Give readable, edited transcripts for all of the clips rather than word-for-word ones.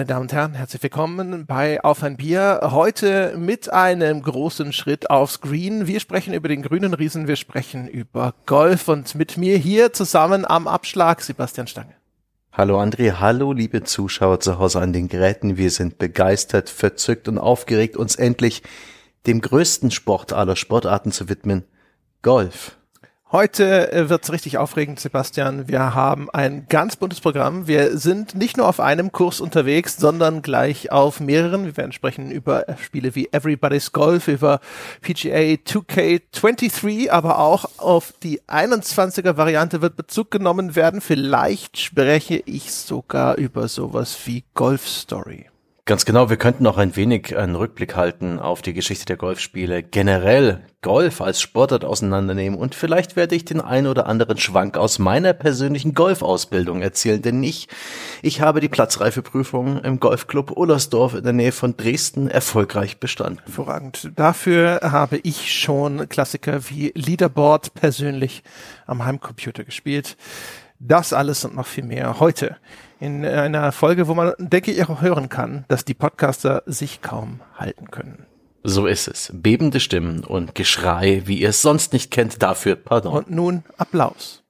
meine Damen und Herren, herzlich willkommen bei Auf ein Bier. Heute mit einem großen Schritt aufs Green. Wir sprechen über den grünen Riesen, wir sprechen über Golf und mit mir hier zusammen am Abschlag Sebastian Stange. Hallo André, hallo liebe Zuschauer zu Hause an den Geräten. Wir sind begeistert, verzückt und aufgeregt, uns endlich dem größten Sport aller Sportarten zu widmen, Golf. Heute wird's richtig aufregend, Sebastian. Wir haben ein ganz buntes Programm. Wir sind nicht nur auf einem Kurs unterwegs, sondern gleich auf mehreren. Wir werden sprechen über Spiele wie Everybody's Golf, über PGA 2K23, aber auch auf die 21er-Variante wird Bezug genommen werden. Vielleicht spreche ich sogar über sowas wie Golf Story. Ganz genau, wir könnten auch ein wenig einen Rückblick halten auf die Geschichte der Golfspiele, generell Golf als Sportart auseinandernehmen und vielleicht werde ich den ein oder anderen Schwank aus meiner persönlichen Golfausbildung erzählen, denn ich habe die Platzreifeprüfung im Golfclub Ullersdorf in der Nähe von Dresden erfolgreich bestanden. Hervorragend. Dafür habe ich schon Klassiker wie Leaderboard persönlich am Heimcomputer gespielt. Das alles und noch viel mehr heute in einer Folge, wo man, denke ich, auch hören kann, dass die Podcaster sich kaum halten können. So ist es. Bebende Stimmen und Geschrei, wie ihr es sonst nicht kennt, dafür pardon. Und nun Applaus.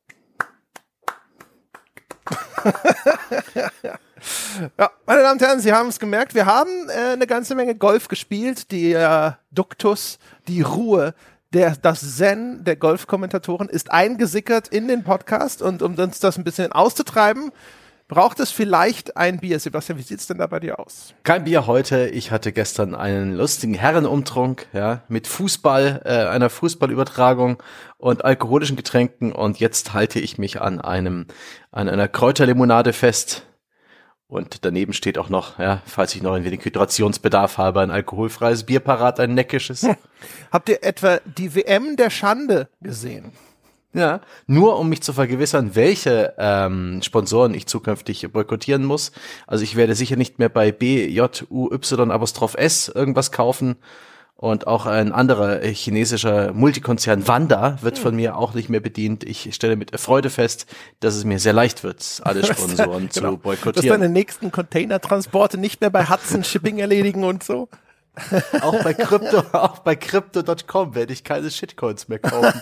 Ja, meine Damen und Herren, Sie haben es gemerkt, wir haben eine ganze Menge Golf gespielt. Der Duktus, die Ruhe, das Zen der Golfkommentatoren ist eingesickert in den Podcast und um uns das ein bisschen auszutreiben, braucht es vielleicht ein Bier. Sebastian, wie sieht's denn da bei dir aus? Kein Bier heute. Ich hatte gestern einen lustigen Herrenumtrunk, ja, mit Fußball, einer Fußballübertragung und alkoholischen Getränken und jetzt halte ich mich an einer Kräuterlimonade fest. Und daneben steht auch noch, ja, falls ich noch ein wenig Hydrationsbedarf habe, ein alkoholfreies Bier parat, ein neckisches. Habt ihr etwa die WM der Schande gesehen? Ja, nur um mich zu vergewissern, welche Sponsoren ich zukünftig boykottieren muss. Also ich werde sicher nicht mehr bei BJUY''S irgendwas kaufen. Und auch ein anderer chinesischer Multikonzern Wanda wird von mir auch nicht mehr bedient. Ich stelle mit Freude fest, dass es mir sehr leicht wird, alle Sponsoren zu boykottieren. Dass deine nächsten Containertransporte nicht mehr bei Hudson Shipping erledigen und so. Auch bei Crypto.com werde ich keine Shitcoins mehr kaufen.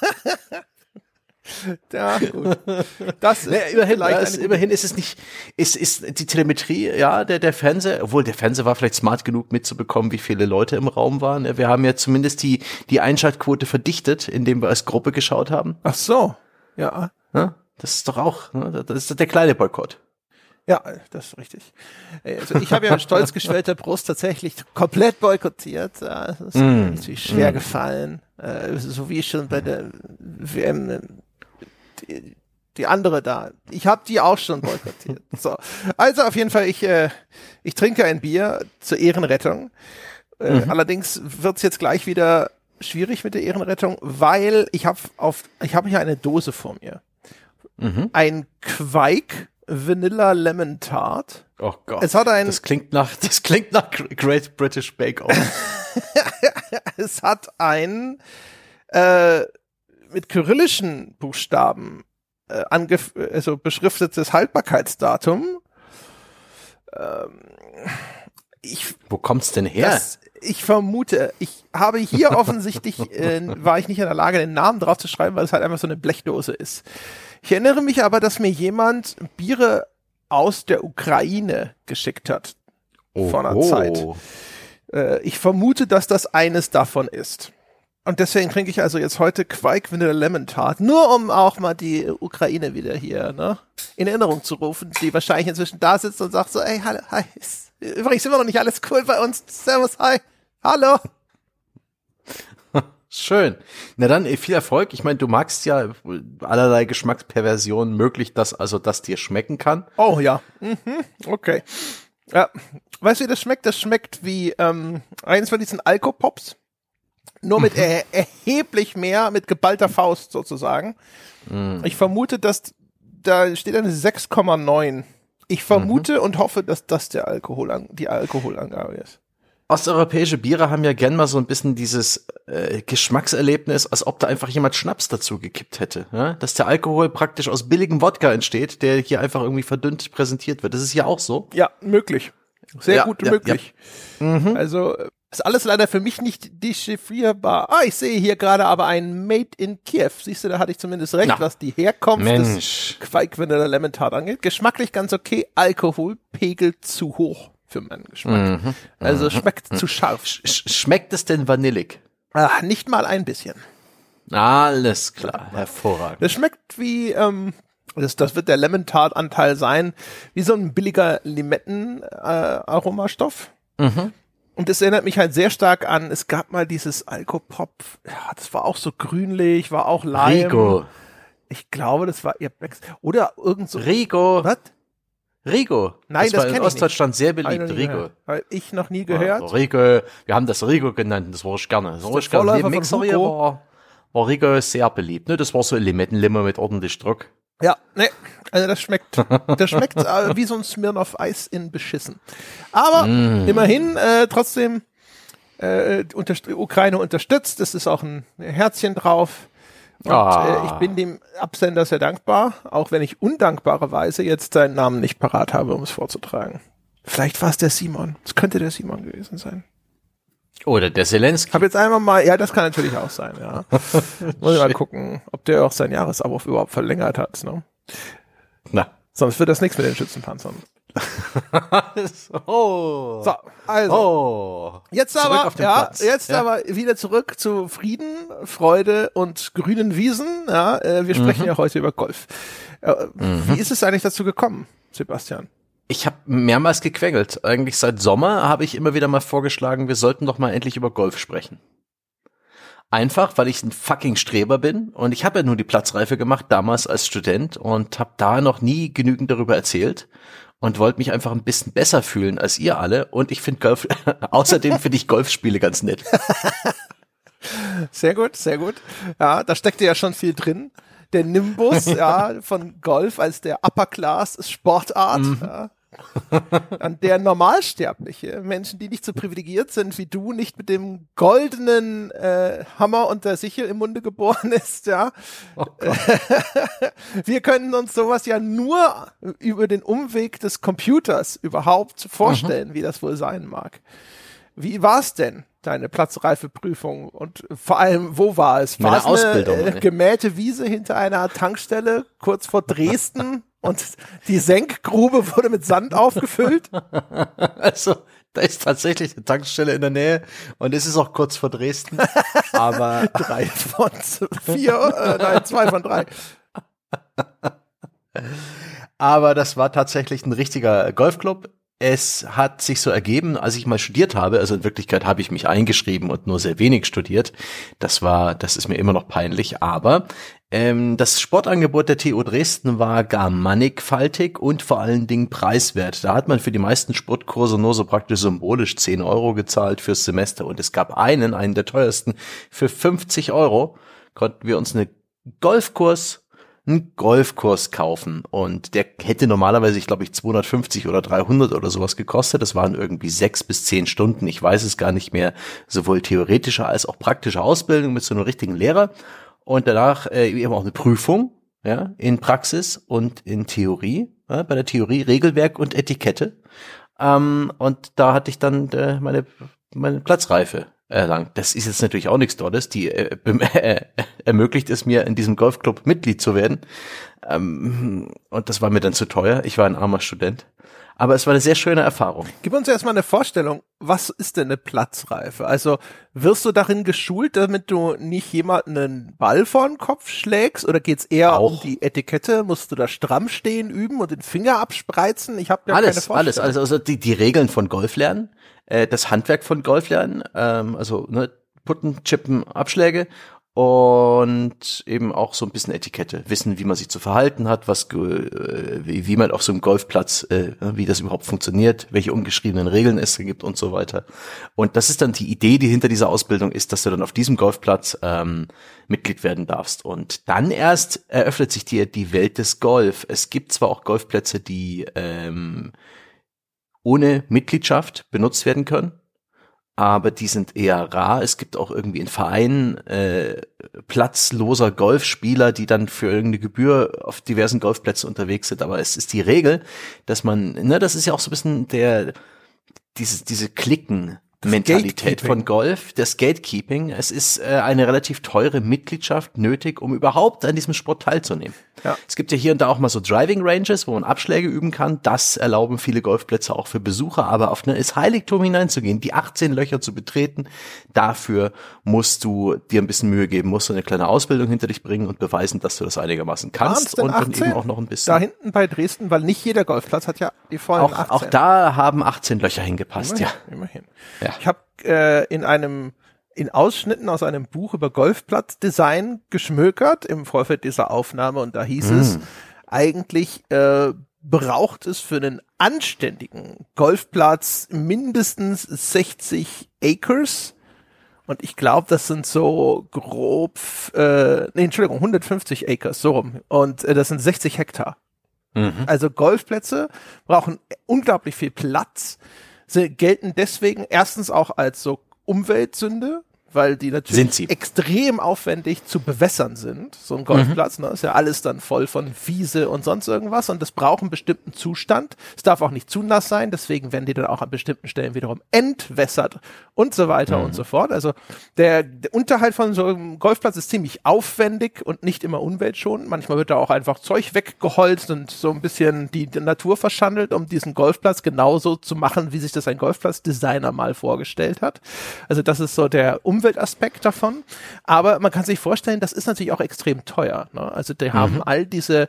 Ja, gut. Das ist immerhin ist es nicht, ist die Telemetrie, ja, der Fernseher, obwohl der Fernseher war vielleicht smart genug mitzubekommen, wie viele Leute im Raum waren. Wir haben ja zumindest die Einschaltquote verdichtet, indem wir als Gruppe geschaut haben. Ach so, ja. Ja, das ist doch auch, ne, das ist der kleine Boykott. Ja, das ist richtig. Also ich habe ja mit stolz geschwellter Brust tatsächlich komplett boykottiert. Das ist mir natürlich schwer gefallen. So wie schon bei der WM die andere da. Ich habe die auch schon boykottiert. So. Also auf jeden Fall, ich trinke ein Bier zur Ehrenrettung. Allerdings wird's jetzt gleich wieder schwierig mit der Ehrenrettung, weil ich habe hier eine Dose vor mir. Ein Quake Vanilla Lemon Tart. Oh Gott. Es hat das klingt nach Great British Bake Off. Es hat ein mit kyrillischen Buchstaben also beschriftetes Haltbarkeitsdatum. Wo kommt's denn her? Ich vermute, ich habe hier offensichtlich, war ich nicht in der Lage, den Namen drauf zu schreiben, weil es halt einfach so eine Blechdose ist. Ich erinnere mich aber, dass mir jemand Biere aus der Ukraine geschickt hat. Vor einer Zeit. Ich vermute, dass das eines davon ist. Und deswegen trinke ich also jetzt heute Quake Vanilla Lemon Tart, nur um auch mal die Ukraine wieder hier in Erinnerung zu rufen, die wahrscheinlich inzwischen da sitzt und sagt so, ey, hallo, hi, übrigens immer noch nicht alles cool bei uns, servus, hi, hallo. Schön. Na dann, viel Erfolg. Ich meine, du magst ja allerlei Geschmacksperversionen möglich, dass dir schmecken kann. Oh ja, okay. Ja. Weißt du, wie das schmeckt? Das schmeckt wie eines von diesen Alkopops. Nur mit erheblich mehr, mit geballter Faust sozusagen. Ich vermute, dass da steht eine 6,9. Ich vermute und hoffe, dass das die Alkoholangabe ist. Osteuropäische Biere haben ja gern mal so ein bisschen dieses Geschmackserlebnis, als ob da einfach jemand Schnaps dazu gekippt hätte. Ja? Dass der Alkohol praktisch aus billigem Wodka entsteht, der hier einfach irgendwie verdünnt präsentiert wird. Das ist ja auch so. Ja, möglich. Sehr gut möglich. Also ist alles leider für mich nicht dechiffrierbar. Ich sehe hier gerade aber ein Made in Kiew. Siehst du, da hatte ich zumindest recht, was die Herkunft des Quake Vanilla Lemon Tart angeht. Geschmacklich ganz okay, Alkoholpegel zu hoch für meinen Geschmack. Also schmeckt zu scharf. Schmeckt es denn vanillig? Nicht mal ein bisschen. Alles klar, hervorragend. Das schmeckt wie, das wird der Lemon Tart Anteil sein, wie so ein billiger Limetten Aromastoff. Und es erinnert mich halt sehr stark an, es gab mal dieses Alcopop, ja, das war auch so grünlich, war auch Lime. Rigo. Ich glaube, das war ihr Becks. Oder irgend so. Rigo. Was? Rigo. Nein, das war in Ostdeutschland sehr beliebt, Rigo. Weil ich noch nie gehört. Ja, Rigo, wir haben das Rigo genannt, das war ich gerne. Das war ich gerne. Neben Mixer hier war Rigo sehr beliebt. Ne? Das war so ein Limettenlimmer mit ordentlich Druck. Ja, ne, also das schmeckt wie so ein Smirnoff Eis in beschissen. Aber immerhin trotzdem Ukraine unterstützt, es ist auch ein Herzchen drauf. Und ich bin dem Absender sehr dankbar, auch wenn ich undankbarerweise jetzt seinen Namen nicht parat habe, um es vorzutragen. Vielleicht war es der Simon. Es könnte der Simon gewesen sein. Oder der Zelensky. Hab jetzt einmal mal, ja, das kann natürlich auch sein, ja. Muss ich mal gucken, ob der auch sein Jahresabo überhaupt verlängert hat, ne? Na. Sonst wird das nichts mit den Schützenpanzern. So, also. Jetzt aber, aber wieder zurück zu Frieden, Freude und grünen Wiesen, ja. Wir sprechen ja heute über Golf. Wie ist es eigentlich dazu gekommen, Sebastian? Ich habe mehrmals gequengelt. Eigentlich seit Sommer habe ich immer wieder mal vorgeschlagen, wir sollten doch mal endlich über Golf sprechen. Einfach, weil ich ein fucking Streber bin und ich habe ja nur die Platzreife gemacht, damals als Student und habe da noch nie genügend darüber erzählt und wollte mich einfach ein bisschen besser fühlen als ihr alle und ich finde Golf, außerdem finde ich Golfspiele ganz nett. Sehr gut, sehr gut. Ja, da steckte ja schon viel drin. Der Nimbus, ja, von Golf als der Upper Class Sportart, ja. An der Normalsterbliche, Menschen, die nicht so privilegiert sind wie du, nicht mit dem goldenen Hammer und der Sichel im Munde geboren ist, ja. Wir können uns sowas ja nur über den Umweg des Computers überhaupt vorstellen, wie das wohl sein mag. Wie war es denn, deine Platzreifeprüfung? Und vor allem, wo war es? War es eine gemähte Wiese hinter einer Tankstelle kurz vor Dresden? Und die Senkgrube wurde mit Sand aufgefüllt? Also, da ist tatsächlich eine Tankstelle in der Nähe und es ist auch kurz vor Dresden. Aber 3 von 4, 2 von 3. Aber das war tatsächlich ein richtiger Golfclub. Es hat sich so ergeben, als ich mal studiert habe, also in Wirklichkeit habe ich mich eingeschrieben und nur sehr wenig studiert. Das ist mir immer noch peinlich, aber das Sportangebot der TU Dresden war gar mannigfaltig und vor allen Dingen preiswert. Da hat man für die meisten Sportkurse nur so praktisch symbolisch 10 € gezahlt fürs Semester und es gab einen der teuersten, für 50 € konnten wir uns einen Golfkurs kaufen und der hätte normalerweise, ich glaube, 250 oder 300 oder sowas gekostet. Das waren irgendwie 6 bis 10 Stunden. Ich weiß es gar nicht mehr. Sowohl theoretische als auch praktische Ausbildung mit so einem richtigen Lehrer und danach eben auch eine Prüfung, ja, in Praxis und in Theorie. Ja, bei der Theorie Regelwerk und Etikette. Und da hatte ich dann meine Platzreife erlangt. Das ist jetzt natürlich auch nichts Tolles. Die ermöglicht es mir, in diesem Golfclub Mitglied zu werden. Und das war mir dann zu teuer. Ich war ein armer Student. Aber es war eine sehr schöne Erfahrung. Gib uns erstmal eine Vorstellung. Was ist denn eine Platzreife? Also wirst du darin geschult, damit du nicht jemanden einen Ball vor den Kopf schlägst? Oder geht's eher um die Etikette? Musst du da stramm stehen, üben und den Finger abspreizen? Ich habe ja keine Vorstellung. Alles. Also die Regeln von Golf lernen, das Handwerk von Golf lernen, also Putten, Chippen, Abschläge und eben auch so ein bisschen Etikette, wissen, wie man sich zu verhalten hat, wie man auf so einem Golfplatz, wie das überhaupt funktioniert, welche ungeschriebenen Regeln es gibt und so weiter. Und das ist dann die Idee, die hinter dieser Ausbildung ist, dass du dann auf diesem Golfplatz Mitglied werden darfst. Und dann erst eröffnet sich dir die Welt des Golf. Es gibt zwar auch Golfplätze, die ohne Mitgliedschaft benutzt werden können, aber die sind eher rar. Es gibt auch irgendwie in Vereinen platzloser Golfspieler, die dann für irgendeine Gebühr auf diversen Golfplätzen unterwegs sind. Aber es ist die Regel, dass man, das ist ja auch so ein bisschen diese Klicken-Mentalität von Golf, das Gatekeeping. Es ist eine relativ teure Mitgliedschaft nötig, um überhaupt an diesem Sport teilzunehmen. Ja. Es gibt ja hier und da auch mal so Driving Ranges, wo man Abschläge üben kann. Das erlauben viele Golfplätze auch für Besucher. Aber auf ins Heiligtum hineinzugehen, die 18 Löcher zu betreten, dafür musst du dir ein bisschen Mühe geben, musst du eine kleine Ausbildung hinter dich bringen und beweisen, dass du das einigermaßen kannst. Und dann eben auch noch ein bisschen. Da hinten bei Dresden, weil nicht jeder Golfplatz hat ja die vollen 18. Auch da haben 18 Löcher hingepasst, immerhin. Ja. Ich habe in Ausschnitten aus einem Buch über Golfplatzdesign geschmökert im Vorfeld dieser Aufnahme und da hieß es, eigentlich braucht es für einen anständigen Golfplatz mindestens 60 Acres und ich glaube, das sind so grob, 150 Acres, so rum und das sind 60 Hektar. Also Golfplätze brauchen unglaublich viel Platz, sie gelten deswegen erstens auch als so Umweltsünde, weil die natürlich extrem aufwendig zu bewässern sind. So ein Golfplatz, ne, ist ja alles dann voll von Wiese und sonst irgendwas und das braucht einen bestimmten Zustand. Es darf auch nicht zu nass sein, deswegen werden die dann auch an bestimmten Stellen wiederum entwässert und so weiter und so fort. Also der Unterhalt von so einem Golfplatz ist ziemlich aufwendig und nicht immer umweltschonend. Manchmal wird da auch einfach Zeug weggeholzt und so ein bisschen die Natur verschandelt, um diesen Golfplatz genauso zu machen, wie sich das ein Golfplatzdesigner mal vorgestellt hat. Also das ist so der Umweltaspekt davon, aber man kann sich vorstellen, das ist natürlich auch extrem teuer. Ne? Also die haben all diese,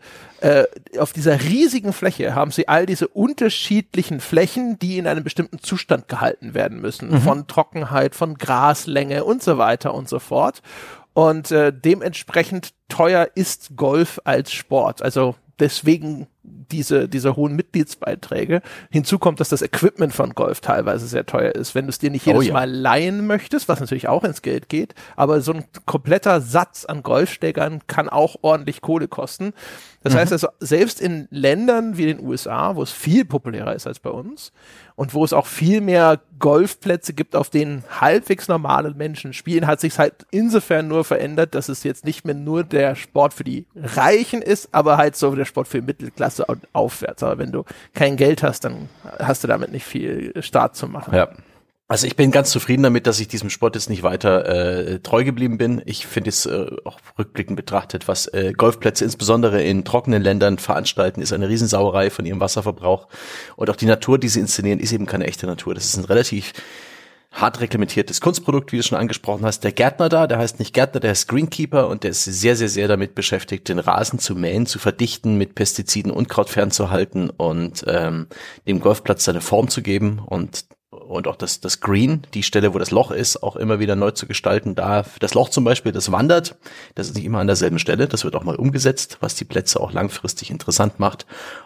auf dieser riesigen Fläche haben sie all diese unterschiedlichen Flächen, die in einem bestimmten Zustand gehalten werden müssen, von Trockenheit, von Graslänge und so weiter und so fort. Und dementsprechend teuer ist Golf als Sport. Also deswegen diese hohen Mitgliedsbeiträge. Hinzu kommt, dass das Equipment von Golf teilweise sehr teuer ist. Wenn du es dir nicht jedes Mal leihen möchtest, was natürlich auch ins Geld geht, aber so ein kompletter Satz an Golfschlägern kann auch ordentlich Kohle kosten. Das heißt also, selbst in Ländern wie den USA, wo es viel populärer ist als bei uns und wo es auch viel mehr Golfplätze gibt, auf denen halbwegs normale Menschen spielen, hat sich halt insofern nur verändert, dass es jetzt nicht mehr nur der Sport für die Reichen ist, aber halt so der Sport für Mittelklasse und aufwärts. Aber wenn du kein Geld hast, dann hast du damit nicht viel Start zu machen. Ja. Also ich bin ganz zufrieden damit, dass ich diesem Sport jetzt nicht weiter treu geblieben bin. Ich finde es auch rückblickend betrachtet, was Golfplätze insbesondere in trockenen Ländern veranstalten, ist eine Riesensauerei von ihrem Wasserverbrauch. Und auch die Natur, die sie inszenieren, ist eben keine echte Natur. Das ist ein relativ hart reglementiertes Kunstprodukt, wie du schon angesprochen hast. Der Gärtner da, der heißt nicht Gärtner, der heißt Greenkeeper und der ist sehr, sehr, sehr damit beschäftigt, den Rasen zu mähen, zu verdichten, mit Pestiziden, Unkraut fernzuhalten und dem Golfplatz seine Form zu geben und auch das Green, die Stelle, wo das Loch ist, auch immer wieder neu zu gestalten. Da das Loch zum Beispiel, das wandert, das ist nicht immer an derselben Stelle, das wird auch mal umgesetzt, was die Plätze auch langfristig interessant macht.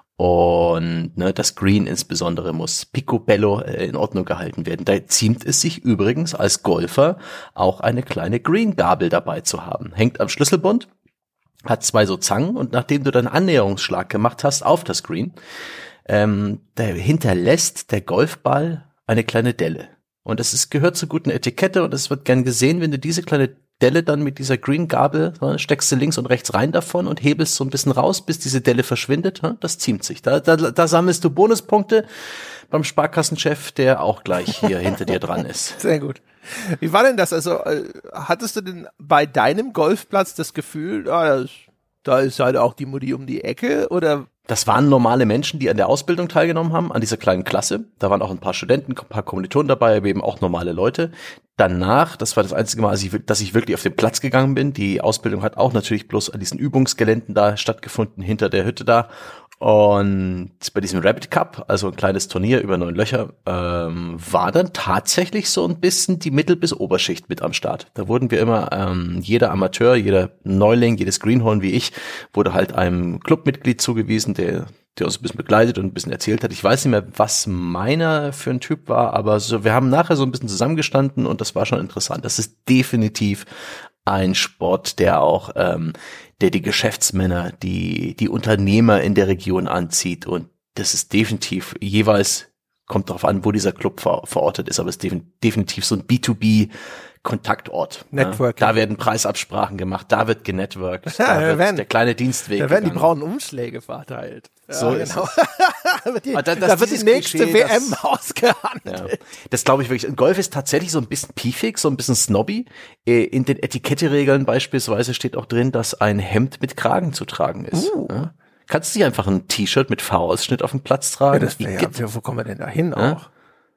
Und das Green insbesondere muss picobello in Ordnung gehalten werden. Da ziemt es sich übrigens als Golfer auch eine kleine Green-Gabel dabei zu haben. Hängt am Schlüsselbund, hat 2 so Zangen und nachdem du dann Annäherungsschlag gemacht hast auf das Green, da hinterlässt der Golfball eine kleine Delle. Und gehört zur guten Etikette und es wird gern gesehen, wenn du diese kleine Delle dann mit dieser Green-Gabel, steckst du links und rechts rein davon und hebelst so ein bisschen raus, bis diese Delle verschwindet. Das ziemt sich. Da sammelst du Bonuspunkte beim Sparkassenchef, der auch gleich hier hinter dir dran ist. Sehr gut. Wie war denn das? Also hattest du denn bei deinem Golfplatz das Gefühl, da ist halt auch die Mutti um die Ecke oder? Das waren normale Menschen, die an der Ausbildung teilgenommen haben, an dieser kleinen Klasse. Da waren auch ein paar Studenten, ein paar Kommilitonen dabei, aber eben auch normale Leute. Danach, das war das einzige Mal, dass ich wirklich auf den Platz gegangen bin. Die Ausbildung hat auch natürlich bloß an diesen Übungsgeländen da stattgefunden, hinter der Hütte da. Und bei diesem Rabbit Cup, also ein kleines Turnier über 9 Löcher, war dann tatsächlich so ein bisschen die Mittel- bis Oberschicht mit am Start. Da wurden wir immer, jeder Amateur, jeder Neuling, jedes Greenhorn wie ich, wurde halt einem Clubmitglied zugewiesen, der uns ein bisschen begleitet und ein bisschen erzählt hat. Ich weiß nicht mehr, was meiner für ein Typ war, aber so, wir haben nachher so ein bisschen zusammengestanden und das war schon interessant. Das ist definitiv ein Sport, der auch der die Geschäftsmänner, die Unternehmer in der Region anzieht und das ist definitiv jeweils kommt darauf an, wo dieser Club verortet ist, aber es ist definitiv so ein B2B-Kontaktort. Networking. Ja. Da werden Preisabsprachen gemacht, da wird genetworked, da wird der kleine Dienstweg Da werden die braunen Umschläge verteilt. Ja, so ist es. Da wird die nächste WM ausgehandelt. Ja. Das glaube ich wirklich. Und Golf ist tatsächlich so ein bisschen piefig, so ein bisschen snobby. In den Etiketteregeln beispielsweise steht auch drin, dass ein Hemd mit Kragen zu tragen ist. Ja? Kannst du nicht einfach ein T-Shirt mit V-Ausschnitt auf den Platz tragen? Wo kommen wir denn da hin auch?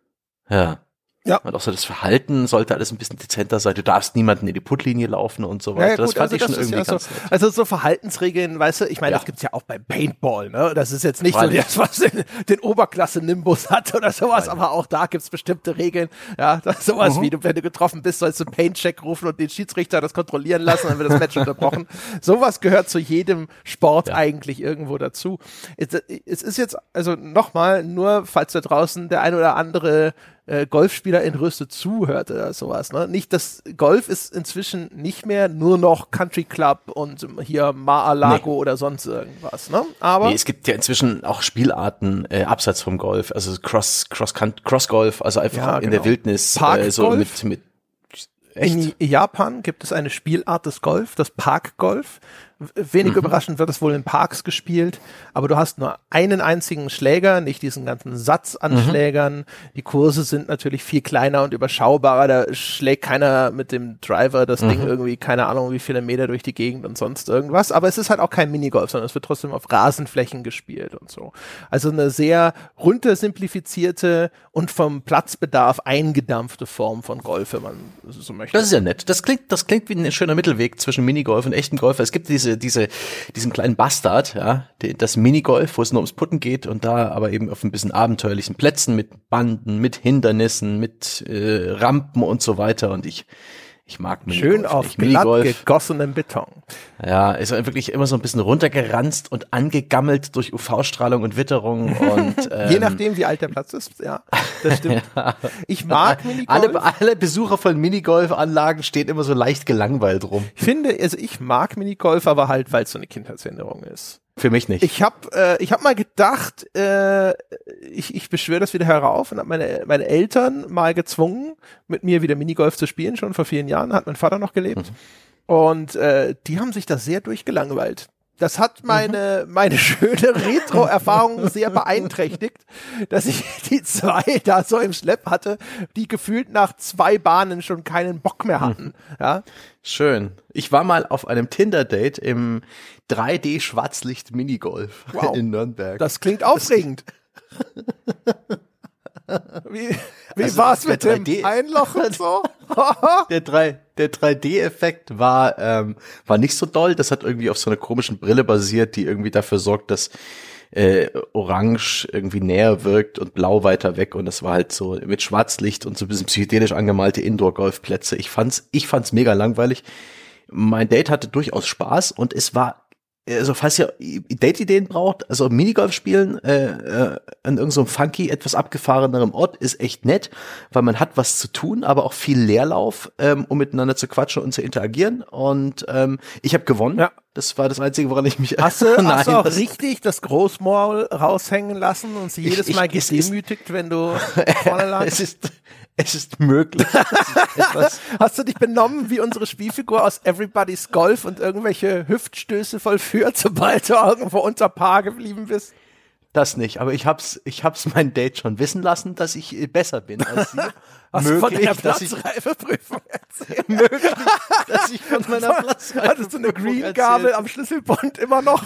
Ja. Und auch so das Verhalten sollte alles ein bisschen dezenter sein. Du darfst niemanden in die Puttlinie laufen und so weiter. Ja, gut, das fand ich schon irgendwie ganz nett. Also so Verhaltensregeln, weißt du, ich meine, das gibt's ja auch beim Paintball, ne? Das ist jetzt nicht so das, was den Oberklasse-Nimbus hat oder sowas, aber auch da gibt's bestimmte Regeln. Ja, sowas wie, wenn du getroffen bist, sollst du einen Paint-Check rufen und den Schiedsrichter das kontrollieren lassen, dann wird das Match unterbrochen. Sowas gehört zu jedem Sport eigentlich irgendwo dazu. Es ist jetzt, also nochmal, nur falls da draußen der ein oder andere Golfspieler in Röste zuhört oder sowas. Ne? Nicht, das Golf ist inzwischen nicht mehr nur noch Country Club und hier Mar-a-Lago oder sonst irgendwas. Ne? Aber es gibt ja inzwischen auch Spielarten abseits vom Golf, also Cross-Golf, also einfach in der Wildnis. So mit In Japan gibt es eine Spielart des Golf, das Parkgolf. Wenig überraschend wird es wohl in Parks gespielt, aber du hast nur einen einzigen Schläger, nicht diesen ganzen Satz an Schlägern. Die Kurse sind natürlich viel kleiner und überschaubarer. Da schlägt keiner mit dem Driver das Ding irgendwie, keine Ahnung, wie viele Meter durch die Gegend und sonst irgendwas. Aber es ist halt auch kein Minigolf, sondern es wird trotzdem auf Rasenflächen gespielt und so. Also eine sehr runtersimplifizierte und vom Platzbedarf eingedampfte Form von Golf, wenn man so möchte. Das ist ja nett. Das klingt wie ein schöner Mittelweg zwischen Minigolf und echtem Golf. Es gibt diesen kleinen Bastard, ja, das Minigolf, wo es nur ums Putten geht und da aber eben auf ein bisschen abenteuerlichen Plätzen mit Banden, mit Hindernissen, mit Rampen und so weiter und ich mag Minigolf. Schön auf glatt gegossenem Beton. Ja, ist wirklich immer so ein bisschen runtergeranzt und angegammelt durch UV-Strahlung und Witterung und je nachdem, wie alt der Platz ist, ja, das stimmt. Ich mag Minigolf. Alle Besucher von Minigolfanlagen stehen immer so leicht gelangweilt rum. Ich finde, also ich mag Minigolf, aber halt, weil es so eine Kindheitserinnerung ist. Für mich nicht. Ich hab mal gedacht, ich beschwöre das wieder herauf und habe meine Eltern mal gezwungen, mit mir wieder Minigolf zu spielen, schon vor vielen Jahren, hat mein Vater noch gelebt. Und die haben sich da sehr durchgelangweilt. Das hat meine schöne Retro-Erfahrung sehr beeinträchtigt, dass ich die zwei da so im Schlepp hatte, die gefühlt nach 2 Bahnen schon keinen Bock mehr hatten. Ja. Schön. Ich war mal auf einem Tinder-Date im 3D-Schwarzlicht-Minigolf in Nürnberg. Das klingt aufregend. Wie war's mit dem Einloch und so? Der 3D-Effekt war nicht so doll. Das hat irgendwie auf so einer komischen Brille basiert, die irgendwie dafür sorgt, dass Orange irgendwie näher wirkt und Blau weiter weg. Und das war halt so mit Schwarzlicht und so ein bisschen psychedelisch angemalte Indoor-Golfplätze. Ich fand's mega langweilig. Mein Date hatte durchaus Spaß und es war, also falls ihr Date-Ideen braucht, also Minigolf spielen an irgendeinem so funky, etwas abgefahrenerem Ort ist echt nett, weil man hat was zu tun, aber auch viel Leerlauf, um miteinander zu quatschen und zu interagieren. Und ich habe gewonnen. Ja. Das war das Einzige, woran ich mich... Hast du auch richtig das Großmaul raushängen lassen und sie jedes Mal gedemütigt, wenn du vorne lagst? Es ist möglich. Hast du dich benommen wie unsere Spielfigur aus Everybody's Golf und irgendwelche Hüftstöße vollführt, sobald du irgendwo unter Paar geblieben bist? Das nicht, aber ich hab's mein Date schon wissen lassen, dass ich besser bin als sie. Hast du von deiner Platzreifeprüfung erzählt? Möglich, dass ich von meiner Platzreifeprüfung hattest du eine Green-Gabel am Schlüsselbund immer noch?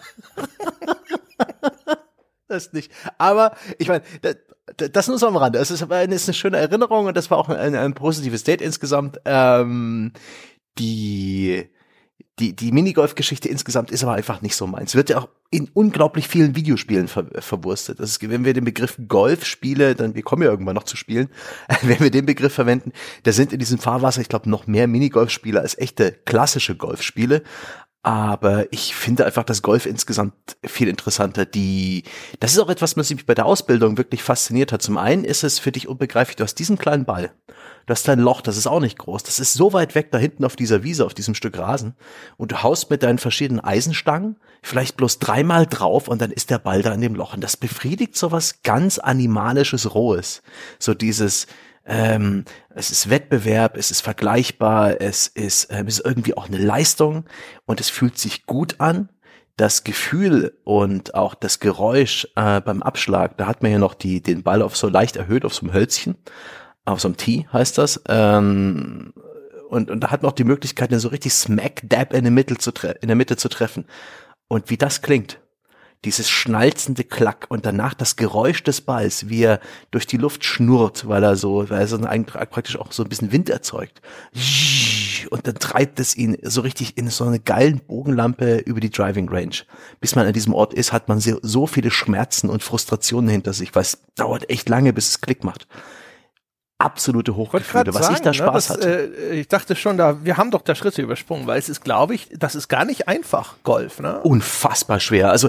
Das nicht. Aber ich meine, das nur so am Rande. Es ist eine schöne Erinnerung und das war auch ein positives Date insgesamt. Die Minigolf-Geschichte insgesamt ist aber einfach nicht so meins. Wird ja auch in unglaublich vielen Videospielen verwurstet. Das ist, wenn wir den Begriff Golfspiele, wir kommen ja irgendwann noch zu spielen, wenn wir den Begriff verwenden, da sind in diesem Fahrwasser, ich glaube, noch mehr Minigolfspiele als echte klassische Golfspiele. Aber ich finde einfach das Golf insgesamt viel interessanter. Das ist auch etwas, was mich bei der Ausbildung wirklich fasziniert hat. Zum einen ist es für dich unbegreiflich, du hast diesen kleinen Ball. Du hast dein Loch, das ist auch nicht groß. Das ist so weit weg da hinten auf dieser Wiese, auf diesem Stück Rasen. Und du haust mit deinen verschiedenen Eisenstangen vielleicht bloß 3-mal drauf und dann ist der Ball da in dem Loch. Und das befriedigt so was ganz Animalisches, Rohes. So dieses, es ist Wettbewerb, es ist vergleichbar, es ist irgendwie auch eine Leistung und es fühlt sich gut an. Das Gefühl und auch das Geräusch beim Abschlag, da hat man ja noch den Ball auf so leicht erhöht auf so einem Hölzchen. Auf so einem Tee heißt das. Und da hat man auch die Möglichkeit, den so richtig smack dab in der Mitte zu treffen. Und wie das klingt, dieses schnalzende Klack und danach das Geräusch des Balls, wie er durch die Luft schnurrt, weil er so praktisch auch so ein bisschen Wind erzeugt. Und dann treibt es ihn so richtig in so eine geilen Bogenlampe über die Driving Range. Bis man an diesem Ort ist, hat man so viele Schmerzen und Frustrationen hinter sich, weil es dauert echt lange, bis es Klick macht. Absolute Hochgefühle, was ich da Spaß hatte. Ich dachte schon, wir haben doch da Schritte übersprungen, weil es ist, glaube ich, das ist gar nicht einfach, Golf, ne? Unfassbar schwer. Also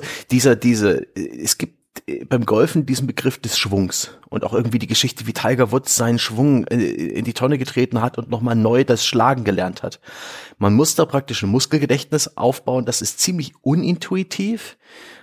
es gibt beim Golfen diesen Begriff des Schwungs und auch irgendwie die Geschichte, wie Tiger Woods seinen Schwung in die Tonne getreten hat und nochmal neu das Schlagen gelernt hat. Man muss da praktisch ein Muskelgedächtnis aufbauen, das ist ziemlich unintuitiv.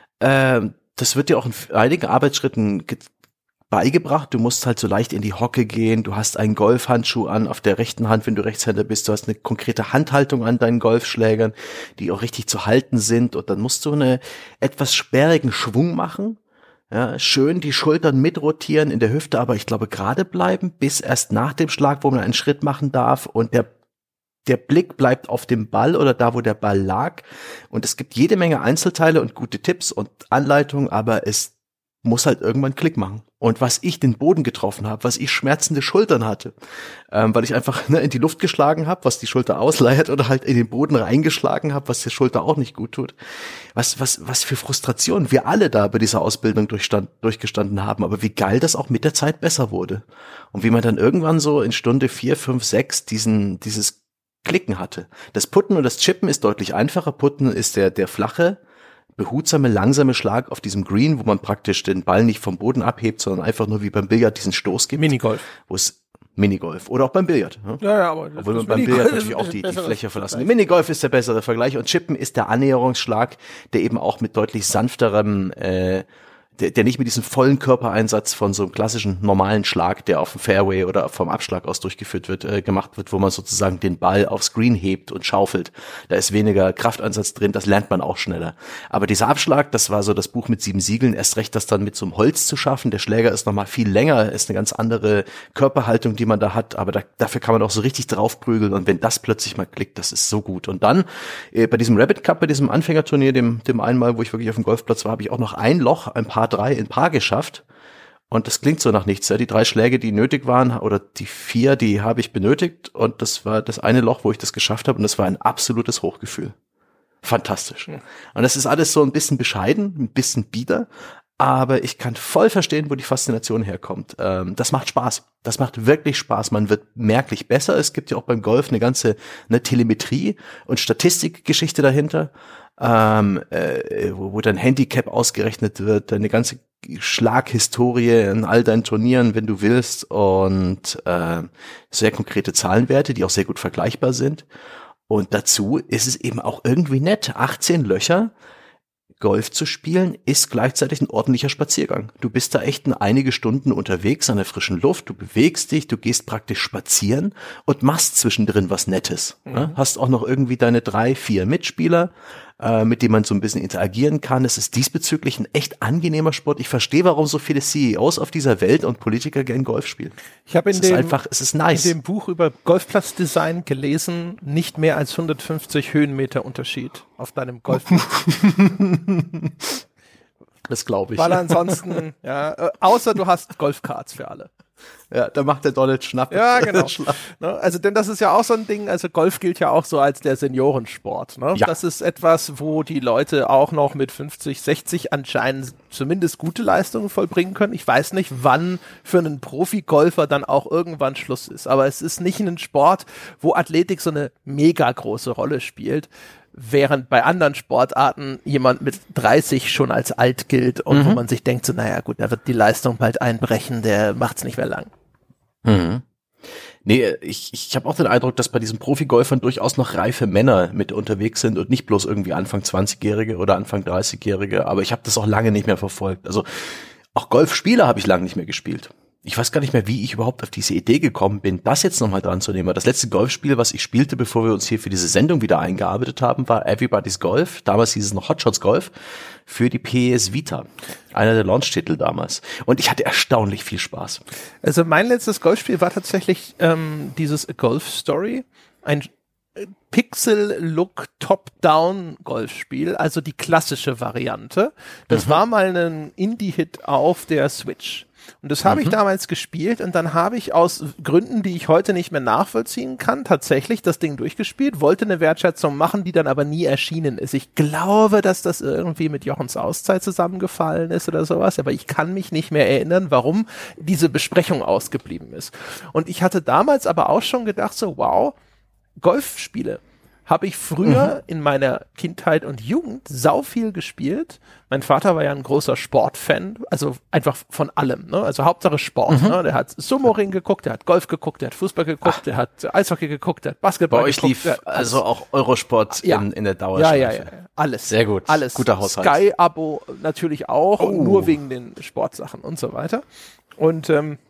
Das wird ja auch in einigen Arbeitsschritten beigebracht. Du musst halt so leicht in die Hocke gehen. Du hast einen Golfhandschuh an auf der rechten Hand, wenn du Rechtshänder bist. Du hast eine konkrete Handhaltung an deinen Golfschlägern, die auch richtig zu halten sind. Und dann musst du einen etwas sperrigen Schwung machen. Ja, schön die Schultern mitrotieren in der Hüfte, aber ich glaube gerade bleiben, bis erst nach dem Schlag, wo man einen Schritt machen darf. Und der Blick bleibt auf dem Ball oder da, wo der Ball lag. Und es gibt jede Menge Einzelteile und gute Tipps und Anleitungen, aber es muss halt irgendwann Klick machen. Und was ich den Boden getroffen habe, was ich schmerzende Schultern hatte, weil ich einfach in die Luft geschlagen habe, was die Schulter ausleiert, oder halt in den Boden reingeschlagen habe, was der Schulter auch nicht gut tut. Was für Frustrationen wir alle da bei dieser Ausbildung durchgestanden haben, aber wie geil das auch mit der Zeit besser wurde. Und wie man dann irgendwann so in Stunde 4, 5, 6 dieses Klicken hatte. Das Putten und das Chippen ist deutlich einfacher. Putten ist der flache, behutsame, langsame Schlag auf diesem Green, wo man praktisch den Ball nicht vom Boden abhebt, sondern einfach nur wie beim Billard diesen Stoß gibt. Minigolf. Wo es Minigolf. Oder auch beim Billard. Ne? Ja, aber obwohl man beim Billard natürlich auch die Fläche verlassen. Minigolf ist der bessere Vergleich und Chippen ist der Annäherungsschlag, der eben auch mit deutlich sanfterem der nicht mit diesem vollen Körpereinsatz von so einem klassischen normalen Schlag, der auf dem Fairway oder vom Abschlag aus durchgeführt wird, gemacht wird, wo man sozusagen den Ball aufs Green hebt und schaufelt. Da ist weniger Krafteinsatz drin, das lernt man auch schneller. Aber dieser Abschlag, das war so das Buch mit 7 Siegeln, erst recht das dann mit so einem Holz zu schaffen. Der Schläger ist nochmal viel länger, ist eine ganz andere Körperhaltung, die man da hat, aber dafür kann man auch so richtig draufprügeln und wenn das plötzlich mal klickt, das ist so gut. Und dann bei diesem Rabbit Cup, bei diesem Anfängerturnier, dem einmal, wo ich wirklich auf dem Golfplatz war, habe ich auch noch ein Loch, ein Paar 3 in Paar geschafft. Und das klingt so nach nichts. Ja. Die 3 Schläge, die nötig waren, oder die 4, die habe ich benötigt. Und das war das eine Loch, wo ich das geschafft habe. Und das war ein absolutes Hochgefühl. Fantastisch. Ja. Und das ist alles so ein bisschen bescheiden, ein bisschen bieder. Aber ich kann voll verstehen, wo die Faszination herkommt. Das macht Spaß. Das macht wirklich Spaß. Man wird merklich besser. Es gibt ja auch beim Golf eine ganze Telemetrie- und Statistikgeschichte dahinter. Wo dein Handicap ausgerechnet wird, deine ganze Schlaghistorie in all deinen Turnieren, wenn du willst, und sehr konkrete Zahlenwerte, die auch sehr gut vergleichbar sind. Und dazu ist es eben auch irgendwie nett. 18 Löcher Golf zu spielen ist gleichzeitig ein ordentlicher Spaziergang. Du bist da echt einige Stunden unterwegs an der frischen Luft, du bewegst dich, du gehst praktisch spazieren und machst zwischendrin was Nettes. Mhm. Hast auch noch irgendwie deine 3, 4 Mitspieler, mit denen man so ein bisschen interagieren kann. Es ist diesbezüglich ein echt angenehmer Sport. Ich verstehe, warum so viele CEOs auf dieser Welt und Politiker gern Golf spielen. Ich habe es ist nice. In dem Buch über Golfplatzdesign gelesen, nicht mehr als 150 Höhenmeter Unterschied auf deinem Golfplatz. Das glaube ich. Weil ansonsten, außer du hast Golfkarts für alle. Ja, da macht der Donald Schnapp. Ja, genau. Also, denn das ist ja auch so ein Ding, also Golf gilt ja auch so als der Seniorensport. Ne? Ja. Das ist etwas, wo die Leute auch noch mit 50, 60 anscheinend zumindest gute Leistungen vollbringen können. Ich weiß nicht, wann für einen Profi-Golfer dann auch irgendwann Schluss ist. Aber es ist nicht ein Sport, wo Athletik so eine mega große Rolle spielt. Während bei anderen Sportarten jemand mit 30 schon als alt gilt und wo man sich denkt, so naja gut, da wird die Leistung bald einbrechen, der macht's nicht mehr lang. Mhm. Nee, ich habe auch den Eindruck, dass bei diesen Profigolfern durchaus noch reife Männer mit unterwegs sind und nicht bloß irgendwie Anfang 20-Jährige oder Anfang 30-Jährige, aber ich habe das auch lange nicht mehr verfolgt. Also auch Golfspiele habe ich lange nicht mehr gespielt. Ich weiß gar nicht mehr, wie ich überhaupt auf diese Idee gekommen bin, das jetzt nochmal dran zu nehmen. Das letzte Golfspiel, was ich spielte, bevor wir uns hier für diese Sendung wieder eingearbeitet haben, war Everybody's Golf. Damals hieß es noch Hotshots Golf für die PS Vita. Einer der Launch-Titel damals. Und ich hatte erstaunlich viel Spaß. Also mein letztes Golfspiel war tatsächlich dieses Golf Story. Ein Pixel-Look Top-Down-Golfspiel, also die klassische Variante. Das war mal ein Indie-Hit auf der Switch. Und das habe ich damals gespielt und dann habe ich aus Gründen, die ich heute nicht mehr nachvollziehen kann, tatsächlich das Ding durchgespielt, wollte eine Wertschätzung machen, die dann aber nie erschienen ist. Ich glaube, dass das irgendwie mit Jochens Auszeit zusammengefallen ist oder sowas, aber ich kann mich nicht mehr erinnern, warum diese Besprechung ausgeblieben ist. Und ich hatte damals aber auch schon gedacht, so wow, Golfspiele habe ich früher in meiner Kindheit und Jugend sau viel gespielt. Mein Vater war ja ein großer Sportfan, also einfach von allem, ne? Also Hauptsache Sport, ne? Der hat Sumo-Ring geguckt, der hat Golf geguckt, der hat Fußball geguckt, der hat Eishockey geguckt, der hat Basketball geguckt. Bei euch lief also auch Eurosport in der Dauerschleife. Ja, alles. Sehr gut. Alles. Guter Haushalt. Sky-Abo natürlich auch, nur wegen den Sportsachen und so weiter. Und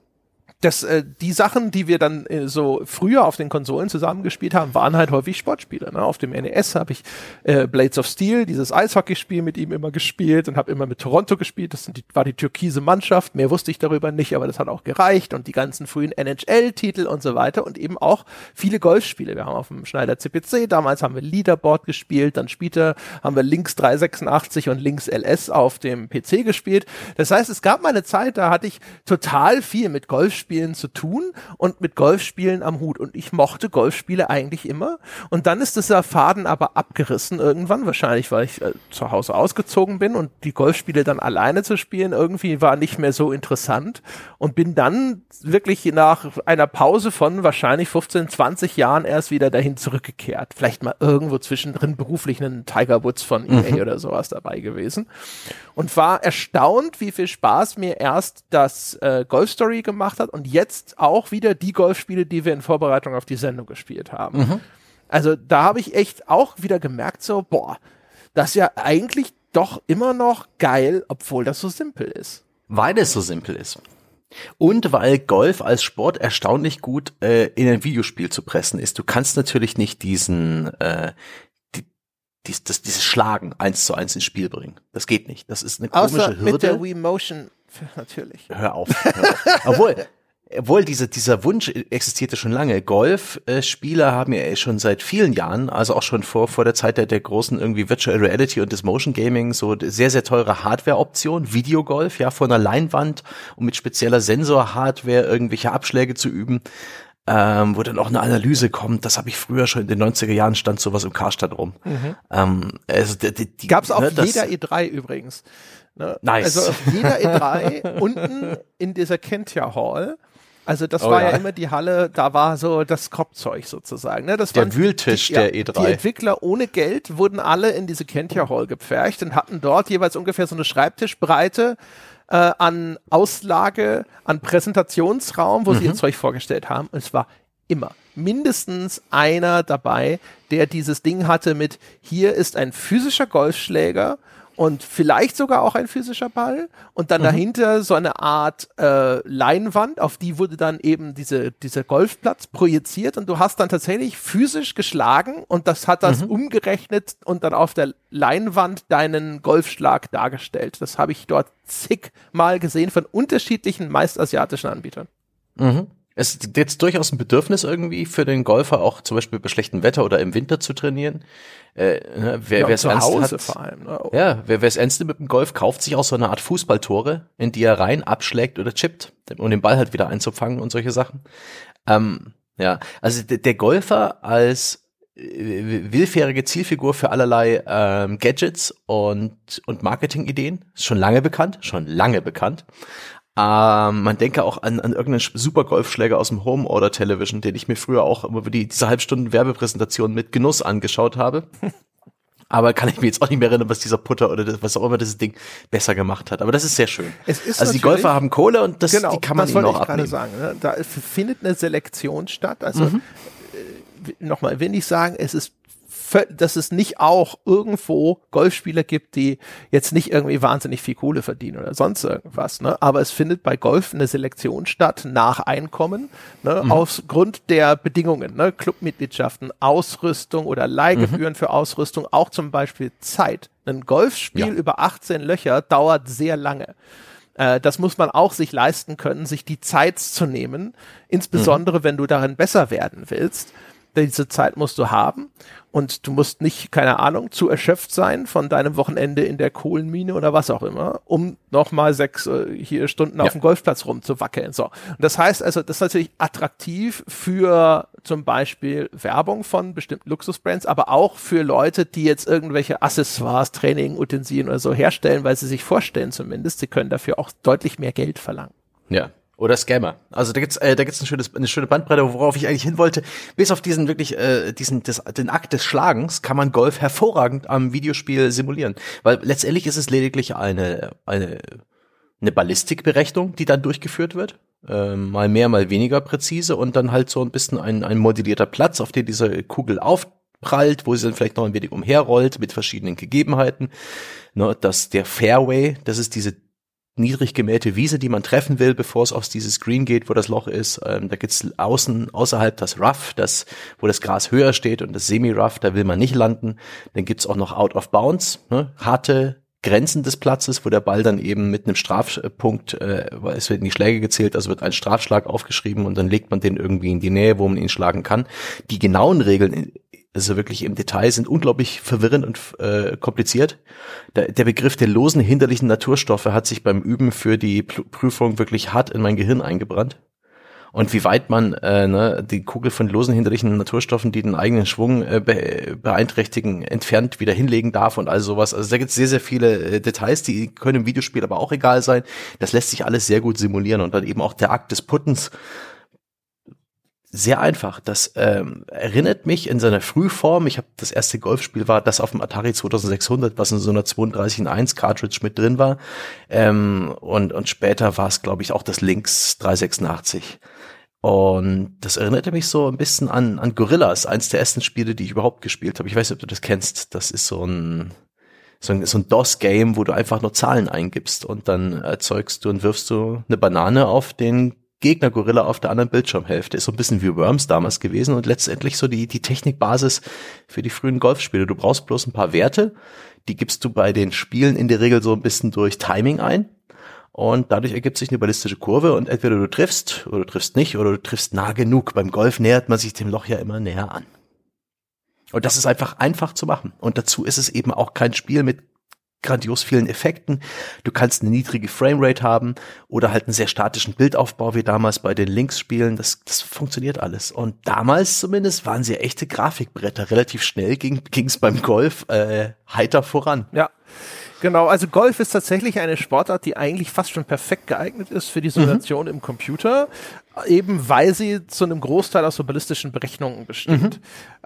die Sachen, die wir dann so früher auf den Konsolen zusammengespielt haben, waren halt häufig Sportspiele. Ne? Auf dem NES habe ich Blades of Steel, dieses Eishockeyspiel mit ihm immer gespielt und habe immer mit Toronto gespielt. Das war die türkise Mannschaft. Mehr wusste ich darüber nicht, aber das hat auch gereicht. Und die ganzen frühen NHL-Titel und so weiter und eben auch viele Golfspiele. Wir haben auf dem Schneider CPC, damals haben wir Leaderboard gespielt, dann später haben wir Lynx 386 und Lynx LS auf dem PC gespielt. Das heißt, es gab mal eine Zeit, da hatte ich total viel mit Golfspielen zu tun und mit Golfspielen am Hut. Und ich mochte Golfspiele eigentlich immer. Und dann ist dieser Faden aber abgerissen irgendwann, wahrscheinlich, weil ich zu Hause ausgezogen bin und die Golfspiele dann alleine zu spielen irgendwie war nicht mehr so interessant und bin dann wirklich nach einer Pause von wahrscheinlich 15, 20 Jahren erst wieder dahin zurückgekehrt. Vielleicht mal irgendwo zwischendrin beruflich einen Tiger Woods von EA oder sowas dabei gewesen. Und war erstaunt, wie viel Spaß mir erst das Golf Story gemacht hat und jetzt auch wieder die Golfspiele, die wir in Vorbereitung auf die Sendung gespielt haben. Also da habe ich echt auch wieder gemerkt, so, boah, das ist ja eigentlich doch immer noch geil, obwohl das so simpel ist. Weil es so simpel ist. Und weil Golf als Sport erstaunlich gut in ein Videospiel zu pressen ist. Du kannst natürlich nicht dieses Schlagen 1:1 ins Spiel bringen. Das geht nicht. Das ist eine komische Außer Hürde. mit der Wii Motion, natürlich. Hör auf. Obwohl dieser Wunsch existierte schon lange. Golfspieler haben ja schon seit vielen Jahren, also auch schon vor der Zeit der großen irgendwie Virtual Reality und des Motion Gaming, so sehr, sehr teure Hardware-Option, Videogolf, ja, vor einer Leinwand, um mit spezieller Sensor-Hardware irgendwelche Abschläge zu üben, wo dann auch eine Analyse kommt. Das habe ich früher schon in den 90er Jahren, stand sowas im Karstadt rum. Also die Gab's auf jeder E3 übrigens. Ne? Nice. Also auf jeder E3 unten in dieser Kentia Hall. Also das war ja immer die Halle, da war so das Kopfzeug sozusagen. Ne? Das der Wühltisch der E3. Die Entwickler ohne Geld wurden alle in diese Kentia Hall gepfercht und hatten dort jeweils ungefähr so eine Schreibtischbreite an Auslage, an Präsentationsraum, wo sie ihr Zeug vorgestellt haben. Und es war immer mindestens einer dabei, der dieses Ding hatte mit, hier ist ein physischer Golfschläger und vielleicht sogar auch ein physischer Ball und dann dahinter so eine Art Leinwand, auf die wurde dann eben dieser Golfplatz projiziert und du hast dann tatsächlich physisch geschlagen und das hat das umgerechnet und dann auf der Leinwand deinen Golfschlag dargestellt. Das habe ich dort zigmal gesehen von unterschiedlichen, meist asiatischen Anbietern. Es ist jetzt durchaus ein Bedürfnis irgendwie für den Golfer, auch zum Beispiel bei schlechtem Wetter oder im Winter zu trainieren. Wer es ernst hat, vor allem. Ne? Ja, wer es ernst nimmt mit dem Golf, kauft sich auch so eine Art Fußballtore, in die er rein abschlägt oder chippt, um den Ball halt wieder einzufangen und solche Sachen. Ja, also der Golfer als willfährige Zielfigur für allerlei Gadgets und Marketingideen ist schon lange bekannt. Man denke auch an irgendeinen super Golfschläger aus dem Home Order Television, den ich mir früher auch über diese Halbstunden Werbepräsentation mit Genuss angeschaut habe. Aber kann ich mir jetzt auch nicht mehr erinnern, was dieser Putter oder was auch immer das Ding besser gemacht hat. Aber das ist sehr schön. Also die Golfer haben Kohle und die kann man ihnen auch abnehmen. Sagen, ne? Da findet eine Selektion statt. Also nochmal, will nicht sagen, dass es nicht auch irgendwo Golfspieler gibt, die jetzt nicht irgendwie wahnsinnig viel Kohle verdienen oder sonst irgendwas, ne? Aber es findet bei Golf eine Selektion statt nach Einkommen, ne? Aus Grund der Bedingungen, ne? Clubmitgliedschaften, Ausrüstung oder Leihgebühren für Ausrüstung, auch zum Beispiel Zeit. Ein Golfspiel über 18 Löcher dauert sehr lange. Das muss man auch sich leisten können, sich die Zeit zu nehmen, insbesondere wenn du darin besser werden willst. Diese Zeit musst du haben und du musst nicht, keine Ahnung, zu erschöpft sein von deinem Wochenende in der Kohlenmine oder was auch immer, um nochmal 6 Stunden auf dem Golfplatz rumzuwackeln. So. Und das heißt also, das ist natürlich attraktiv für zum Beispiel Werbung von bestimmten Luxusbrands, aber auch für Leute, die jetzt irgendwelche Accessoires, Training-Utensilien oder so herstellen, weil sie sich vorstellen zumindest, sie können dafür auch deutlich mehr Geld verlangen. Ja. Oder Scammer. Also da gibt's eine schöne Bandbreite, worauf ich eigentlich hin wollte. Bis auf diesen wirklich den Akt des Schlagens kann man Golf hervorragend am Videospiel simulieren, weil letztendlich ist es lediglich eine Ballistikberechnung, die dann durchgeführt wird, mal mehr, mal weniger präzise und dann halt so ein bisschen ein modellierter Platz, auf den diese Kugel aufprallt, wo sie dann vielleicht noch ein wenig umherrollt mit verschiedenen Gegebenheiten. Ne, dass der Fairway, das ist diese niedrig gemähte Wiese, die man treffen will, bevor es auf dieses Green geht, wo das Loch ist. Da gibt's außerhalb das Rough, wo das Gras höher steht und das Semi-Rough, da will man nicht landen. Dann gibt's auch noch Out of Bounds, ne? Harte Grenzen des Platzes, wo der Ball dann eben mit einem Strafpunkt, es wird in die Schläge gezählt, also wird ein Strafschlag aufgeschrieben und dann legt man den irgendwie in die Nähe, wo man ihn schlagen kann. Die genauen Regeln, also wirklich im Detail, sind unglaublich verwirrend und kompliziert. Der Begriff der losen hinderlichen Naturstoffe hat sich beim Üben für die Prüfung wirklich hart in mein Gehirn eingebrannt. Und wie weit man die Kugel von losen hinderlichen Naturstoffen, die den eigenen Schwung beeinträchtigen, entfernt wieder hinlegen darf und all sowas. Also da gibt es sehr, sehr viele Details, die können im Videospiel aber auch egal sein. Das lässt sich alles sehr gut simulieren und dann eben auch der Akt des Puttens. Sehr einfach. Das erinnert mich in seiner Frühform. Das erste Golfspiel war das auf dem Atari 2600, was in so einer 32:1 Cartridge mit drin war. Und später war es, glaube ich, auch das Lynx 386. Und das erinnerte mich so ein bisschen an Gorillas, eins der ersten Spiele, die ich überhaupt gespielt habe. Ich weiß nicht, ob du das kennst. Das ist so ein DOS-Game, wo du einfach nur Zahlen eingibst und dann erzeugst du und wirfst du eine Banane auf den Gegner-Gorilla auf der anderen Bildschirmhälfte. Ist so ein bisschen wie Worms damals gewesen und letztendlich so die Technikbasis für die frühen Golfspiele. Du brauchst bloß ein paar Werte, die gibst du bei den Spielen in der Regel so ein bisschen durch Timing ein und dadurch ergibt sich eine ballistische Kurve und entweder du triffst oder du triffst nicht oder du triffst nah genug. Beim Golf nähert man sich dem Loch ja immer näher an. Und das ist einfach zu machen. Und dazu ist es eben auch kein Spiel mit grandios vielen Effekten. Du kannst eine niedrige Framerate haben oder halt einen sehr statischen Bildaufbau wie damals bei den Lynx-Spielen. Das funktioniert alles. Und damals zumindest waren sie echte Grafikbretter. Relativ schnell ging's beim Golf heiter voran. Ja. Genau, also Golf ist tatsächlich eine Sportart, die eigentlich fast schon perfekt geeignet ist für die Simulation im Computer, eben weil sie zu einem Großteil aus so ballistischen Berechnungen besteht.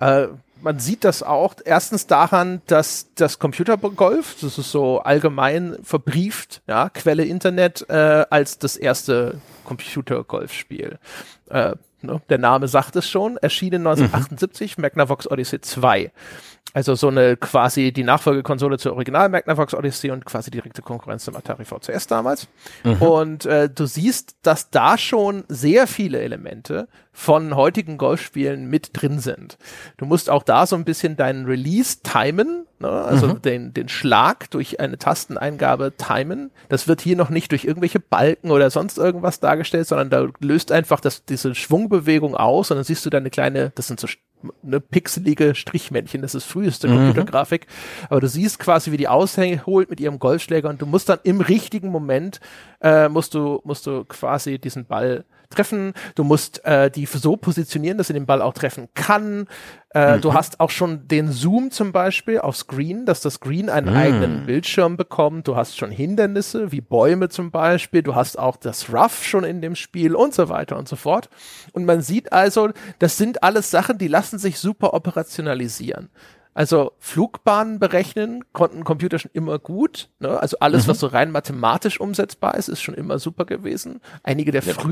Man sieht das auch erstens daran, dass das Computergolf, das ist so allgemein verbrieft, ja, Quelle Internet, als das erste Computergolfspiel. Der Name sagt es schon, erschienen 1978, Magnavox Odyssey 2. Also so eine quasi die Nachfolgekonsole zur Original Magnavox Odyssey und quasi direkte Konkurrenz zum Atari VCS damals. Und du siehst, dass da schon sehr viele Elemente von heutigen Golfspielen mit drin sind. Du musst auch da so ein bisschen deinen Release timen, ne? Also den Schlag durch eine Tasteneingabe timen. Das wird hier noch nicht durch irgendwelche Balken oder sonst irgendwas dargestellt, sondern da löst einfach diese Schwungbewegung aus und dann siehst du deine kleine, das sind so eine pixelige Strichmännchen, das ist früheste Computergrafik, aber du siehst quasi, wie die Aushänge holt mit ihrem Golfschläger und du musst dann im richtigen Moment musst du quasi diesen Ball treffen, du musst die so positionieren, dass sie den Ball auch treffen kann. Du hast auch schon den Zoom zum Beispiel aufs Green, dass das Green einen eigenen Bildschirm bekommt. Du hast schon Hindernisse, wie Bäume zum Beispiel. Du hast auch das Rough schon in dem Spiel und so weiter und so fort. Und man sieht also, das sind alles Sachen, die lassen sich super operationalisieren. Also Flugbahnen berechnen konnten Computer schon immer gut. Ne? Also alles, was so rein mathematisch umsetzbar ist, ist schon immer super gewesen. Einige der frühesten...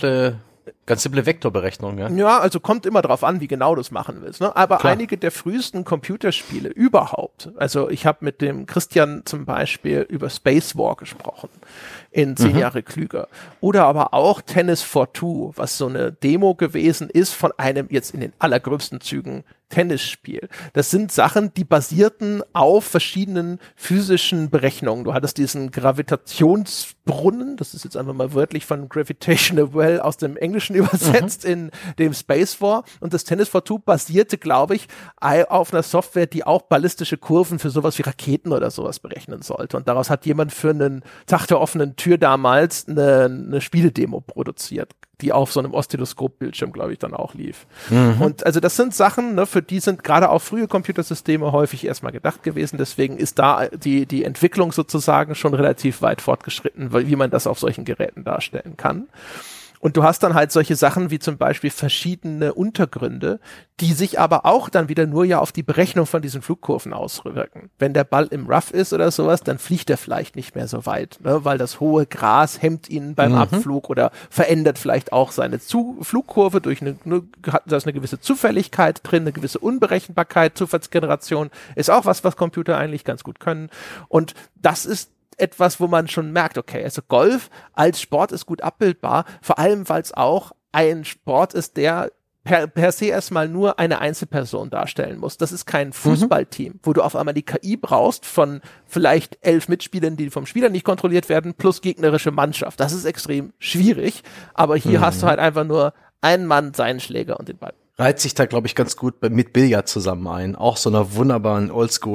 Ganz simple Vektorberechnung, ja. Ja, also kommt immer drauf an, wie genau du es machen willst. Ne? Aber Klar. einige der frühesten Computerspiele überhaupt, also ich habe mit dem Christian zum Beispiel über Space War gesprochen, in 10 Jahre klüger. Oder aber auch Tennis for Two, was so eine Demo gewesen ist von einem jetzt in den allergröbsten Zügen Tennisspiel. Das sind Sachen, die basierten auf verschiedenen physischen Berechnungen. Du hattest diesen Gravitationsbrunnen, das ist jetzt einfach mal wörtlich von Gravitational Well aus dem Englischen übersetzt in dem Space War. Und das Tennis for Two basierte, glaube ich, auf einer Software, die auch ballistische Kurven für sowas wie Raketen oder sowas berechnen sollte. Und daraus hat jemand für einen Tag der offenen Tür damals eine Spieledemo produziert, die auf so einem Oszilloskop-Bildschirm, glaube ich, dann auch lief. Und also das sind Sachen, ne, für die sind gerade auch frühe Computersysteme häufig erstmal gedacht gewesen. Deswegen ist da die Entwicklung sozusagen schon relativ weit fortgeschritten, wie man das auf solchen Geräten darstellen kann. Und du hast dann halt solche Sachen wie zum Beispiel verschiedene Untergründe, die sich aber auch dann wieder nur ja auf die Berechnung von diesen Flugkurven auswirken. Wenn der Ball im Rough ist oder sowas, dann fliegt er vielleicht nicht mehr so weit, ne, weil das hohe Gras hemmt ihn beim Abflug oder verändert vielleicht auch seine Flugkurve durch da ist eine gewisse Zufälligkeit drin, eine gewisse Unberechenbarkeit, Zufallsgeneration ist auch was Computer eigentlich ganz gut können. Und das ist etwas, wo man schon merkt, okay, also Golf als Sport ist gut abbildbar, vor allem, weil es auch ein Sport ist, der per se erstmal nur eine Einzelperson darstellen muss. Das ist kein Fußballteam, wo du auf einmal die KI brauchst von vielleicht 11 Mitspielern, die vom Spieler nicht kontrolliert werden, plus gegnerische Mannschaft. Das ist extrem schwierig, aber hier hast du halt einfach nur einen Mann, seinen Schläger und den Ball. Reiht sich da, glaube ich, ganz gut mit Billard zusammen ein. Auch so einer wunderbaren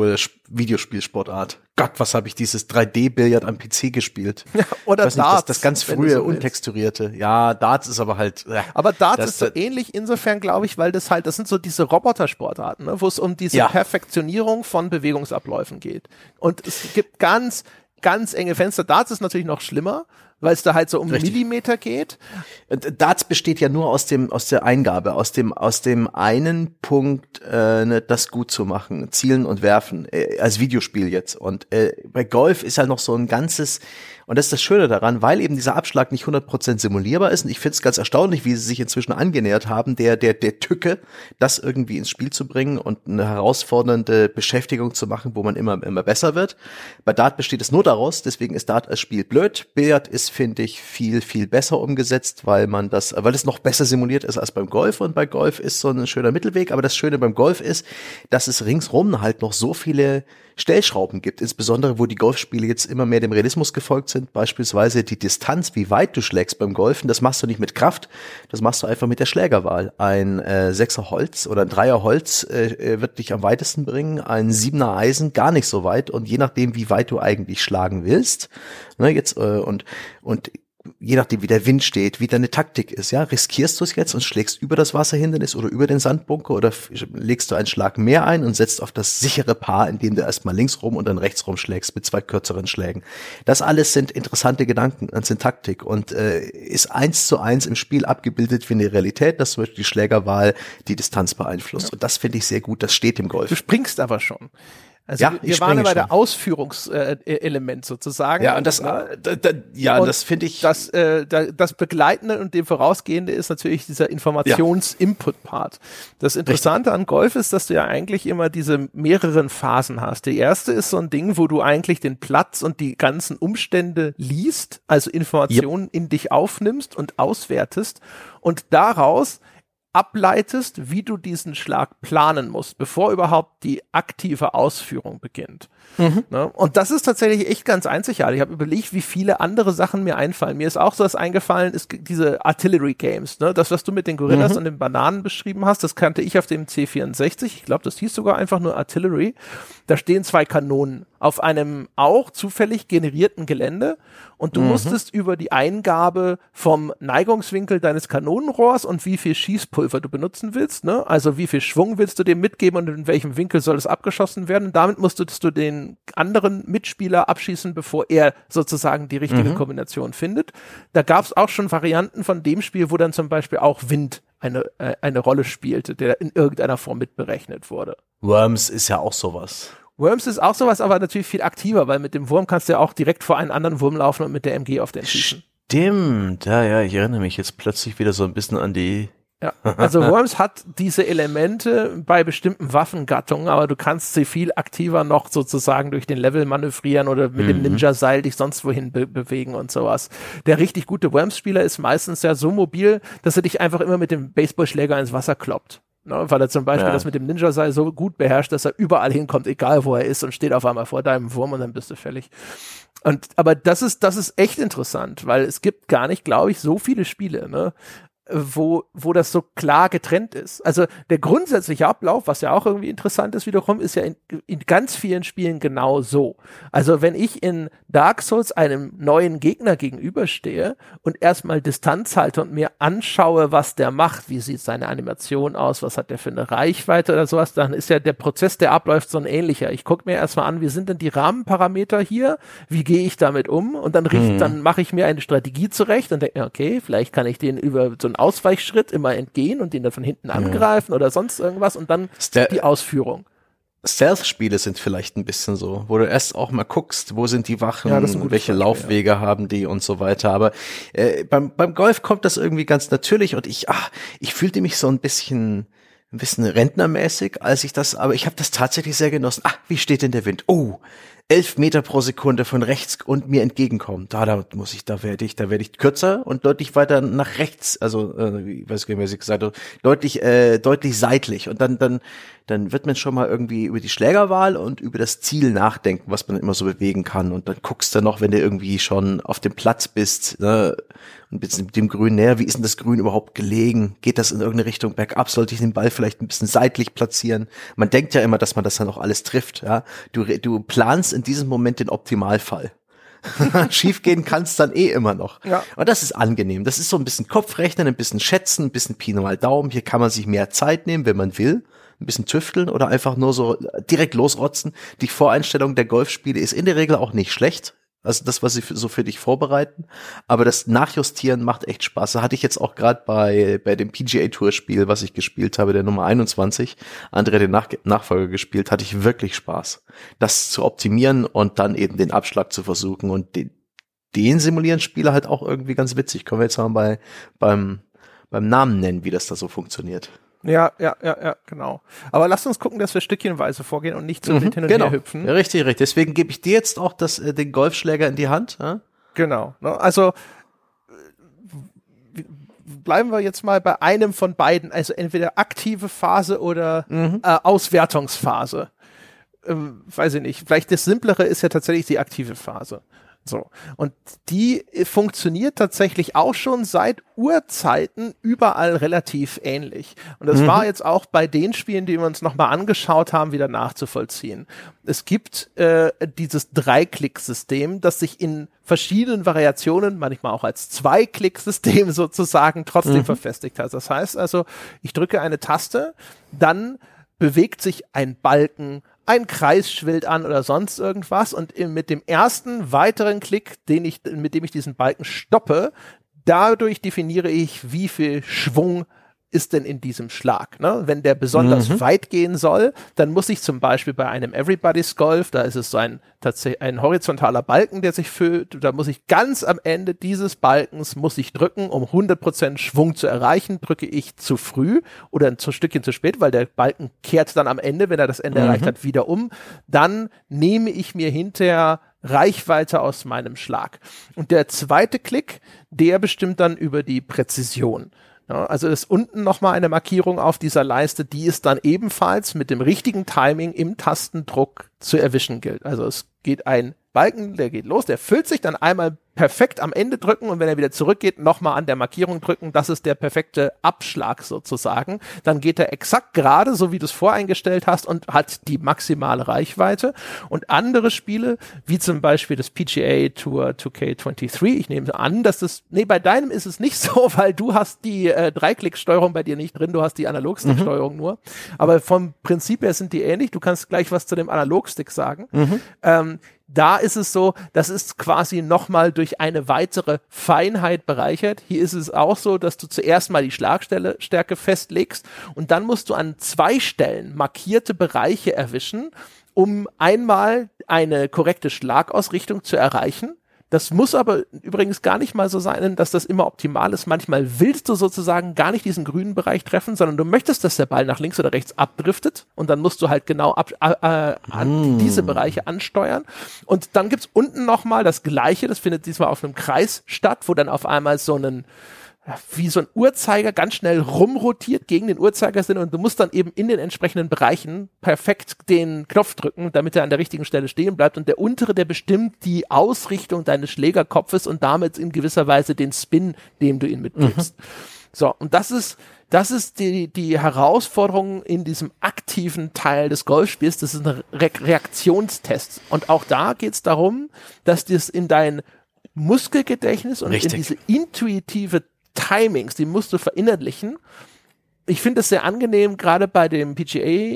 Oldschool-Videospielsportart. Gott, was habe ich dieses 3D-Billard am PC gespielt. Ja, oder Darts. Das ganz frühe, so untexturierte. Ja, Darts ist aber halt... Aber Darts ist so ähnlich insofern, glaube ich, weil das sind so diese Robotersportarten, ne, wo es um diese Perfektionierung von Bewegungsabläufen geht. Und es gibt ganz, ganz enge Fenster. Darts ist natürlich noch schlimmer, weil es da halt so um Millimeter geht. Darts besteht ja nur aus der Eingabe, aus dem einen Punkt, das gut zu machen, zielen und werfen, als Videospiel jetzt. Und bei Golf ist halt noch so ein ganzes, und das ist das Schöne daran, weil eben dieser Abschlag nicht 100% simulierbar ist. Und ich finde es ganz erstaunlich, wie sie sich inzwischen angenähert haben, der Tücke, das irgendwie ins Spiel zu bringen und eine herausfordernde Beschäftigung zu machen, wo man immer besser wird. Bei Dart besteht es nur daraus, deswegen ist Dart als Spiel blöd. Billard ist, finde ich, viel, viel besser umgesetzt, weil es noch besser simuliert ist als beim Golf. Und bei Golf ist so ein schöner Mittelweg. Aber das Schöne beim Golf ist, dass es ringsrum halt noch so viele Stellschrauben gibt, insbesondere wo die Golfspiele jetzt immer mehr dem Realismus gefolgt sind, beispielsweise die Distanz, wie weit du schlägst beim Golfen, das machst du nicht mit Kraft, das machst du einfach mit der Schlägerwahl. Ein 6er Holz oder ein 3er Holz wird dich am weitesten bringen, ein 7er Eisen gar nicht so weit und je nachdem, wie weit du eigentlich schlagen willst, ne, jetzt und je nachdem, wie der Wind steht, wie deine Taktik ist, ja, riskierst du es jetzt und schlägst über das Wasserhindernis oder über den Sandbunker oder legst du einen Schlag mehr ein und setzt auf das sichere Paar, indem du erstmal links rum und dann rechts rum schlägst mit 2 kürzeren Schlägen. Das alles sind interessante Gedanken, das sind Taktik und ist 1:1 im Spiel abgebildet wie eine Realität, dass zum Beispiel die Schlägerwahl die Distanz beeinflusst. Ja. Und das finde ich sehr gut, das steht im Golf. Du springst aber schon. Also wir waren ja bei der Ausführungselement sozusagen. Ja, und das finde ich. Das Begleitende und dem Vorausgehende ist natürlich dieser Informations-Input-Part. Das Interessante an Golf ist, dass du ja eigentlich immer diese mehreren Phasen hast. Die erste ist so ein Ding, wo du eigentlich den Platz und die ganzen Umstände liest, also Informationen in dich aufnimmst und auswertest und daraus ableitest, wie du diesen Schlag planen musst, bevor überhaupt die aktive Ausführung beginnt. Ne? Und das ist tatsächlich echt ganz einzigartig. Ich habe überlegt, wie viele andere Sachen mir einfallen. Mir ist auch so was eingefallen, ist diese Artillery Games. Ne? Das, was du mit den Gorillas und den Bananen beschrieben hast, das kannte ich auf dem C64. Ich glaube, das hieß sogar einfach nur Artillery. Da stehen 2 Kanonen auf einem auch zufällig generierten Gelände und du musstest über die Eingabe vom Neigungswinkel deines Kanonenrohrs und wie viel Schießpulver du benutzen willst, ne? Also wie viel Schwung willst du dem mitgeben und in welchem Winkel soll es abgeschossen werden, und damit musstest du den anderen Mitspieler abschießen, bevor er sozusagen die richtige Kombination findet. Da gab es auch schon Varianten von dem Spiel, wo dann zum Beispiel auch Wind eine Rolle spielte, der in irgendeiner Form mitberechnet wurde. Worms ist ja auch sowas. Worms ist auch sowas, aber natürlich viel aktiver, weil mit dem Wurm kannst du ja auch direkt vor einen anderen Wurm laufen und mit der MG auf den schießen. Stimmt, ja, ich erinnere mich jetzt plötzlich wieder so ein bisschen an die. Ja, also Worms hat diese Elemente bei bestimmten Waffengattungen, aber du kannst sie viel aktiver noch sozusagen durch den Level manövrieren oder mit dem Ninja-Seil dich sonst wohin bewegen und sowas. Der richtig gute Worms-Spieler ist meistens ja so mobil, dass er dich einfach immer mit dem Baseballschläger ins Wasser kloppt. Ne, weil er zum Beispiel das mit dem Ninja-Seil so gut beherrscht, dass er überall hinkommt, egal wo er ist, und steht auf einmal vor deinem Wurm und dann bist du fällig. Aber das ist echt interessant, weil es gibt gar nicht, glaube ich, so viele Spiele, ne, wo das so klar getrennt ist. Also der grundsätzliche Ablauf, was ja auch irgendwie interessant ist wiederum, ist ja in ganz vielen Spielen genau so. Also wenn ich in Dark Souls einem neuen Gegner gegenüberstehe und erstmal Distanz halte und mir anschaue, was der macht, wie sieht seine Animation aus, was hat der für eine Reichweite oder sowas, dann ist ja der Prozess, der abläuft, so ein ähnlicher. Ich gucke mir erstmal an, wie sind denn die Rahmenparameter hier, wie gehe ich damit um, und dann mache ich mir eine Strategie zurecht und denke mir, okay, vielleicht kann ich den über so einen Ausweichschritt immer entgehen und den dann von hinten angreifen oder sonst irgendwas, und dann die Ausführung. Stealth-Spiele sind vielleicht ein bisschen so, wo du erst auch mal guckst, wo sind die Wachen, welche Laufwege haben die und so weiter. Aber beim Golf kommt das irgendwie ganz natürlich, und ich fühlte mich so ein bisschen rentnermäßig, aber ich habe das tatsächlich sehr genossen. Wie steht denn der Wind? 11 Meter pro Sekunde von rechts und mir entgegenkommen. Da werde ich kürzer und deutlich weiter nach rechts, also ich weiß gar nicht, was ich gesagt habe, deutlich seitlich, und dann wird man schon mal irgendwie über die Schlägerwahl und über das Ziel nachdenken, was man immer so bewegen kann, und dann guckst du noch, wenn du irgendwie schon auf dem Platz bist, ne, und bist mit dem Grün näher, wie ist denn das Grün überhaupt gelegen? Geht das in irgendeine Richtung bergab? Sollte ich den Ball vielleicht ein bisschen seitlich platzieren? Man denkt ja immer, dass man das dann auch alles trifft, ja. Du planst in diesem Moment den Optimalfall. Schiefgehen kann es dann immer noch. Ja. Und das ist angenehm. Das ist so ein bisschen Kopfrechnen, ein bisschen Schätzen, ein bisschen Pi mal Daumen. Hier kann man sich mehr Zeit nehmen, wenn man will. Ein bisschen tüfteln oder einfach nur so direkt losrotzen. Die Voreinstellung der Golfspiele ist in der Regel auch nicht schlecht. Also das, was sie so für dich vorbereiten. Aber das Nachjustieren macht echt Spaß. Da hatte ich jetzt auch gerade bei dem PGA-Tour-Spiel, was ich gespielt habe, der Nummer 21, André den Nachfolger gespielt, hatte ich wirklich Spaß. Das zu optimieren und dann eben den Abschlag zu versuchen. Und den simulieren Spieler halt auch irgendwie ganz witzig. Können wir jetzt mal beim Namen nennen, wie das da so funktioniert. Ja, genau. Aber lasst uns gucken, dass wir stückchenweise vorgehen und nicht so wild hin und her hüpfen. Ja, richtig. Deswegen gebe ich dir jetzt auch den Golfschläger in die Hand. Ja? Genau. Also bleiben wir jetzt mal bei einem von beiden, also entweder aktive Phase oder Auswertungsphase. Weiß ich nicht. Vielleicht das Simplere ist ja tatsächlich die aktive Phase. So. Und die funktioniert tatsächlich auch schon seit Urzeiten überall relativ ähnlich. Und das war jetzt auch bei den Spielen, die wir uns nochmal angeschaut haben, wieder nachzuvollziehen. Es gibt dieses Drei-Klick-System, das sich in verschiedenen Variationen, manchmal auch als Zwei-Klick-System sozusagen, trotzdem verfestigt hat. Das heißt also, ich drücke eine Taste, dann bewegt sich ein Balken, ein Kreis schwillt an oder sonst irgendwas, und mit dem ersten weiteren Klick, mit dem ich diesen Balken stoppe, dadurch definiere ich, wie viel Schwung ist denn in diesem Schlag. Ne? Wenn der besonders weit gehen soll, dann muss ich zum Beispiel bei einem Everybody's Golf, da ist es so ein horizontaler Balken, der sich füllt, da muss ich ganz am Ende dieses Balkens muss ich drücken, um 100% Schwung zu erreichen. Drücke ich zu früh oder ein Stückchen zu spät, weil der Balken kehrt dann am Ende, wenn er das Ende erreicht hat, wieder um, dann nehme ich mir hinterher Reichweite aus meinem Schlag. Und der zweite Klick, der bestimmt dann über die Präzision. Ja, also ist unten nochmal eine Markierung auf dieser Leiste, die es dann ebenfalls mit dem richtigen Timing im Tastendruck zu erwischen gilt. Also es geht ein Balken, der geht los, der füllt sich dann einmal perfekt am Ende drücken, und wenn er wieder zurückgeht, nochmal an der Markierung drücken. Das ist der perfekte Abschlag sozusagen. Dann geht er exakt gerade, so wie du es voreingestellt hast, und hat die maximale Reichweite. Und andere Spiele, wie zum Beispiel das PGA Tour 2K23, ich nehme an, dass bei deinem ist es nicht so, weil du hast die Dreiklick-Steuerung bei dir nicht drin, du hast die Analogstick-Steuerung nur. Aber vom Prinzip her sind die ähnlich. Du kannst gleich was zu dem Analogstick sagen. Da ist es so, das ist quasi nochmal durch durch eine weitere Feinheit bereichert. Hier ist es auch so, dass du zuerst mal die Schlagstärke festlegst und dann musst du an 2 Stellen markierte Bereiche erwischen, um einmal eine korrekte Schlagausrichtung zu erreichen. Das muss aber übrigens gar nicht mal so sein, dass das immer optimal ist. Manchmal willst du sozusagen gar nicht diesen grünen Bereich treffen, sondern du möchtest, dass der Ball nach links oder rechts abdriftet und dann musst du halt genau an diese Bereiche ansteuern. Und dann gibt's unten nochmal das Gleiche, das findet diesmal auf einem Kreis statt, wo dann auf einmal wie so ein Uhrzeiger ganz schnell rumrotiert gegen den Uhrzeigersinn und du musst dann eben in den entsprechenden Bereichen perfekt den Knopf drücken, damit er an der richtigen Stelle stehen bleibt und der untere, der bestimmt die Ausrichtung deines Schlägerkopfes und damit in gewisser Weise den Spin, dem du ihn mitgibst. So, und das ist die Herausforderung in diesem aktiven Teil des Golfspiels, das ist ein Reaktionstest und auch da geht's darum, dass das in dein Muskelgedächtnis und in diese intuitive Timings, die musst du verinnerlichen. Ich finde es sehr angenehm, gerade bei dem PGA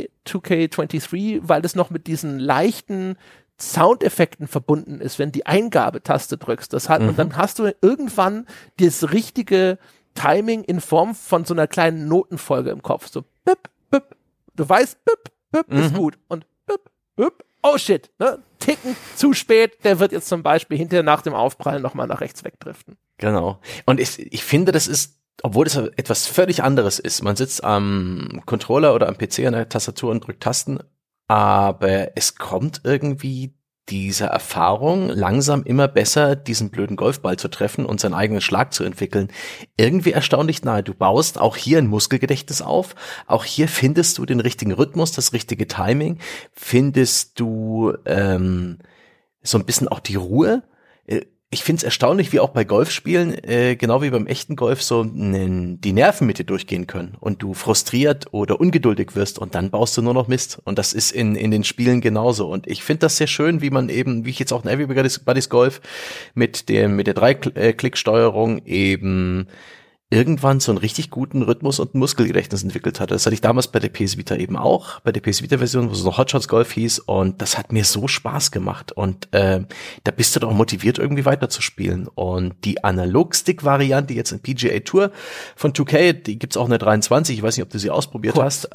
2K23, weil das noch mit diesen leichten Soundeffekten verbunden ist, wenn die Eingabetaste drückst. Und dann hast du irgendwann das richtige Timing in Form von so einer kleinen Notenfolge im Kopf. So, bip, bip. Du weißt, bip, bip ist gut. Und bip, bip. Oh shit, ne? Ticken zu spät, der wird jetzt zum Beispiel hinterher nach dem Aufprallen nochmal nach rechts wegdriften. Genau. Und ich finde, das ist, obwohl das etwas völlig anderes ist, man sitzt am Controller oder am PC an der Tastatur und drückt Tasten, aber es kommt irgendwie dieser Erfahrung, langsam immer besser diesen blöden Golfball zu treffen und seinen eigenen Schlag zu entwickeln, irgendwie erstaunlich nahe. Du baust auch hier ein Muskelgedächtnis auf, auch hier findest du den richtigen Rhythmus, das richtige Timing, findest du so ein bisschen auch die Ruhe. Ich finde es erstaunlich, wie auch bei Golfspielen, genau wie beim echten Golf, so die Nerven mit dir durchgehen können und du frustriert oder ungeduldig wirst und dann baust du nur noch Mist. Und das ist in den Spielen genauso. Und ich finde das sehr schön, wie man eben, wie ich jetzt auch in Everybody's Golf mit der 3-Klick-Steuerung eben irgendwann so einen richtig guten Rhythmus und Muskelgedächtnis entwickelt hatte. Das hatte ich damals bei der PS Vita eben auch, bei der PS Vita-Version, wo es noch Hotshots Golf hieß, und das hat mir so Spaß gemacht und da bist du doch motiviert, irgendwie weiterzuspielen. Und die Analog-Stick-Variante jetzt in PGA Tour von 2K, die gibt's auch in der 23, ich weiß nicht, ob du sie ausprobiert hast,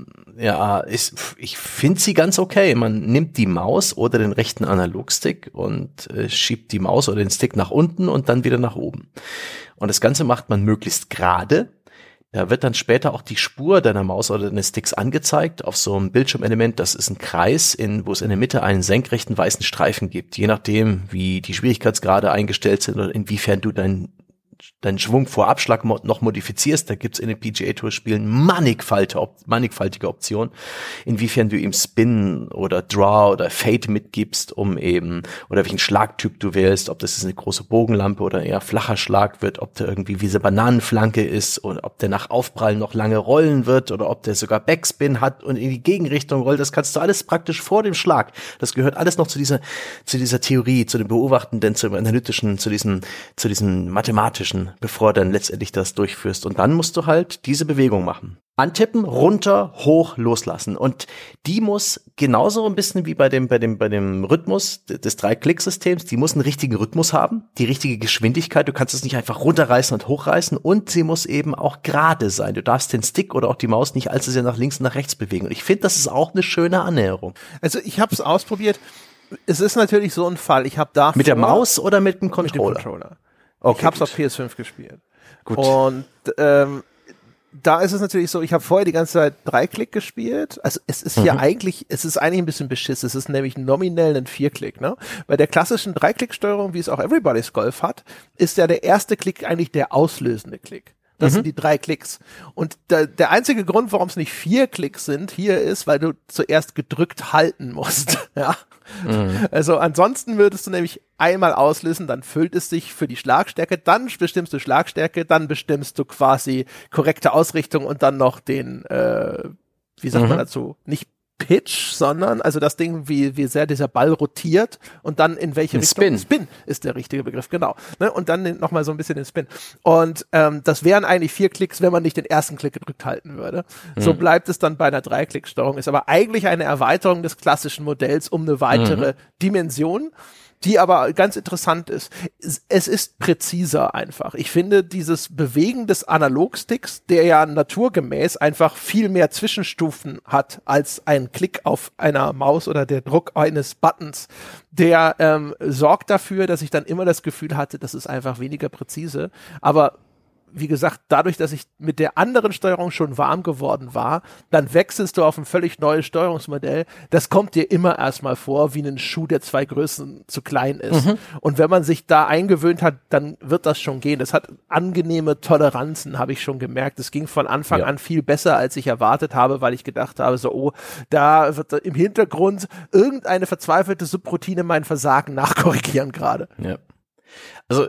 ich finde sie ganz okay. Man nimmt die Maus oder den rechten Analog-Stick und schiebt die Maus oder den Stick nach unten und dann wieder nach oben. Und das Ganze macht man möglichst gerade. Da wird dann später auch die Spur deiner Maus oder deines Sticks angezeigt auf so einem Bildschirmelement. Das ist ein Kreis, wo es in der Mitte einen senkrechten weißen Streifen gibt. Je nachdem, wie die Schwierigkeitsgrade eingestellt sind oder inwiefern du deinen Schwung vor Abschlag noch modifizierst, da gibt's in den PGA-Tour-Spielen mannigfaltige Optionen, inwiefern du ihm Spin oder Draw oder Fade mitgibst, oder welchen Schlagtyp du wählst, ob das eine große Bogenlampe oder eher flacher Schlag wird, ob der irgendwie wie diese Bananenflanke ist oder ob der nach Aufprall noch lange rollen wird oder ob der sogar Backspin hat und in die Gegenrichtung rollt. Das kannst du alles praktisch vor dem Schlag. Das gehört alles noch zu dieser Theorie, zu dem Beobachtenden, zum Analytischen, zu diesem Mathematischen, bevor dann letztendlich das durchführst. Und dann musst du halt diese Bewegung machen. Antippen, runter, hoch, loslassen. Und die muss genauso ein bisschen wie bei dem Rhythmus des 3-Klick-Systems, die muss einen richtigen Rhythmus haben, die richtige Geschwindigkeit. Du kannst es nicht einfach runterreißen und hochreißen, und sie muss eben auch gerade sein. Du darfst den Stick oder auch die Maus nicht allzu sehr nach links und nach rechts bewegen. Und ich finde, das ist auch eine schöne Annäherung. Also ich habe es ausprobiert. Es ist natürlich so ein Fall. Ich habe da mit der Maus oder mit dem Controller? Mit dem Controller. Okay, ich habe es auf PS5 gespielt. Gut. Und da ist es natürlich so, ich habe vorher die ganze Zeit 3-Klick gespielt. Also es ist hier eigentlich ein bisschen beschiss. Es ist nämlich nominell ein 4-Klick. Ne? Bei der klassischen 3-Klick-Steuerung, wie es auch Everybody's Golf hat, ist ja der erste Klick eigentlich der auslösende Klick. Das sind die 3 Klicks. Und der einzige Grund, warum es nicht 4 Klicks sind, hier ist, weil du zuerst gedrückt halten musst. Ja. Also ansonsten würdest du nämlich einmal auslösen, dann füllt es sich für die Schlagstärke, dann bestimmst du Schlagstärke, dann bestimmst du quasi korrekte Ausrichtung und dann noch den, wie sagt man dazu, nicht Pitch, sondern also das Ding, wie sehr dieser Ball rotiert und dann in welche Richtung. Spin ist der richtige Begriff, genau. Ne? Und dann nochmal so ein bisschen den Spin. Und das wären eigentlich 4 Klicks, wenn man nicht den ersten Klick gedrückt halten würde. So bleibt es dann bei einer 3-Klick-Steuerung. Ist aber eigentlich eine Erweiterung des klassischen Modells um eine weitere Dimension. die aber ganz interessant ist. Es ist präziser einfach. Ich finde dieses Bewegen des Analogsticks, der ja naturgemäß einfach viel mehr Zwischenstufen hat als ein Klick auf einer Maus oder der Druck eines Buttons, der sorgt dafür, dass ich dann immer das Gefühl hatte, das ist einfach weniger präzise. Aber wie gesagt, dadurch, dass ich mit der anderen Steuerung schon warm geworden war, dann wechselst du auf ein völlig neues Steuerungsmodell. Das kommt dir immer erstmal vor, wie ein Schuh, der 2 Größen zu klein ist. Und wenn man sich da eingewöhnt hat, dann wird das schon gehen. Das hat angenehme Toleranzen, habe ich schon gemerkt. Es ging von Anfang an viel besser, als ich erwartet habe, weil ich gedacht habe, so, oh, da wird im Hintergrund irgendeine verzweifelte Subroutine mein Versagen nachkorrigieren gerade. Ja. Also,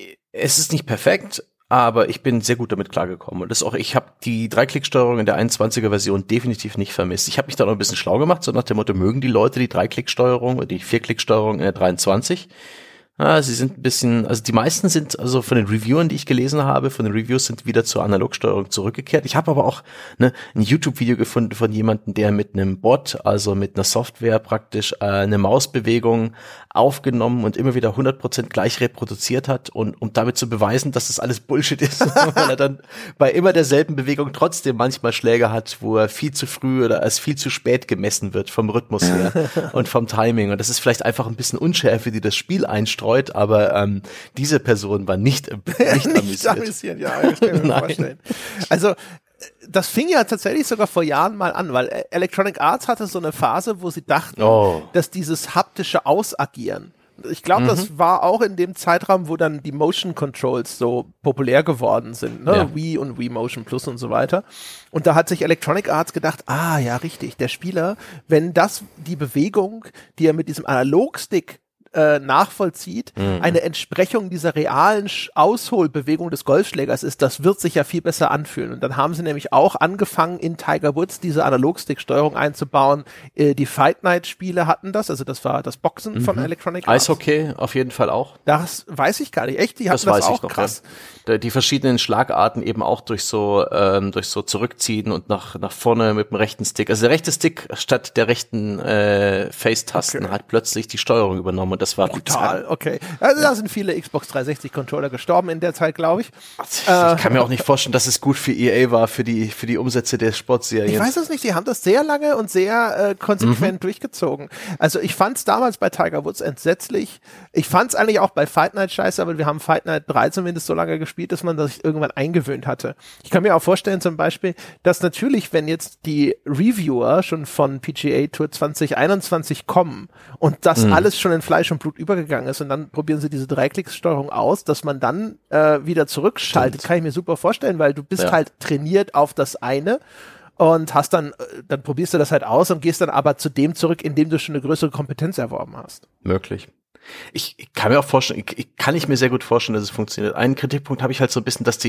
es ist nicht perfekt, aber ich bin sehr gut damit klargekommen. Und das auch, ich habe die 3-Klick-Steuerung in der 21er-Version definitiv nicht vermisst. Ich habe mich da noch ein bisschen schlau gemacht, so nach dem Motto, mögen die Leute die 3-Klick-Steuerung oder die 4-Klick-Steuerung in der 23? Ja, sie sind ein bisschen, also die meisten sind, also von den Reviewern, die ich gelesen habe, von den Reviews sind wieder zur Analogsteuerung zurückgekehrt. Ich habe aber auch ein YouTube-Video gefunden von jemandem, der mit einem Bot, also mit einer Software praktisch eine Mausbewegung aufgenommen und immer wieder 100% gleich reproduziert hat, und um damit zu beweisen, dass das alles Bullshit ist, weil er dann bei immer derselben Bewegung trotzdem manchmal Schläge hat, wo er viel zu früh oder als viel zu spät gemessen wird vom Rhythmus her und vom Timing. Und das ist vielleicht einfach ein bisschen Unschärfe, die das Spiel einstreut, aber diese Person war nicht amüsiert. Ja, ich kann mir vorstellen. Also das fing ja tatsächlich sogar vor Jahren mal an, weil Electronic Arts hatte so eine Phase, wo sie dachten, dass dieses haptische Ausagieren, ich glaube, das war auch in dem Zeitraum, wo dann die Motion Controls so populär geworden sind, ne? Ja. Wii und Wii Motion Plus und so weiter. Und da hat sich Electronic Arts gedacht, ja, richtig, der Spieler, wenn das die Bewegung, die er mit diesem Analogstick nachvollzieht, eine Entsprechung dieser realen Ausholbewegung des Golfschlägers ist, das wird sich ja viel besser anfühlen. Und dann haben sie nämlich auch angefangen, in Tiger Woods diese Analogstick-Steuerung einzubauen. Die Fight Night-Spiele hatten das, also das war das Boxen von Electronic Arts. Eishockey auf jeden Fall auch. Das weiß ich gar nicht. Echt? Die hatten das auch? Krass. Ja. Die verschiedenen Schlagarten eben auch durch so zurückziehen und nach vorne mit dem rechten Stick. Also der rechte Stick statt der rechten Face-Tasten hat plötzlich die Steuerung übernommen. Das war brutal, okay. Also da sind viele Xbox 360 Controller gestorben in der Zeit, glaube ich. Ich kann mir auch nicht vorstellen, dass es gut für EA war, für die Umsätze der Sportserien. Ich weiß es nicht, die haben das sehr lange und sehr konsequent durchgezogen. Also ich fand es damals bei Tiger Woods entsetzlich. Ich fand es eigentlich auch bei Fight Night scheiße, aber wir haben Fight Night 3 zumindest so lange gespielt, dass man sich irgendwann eingewöhnt hatte. Ich kann mir auch vorstellen zum Beispiel, dass natürlich, wenn jetzt die Reviewer schon von PGA Tour 2021 kommen und das alles schon in Fleisch und Blut übergegangen ist und dann probieren sie diese 3-Klicks-Steuerung aus, dass man dann wieder zurückschaltet, kann ich mir super vorstellen, weil du bist halt trainiert auf das eine und hast dann probierst du das halt aus und gehst dann aber zu dem zurück, indem du schon eine größere Kompetenz erworben hast. Möglich. Ich kann mir auch vorstellen, kann ich mir sehr gut vorstellen, dass es funktioniert. Einen Kritikpunkt habe ich halt so ein bisschen, dass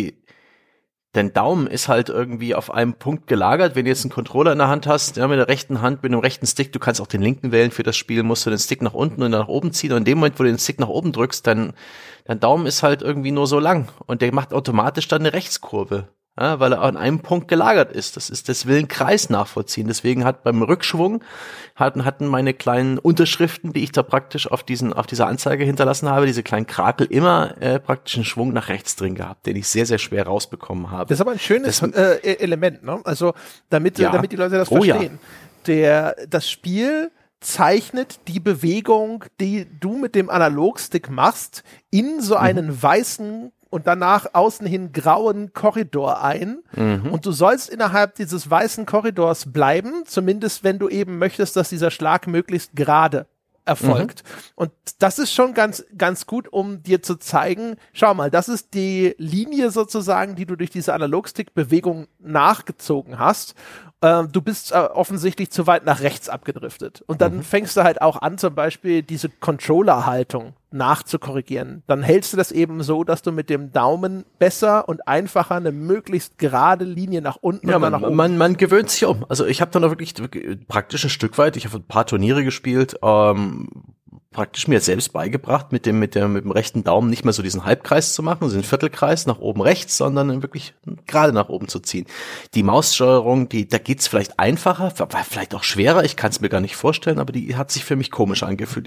dein Daumen ist halt irgendwie auf einem Punkt gelagert. Wenn du jetzt einen Controller in der Hand hast, ja, mit der rechten Hand, mit dem rechten Stick, du kannst auch den linken wählen für das Spiel, musst du den Stick nach unten und nach oben ziehen. Und in dem Moment, wo du den Stick nach oben drückst, dein Daumen ist halt irgendwie nur so lang. Und der macht automatisch dann eine Rechtskurve. Ja, weil er an einem Punkt gelagert ist. Das will einen Kreis nachvollziehen. Deswegen hat beim Rückschwung hatten meine kleinen Unterschriften, die ich da praktisch auf dieser Anzeige hinterlassen habe, diese kleinen Krakel immer praktisch einen Schwung nach rechts drin gehabt, den ich sehr, sehr schwer rausbekommen habe. Das ist aber ein schönes Element, ne? Also damit die Leute das verstehen. Ja. Das Spiel zeichnet die Bewegung, die du mit dem Analogstick machst, in so einen weißen und danach außen hin grauen Korridor ein. Und du sollst innerhalb dieses weißen Korridors bleiben, zumindest wenn du eben möchtest, dass dieser Schlag möglichst gerade erfolgt. Und das ist schon ganz, ganz gut, um dir zu zeigen, schau mal, das ist die Linie sozusagen, die du durch diese Analogstick-Bewegung nachgezogen hast. Du bist offensichtlich zu weit nach rechts abgedriftet. Und dann fängst du halt auch an, zum Beispiel diese Controller-Haltung nachzukorrigieren. Dann hältst du das eben so, dass du mit dem Daumen besser und einfacher eine möglichst gerade Linie nach unten oder nach oben. Man gewöhnt sich um. Also ich habe dann auch wirklich praktisch ein Stück weit, ich habe ein paar Turniere gespielt, praktisch mir selbst beigebracht, mit dem rechten Daumen nicht mehr so diesen Halbkreis zu machen, also den Viertelkreis nach oben rechts, sondern wirklich gerade nach oben zu ziehen. Die Maussteuerung, da geht's vielleicht einfacher, vielleicht auch schwerer, ich kann es mir gar nicht vorstellen, aber die hat sich für mich komisch angefühlt.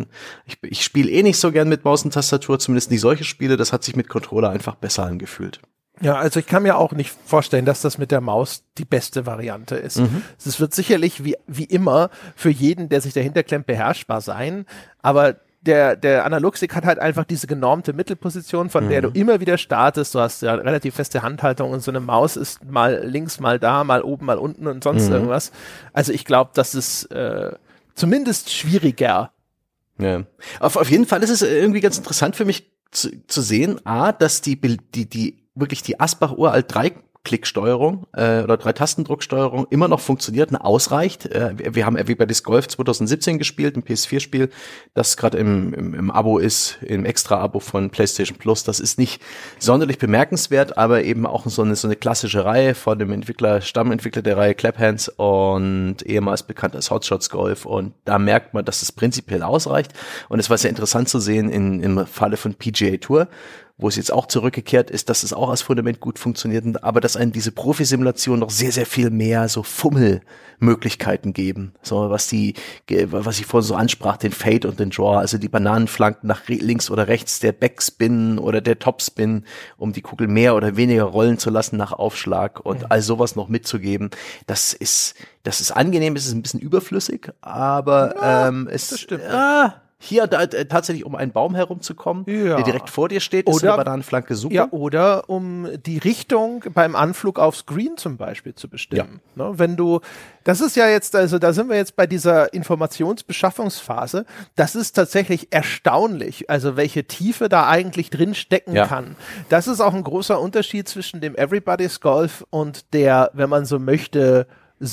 Ich spiele eh nicht so gern mit Maus und Tastatur, zumindest nicht solche Spiele, das hat sich mit Controller einfach besser angefühlt. Ja, also ich kann mir auch nicht vorstellen, dass das mit der Maus die beste Variante ist. Es wird sicherlich wie immer für jeden, der sich dahinter klemmt, beherrschbar sein, aber der Analogstick hat halt einfach diese genormte Mittelposition, von der du immer wieder startest. Du hast ja relativ feste Handhaltung und so eine Maus ist mal links, mal da, mal oben, mal unten und sonst irgendwas. Also ich glaube, das ist zumindest schwieriger. Ja. Auf jeden Fall ist es irgendwie ganz interessant für mich zu sehen, dass die wirklich die Asbach uralt 3-Klick-Steuerung oder 3-Tastendruck-Steuerung immer noch funktioniert und ausreicht. Wir haben wie bei Disc Golf 2017 gespielt, ein PS4-Spiel, das gerade im Abo ist, im Extra-Abo von PlayStation Plus. Das ist nicht sonderlich bemerkenswert, aber eben auch so eine klassische Reihe von dem Stammentwickler der Reihe Claphands und ehemals bekannt als Hotshots Golf. Und da merkt man, dass es prinzipiell ausreicht. Und es war sehr interessant zu sehen im Falle von PGA Tour, wo es jetzt auch zurückgekehrt ist, dass es auch als Fundament gut funktioniert, aber dass einem diese Profisimulation noch sehr, sehr viel mehr so Fummelmöglichkeiten geben. So, was ich vorhin so ansprach, den Fade und den Draw, also die Bananenflanken nach links oder rechts, der Backspin oder der Topspin, um die Kugel mehr oder weniger rollen zu lassen nach Aufschlag und all sowas noch mitzugeben. Das ist angenehm, es ist ein bisschen überflüssig, aber das stimmt. Hier tatsächlich, um einen Baum herumzukommen, der direkt vor dir steht, ist eine Bananenflanke super. Ja, oder um die Richtung beim Anflug aufs Green zum Beispiel zu bestimmen. Ja. Ne, wenn du, das ist ja jetzt, also da sind wir jetzt bei dieser Informationsbeschaffungsphase, das ist tatsächlich erstaunlich, also welche Tiefe da eigentlich drin stecken kann. Das ist auch ein großer Unterschied zwischen dem Everybody's Golf und der, wenn man so möchte,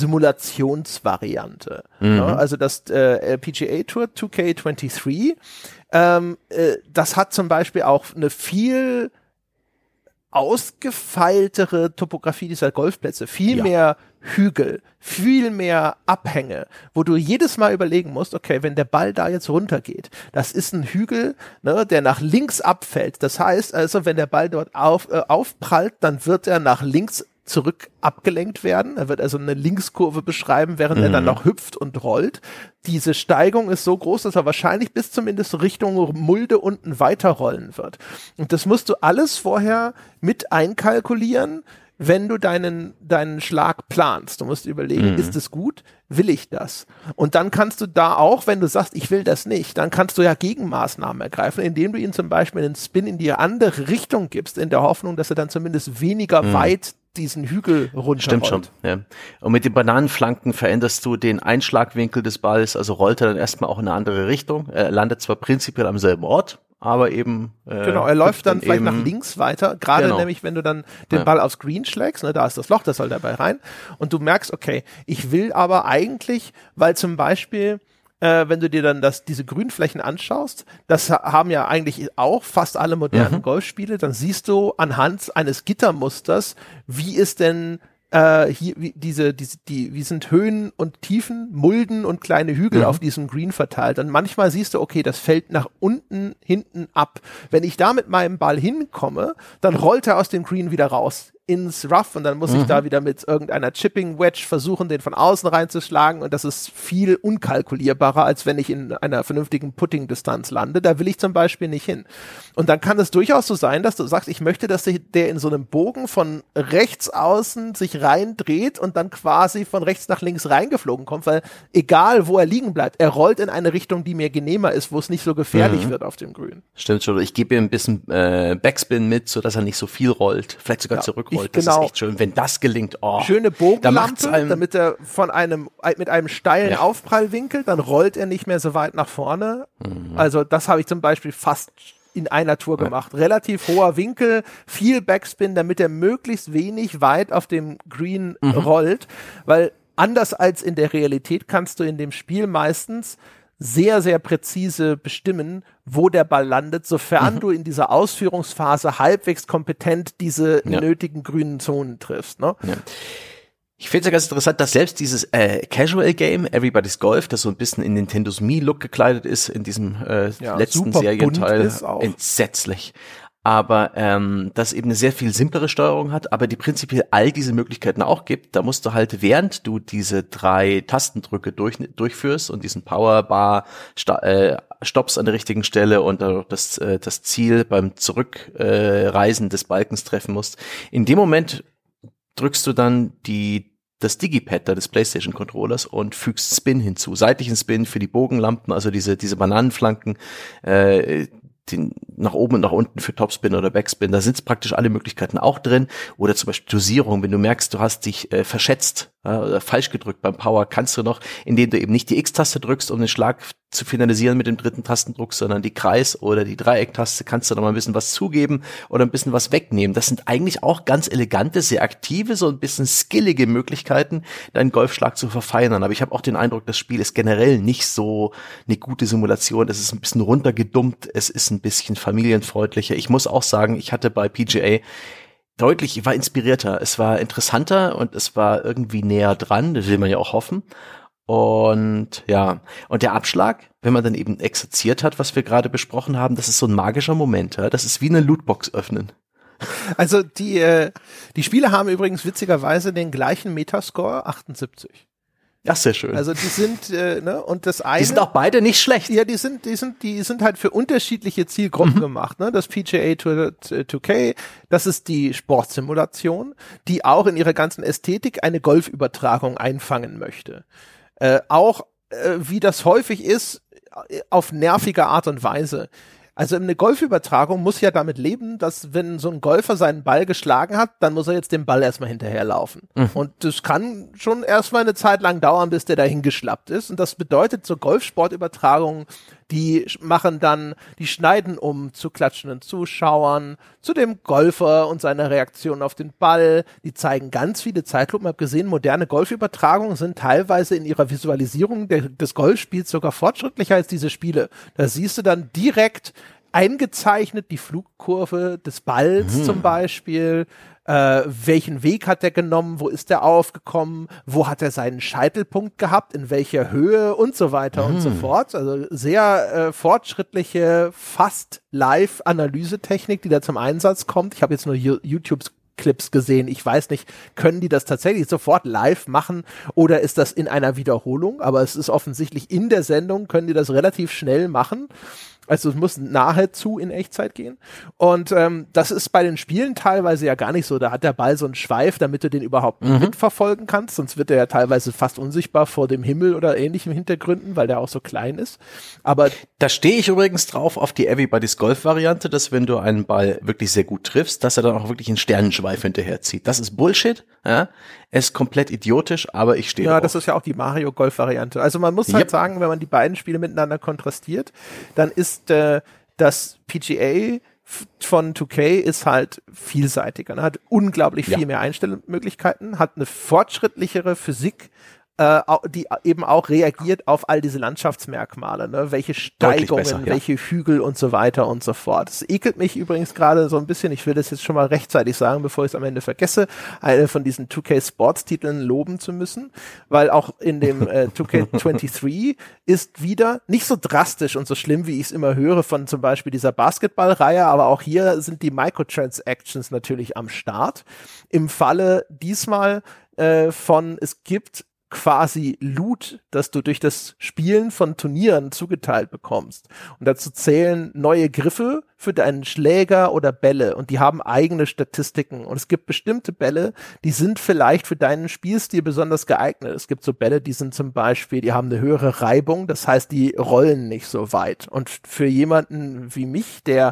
Simulationsvariante. Ja, also das PGA Tour 2K23, das hat zum Beispiel auch eine viel ausgefeiltere Topografie dieser Golfplätze, viel mehr Hügel, viel mehr Abhänge, wo du jedes Mal überlegen musst, okay, wenn der Ball da jetzt runtergeht, das ist ein Hügel, ne, der nach links abfällt. Das heißt also, wenn der Ball dort aufprallt, dann wird er nach links zurück abgelenkt werden. Er wird also eine Linkskurve beschreiben, während er dann noch hüpft und rollt. Diese Steigung ist so groß, dass er wahrscheinlich bis zumindest Richtung Mulde unten weiterrollen wird. Und das musst du alles vorher mit einkalkulieren, wenn du deinen Schlag planst. Du musst überlegen, ist es gut? Will ich das? Und dann kannst du da auch, wenn du sagst, ich will das nicht, dann kannst du ja Gegenmaßnahmen ergreifen, indem du ihm zum Beispiel einen Spin in die andere Richtung gibst, in der Hoffnung, dass er dann zumindest weniger weit diesen Hügel runterrollt. Stimmt schon, ja. Und mit den Bananenflanken veränderst du den Einschlagwinkel des Balls, also rollt er dann erstmal auch in eine andere Richtung. Er landet zwar prinzipiell am selben Ort, aber eben genau, er läuft dann vielleicht nach links weiter, gerade nämlich, wenn du dann den Ball aufs Green schlägst, ne, da ist das Loch, das soll dabei rein und du merkst, okay, ich will aber eigentlich, weil zum Beispiel wenn du dir dann diese Grünflächen anschaust, das haben ja eigentlich auch fast alle modernen Golfspiele, dann siehst du anhand eines Gittermusters, wie ist denn hier, wie sind Höhen und Tiefen, Mulden und kleine Hügel auf diesem Green verteilt. Und manchmal siehst du, okay, das fällt nach unten, hinten ab. Wenn ich da mit meinem Ball hinkomme, dann rollt er aus dem Green wieder raus ins Rough und dann muss ich da wieder mit irgendeiner Chipping Wedge versuchen, den von außen reinzuschlagen und das ist viel unkalkulierbarer, als wenn ich in einer vernünftigen Putting-Distanz lande. Da will ich zum Beispiel nicht hin. Und dann kann es durchaus so sein, dass du sagst, ich möchte, dass der in so einem Bogen von rechts außen sich reindreht und dann quasi von rechts nach links reingeflogen kommt, weil egal, wo er liegen bleibt, er rollt in eine Richtung, die mir genehmer ist, wo es nicht so gefährlich wird auf dem Grün. Stimmt schon. Ich gebe ihm ein bisschen Backspin mit, sodass er nicht so viel rollt, vielleicht sogar zurückrollt. Das ist echt schön, wenn das gelingt. Oh, schöne Bogenlampe, damit er mit einem steilen Aufprallwinkel, dann rollt er nicht mehr so weit nach vorne. Also das habe ich zum Beispiel fast in einer Tour gemacht. Relativ hoher Winkel, viel Backspin, damit er möglichst wenig weit auf dem Green rollt, weil anders als in der Realität kannst du in dem Spiel meistens sehr, sehr präzise bestimmen, wo der Ball landet, sofern du in dieser Ausführungsphase halbwegs kompetent diese nötigen grünen Zonen triffst. Ne? Ich finde es ja ganz interessant, dass selbst dieses Casual Game, Everybody's Golf, das so ein bisschen in Nintendo's Mii-Look gekleidet ist, in diesem letzten Serienteil, entsetzlich. Aber das eben eine sehr viel simplere Steuerung hat, aber die prinzipiell all diese Möglichkeiten auch gibt. Da musst du halt, während du diese 3 Tastendrücke durchführst und diesen Powerbar stoppst an der richtigen Stelle und dann das Ziel beim Zurückreisen des Balkens treffen musst, in dem Moment drückst du dann das Digipad des PlayStation-Controllers und fügst Spin hinzu. Seitlichen Spin für die Bogenlampen, also diese Bananenflanken, nach oben und nach unten für Topspin oder Backspin. Da sind praktisch alle Möglichkeiten auch drin. Oder zum Beispiel Dosierung, wenn du merkst, du hast dich verschätzt oder falsch gedrückt beim Power, kannst du noch, indem du eben nicht die X-Taste drückst, um den Schlag zu finalisieren mit dem 3. Tastendruck, sondern die Kreis- oder die Dreiecktaste, kannst du noch mal ein bisschen was zugeben oder ein bisschen was wegnehmen. Das sind eigentlich auch ganz elegante, sehr aktive, so ein bisschen skillige Möglichkeiten, deinen Golfschlag zu verfeinern. Aber ich habe auch den Eindruck, das Spiel ist generell nicht so eine gute Simulation. Es ist ein bisschen runtergedummt, es ist ein bisschen familienfreundlicher. Ich muss auch sagen, ich hatte bei PGA ich war inspirierter, es war interessanter und es war irgendwie näher dran, das will man ja auch hoffen. Und ja, und der Abschlag, wenn man dann eben exerziert hat, was wir gerade besprochen haben, das ist so ein magischer Moment, ja? Das ist wie eine Lootbox öffnen. Also die Spiele haben übrigens witzigerweise den gleichen Metascore, 78. Ja, sehr schön. Also die sind, und das eine. Die sind auch beide nicht schlecht. Ja, die sind halt für unterschiedliche Zielgruppen gemacht, ne? Das PGA 2K, das ist die Sportsimulation, die auch in ihrer ganzen Ästhetik eine Golfübertragung einfangen möchte. Wie das häufig ist, auf nervige Art und Weise. Also eine Golfübertragung muss ja damit leben, dass wenn so ein Golfer seinen Ball geschlagen hat, dann muss er jetzt dem Ball erstmal hinterherlaufen. Und das kann schon erstmal eine Zeit lang dauern, bis der dahin geschlappt ist. Und das bedeutet, so Golfsportübertragungen, die schneiden um zu klatschenden Zuschauern, zu dem Golfer und seiner Reaktion auf den Ball. Die zeigen ganz viele Zeitlupen. Ich habe gesehen, moderne Golfübertragungen sind teilweise in ihrer Visualisierung des Golfspiels sogar fortschrittlicher als diese Spiele. Da siehst du dann direkt eingezeichnet die Flugkurve des Balls zum Beispiel, welchen Weg hat er genommen, wo ist er aufgekommen, wo hat er seinen Scheitelpunkt gehabt, in welcher Höhe und so weiter und so fort. Also sehr fortschrittliche, fast Live-Analysetechnik, die da zum Einsatz kommt. Ich habe jetzt nur YouTube-Clips gesehen. Ich weiß nicht, können die das tatsächlich sofort live machen oder ist das in einer Wiederholung? Aber es ist offensichtlich in der Sendung, können die das relativ schnell machen. Also es muss nahezu in Echtzeit gehen. Und das ist bei den Spielen teilweise ja gar nicht so. Da hat der Ball so einen Schweif, damit du den überhaupt mitverfolgen kannst. Sonst wird er ja teilweise fast unsichtbar vor dem Himmel oder ähnlichen Hintergründen, weil der auch so klein ist. Aber da stehe ich übrigens drauf auf die Everybody's Golf-Variante, dass wenn du einen Ball wirklich sehr gut triffst, dass er dann auch wirklich einen Sternenschweif hinterherzieht. Das ist Bullshit. Ja? Er ist komplett idiotisch, aber ich stehe drauf. Ja, das ist ja auch die Mario-Golf-Variante. Also man muss halt sagen, wenn man die beiden Spiele miteinander kontrastiert, dann ist das PGA von 2K ist halt vielseitiger, ne? Hat unglaublich viel mehr Einstellmöglichkeiten, hat eine fortschrittlichere Physik, die eben auch reagiert auf all diese Landschaftsmerkmale, ne? Welche Steigungen, besser, welche Hügel und so weiter und so fort. Das ekelt mich übrigens gerade so ein bisschen, ich will das jetzt schon mal rechtzeitig sagen, bevor ich es am Ende vergesse, eine von diesen 2K Sports Titeln loben zu müssen, weil auch in dem 2K23 ist wieder nicht so drastisch und so schlimm, wie ich es immer höre von zum Beispiel dieser Basketballreihe, aber auch hier sind die Microtransactions natürlich am Start. Im Falle diesmal es gibt quasi Loot, das du durch das Spielen von Turnieren zugeteilt bekommst. Und dazu zählen neue Griffe für deinen Schläger oder Bälle und die haben eigene Statistiken. Und es gibt bestimmte Bälle, die sind vielleicht für deinen Spielstil besonders geeignet. Es gibt so Bälle, die sind zum Beispiel, die haben eine höhere Reibung, das heißt, die rollen nicht so weit. Und für jemanden wie mich, der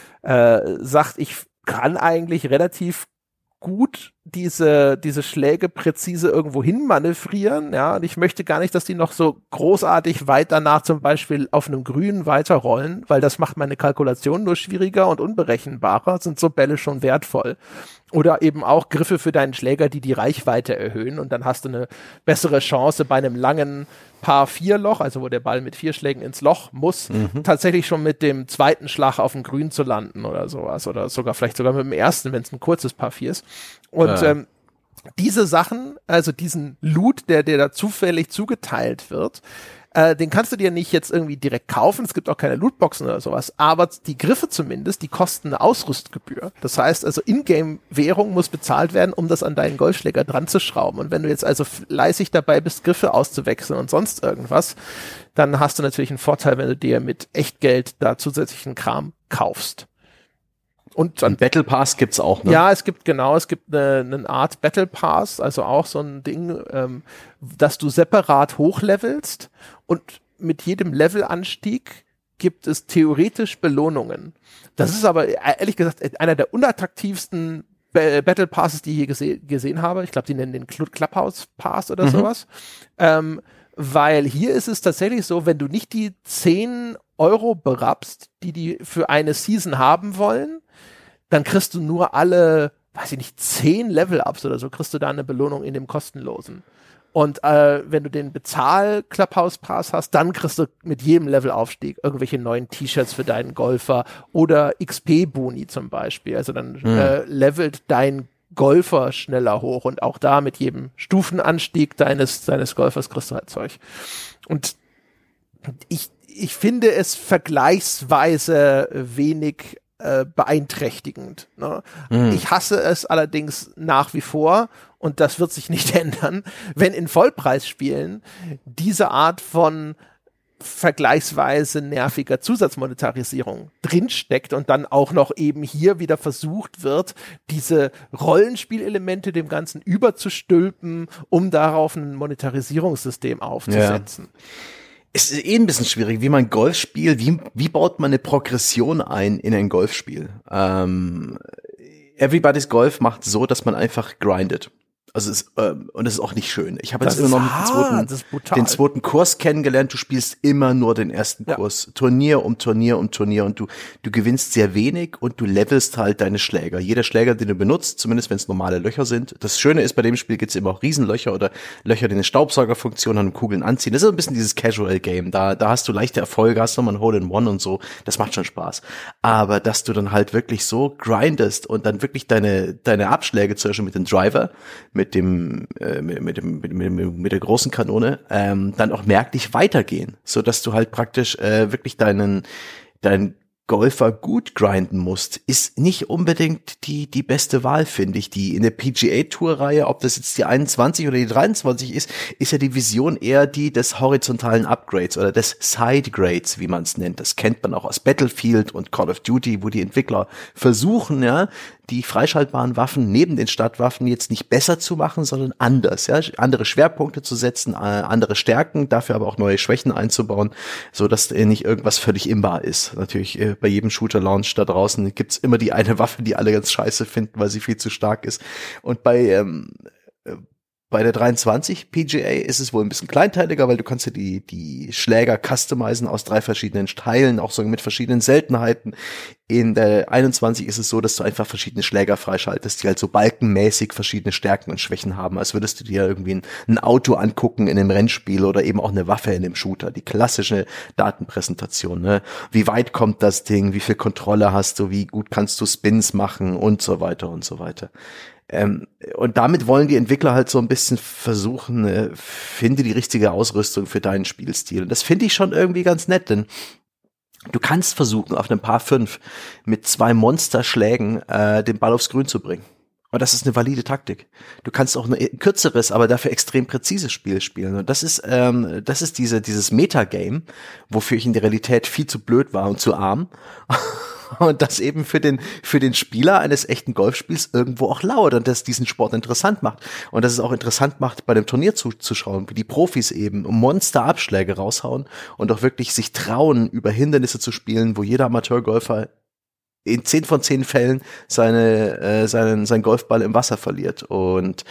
sagt, ich kann eigentlich relativ gut diese Schläge präzise irgendwo hin manövrieren, ja, und ich möchte gar nicht, dass die noch so großartig weit danach zum Beispiel auf einem Grün weiterrollen, weil das macht meine Kalkulation nur schwieriger und unberechenbarer, sind so Bälle schon wertvoll. Oder eben auch Griffe für deinen Schläger, die Reichweite erhöhen und dann hast du eine bessere Chance bei einem langen Par-4-Loch, also wo der Ball mit 4 Schlägen ins Loch muss, tatsächlich schon mit dem zweiten Schlag auf dem Grün zu landen oder sowas oder vielleicht sogar mit dem ersten, wenn es ein kurzes Par-4 ist. Und diese Sachen, also diesen Loot, der da zufällig zugeteilt wird, den kannst du dir nicht jetzt irgendwie direkt kaufen, es gibt auch keine Lootboxen oder sowas, aber die Griffe zumindest, die kosten eine Ausrüstgebühr. Das heißt also, Ingame-Währung muss bezahlt werden, um das an deinen Golfschläger dran zu schrauben. Und wenn du jetzt also fleißig dabei bist, Griffe auszuwechseln und sonst irgendwas, dann hast du natürlich einen Vorteil, wenn du dir mit Echtgeld da zusätzlichen Kram kaufst. Und dann, Battle Pass gibt's auch, ne? Ja, es gibt eine Art Battle Pass, also auch so ein Ding, dass du separat hochlevelst und mit jedem Levelanstieg gibt es theoretisch Belohnungen. Das ist aber ehrlich gesagt einer der unattraktivsten Battle Passes, die ich je gesehen habe. Ich glaube, die nennen den Clubhouse Pass oder sowas. Weil hier ist es tatsächlich so, wenn du nicht die 10 Euro berappst, die für eine Season haben wollen, dann kriegst du nur alle, weiß ich nicht, 10 Level-Ups oder so, kriegst du da eine Belohnung in dem kostenlosen. Und wenn du den Bezahl-Clubhouse-Pass hast, dann kriegst du mit jedem Levelaufstieg irgendwelche neuen T-Shirts für deinen Golfer oder XP-Boni zum Beispiel. Also dann levelt dein Golfer schneller hoch und auch da mit jedem Stufenanstieg deines Golfers kriegst du halt Zeug. Und ich finde es vergleichsweise wenig beeinträchtigend. Ne? Ich hasse es allerdings nach wie vor und das wird sich nicht ändern, wenn in Vollpreisspielen diese Art von vergleichsweise nerviger Zusatzmonetarisierung drinsteckt und dann auch noch eben hier wieder versucht wird, diese Rollenspielelemente dem Ganzen überzustülpen, um darauf ein Monetarisierungssystem aufzusetzen. Ja. Es ist ein bisschen schwierig, wie man Golf spielt, wie baut man eine Progression ein in ein Golfspiel? Everybody's Golf macht so, dass man einfach grindet. Also und es ist auch nicht schön. Ich habe jetzt immer noch den zweiten Kurs kennengelernt. Du spielst immer nur den ersten Kurs. Turnier um Turnier um Turnier und du gewinnst sehr wenig und du levelst halt deine Schläger. Jeder Schläger, den du benutzt, zumindest wenn es normale Löcher sind. Das Schöne ist, bei dem Spiel gibt's immer auch Riesenlöcher oder Löcher, die eine Staubsaugerfunktion haben, Kugeln anziehen. Das ist ein bisschen dieses Casual-Game. Da hast du leichte Erfolge, hast nochmal ein Hole-in-One und so. Das macht schon Spaß. Aber dass du dann halt wirklich so grindest und dann wirklich deine Abschläge, zum Beispiel mit dem Driver, mit der großen Kanone dann auch merklich weitergehen, so dass du halt praktisch wirklich deinen Golfer gut grinden musst, ist nicht unbedingt die beste Wahl, finde ich. Die in der PGA-Tour-Reihe, ob das jetzt die 21 oder die 23 ist ja die Vision eher die des horizontalen Upgrades oder des Sidegrades, wie man es nennt. Das kennt man auch aus Battlefield und Call of Duty, wo die Entwickler versuchen, ja, die freischaltbaren Waffen neben den Stadtwaffen jetzt nicht besser zu machen, sondern anders, ja, andere Schwerpunkte zu setzen, andere Stärken, dafür aber auch neue Schwächen einzubauen, so dass nicht irgendwas völlig imbar ist. Natürlich bei jedem Shooter-Launch da draußen gibt's immer die eine Waffe, die alle ganz scheiße finden, weil sie viel zu stark ist. Und bei der 23 PGA ist es wohl ein bisschen kleinteiliger, weil du kannst ja die Schläger customizen aus 3 verschiedenen Teilen, auch so mit verschiedenen Seltenheiten. In der 21 ist es so, dass du einfach verschiedene Schläger freischaltest, die halt so balkenmäßig verschiedene Stärken und Schwächen haben, als würdest du dir irgendwie ein Auto angucken in einem Rennspiel oder eben auch eine Waffe in einem Shooter. Die klassische Datenpräsentation, ne? Wie weit kommt das Ding? Wie viel Kontrolle hast du? Wie gut kannst du Spins machen? Und so weiter und so weiter. Und damit wollen die Entwickler halt so ein bisschen versuchen, finde die richtige Ausrüstung für deinen Spielstil. Und das finde ich schon irgendwie ganz nett, denn du kannst versuchen, auf einem Par 5 mit 2 Monsterschlägen den Ball aufs Grün zu bringen. Und das ist eine valide Taktik. Du kannst auch ein kürzeres, aber dafür extrem präzises Spiel spielen. Und das ist dieses Metagame, wofür ich in der Realität viel zu blöd war und zu arm. Und das eben für den Spieler eines echten Golfspiels irgendwo auch lauert und das diesen Sport interessant macht. Und dass es auch interessant macht, bei dem Turnier zuzuschauen, wie die Profis eben Monsterabschläge raushauen und auch wirklich sich trauen, über Hindernisse zu spielen, wo jeder Amateurgolfer in 10 von 10 Fällen seinen Golfball im Wasser verliert. Und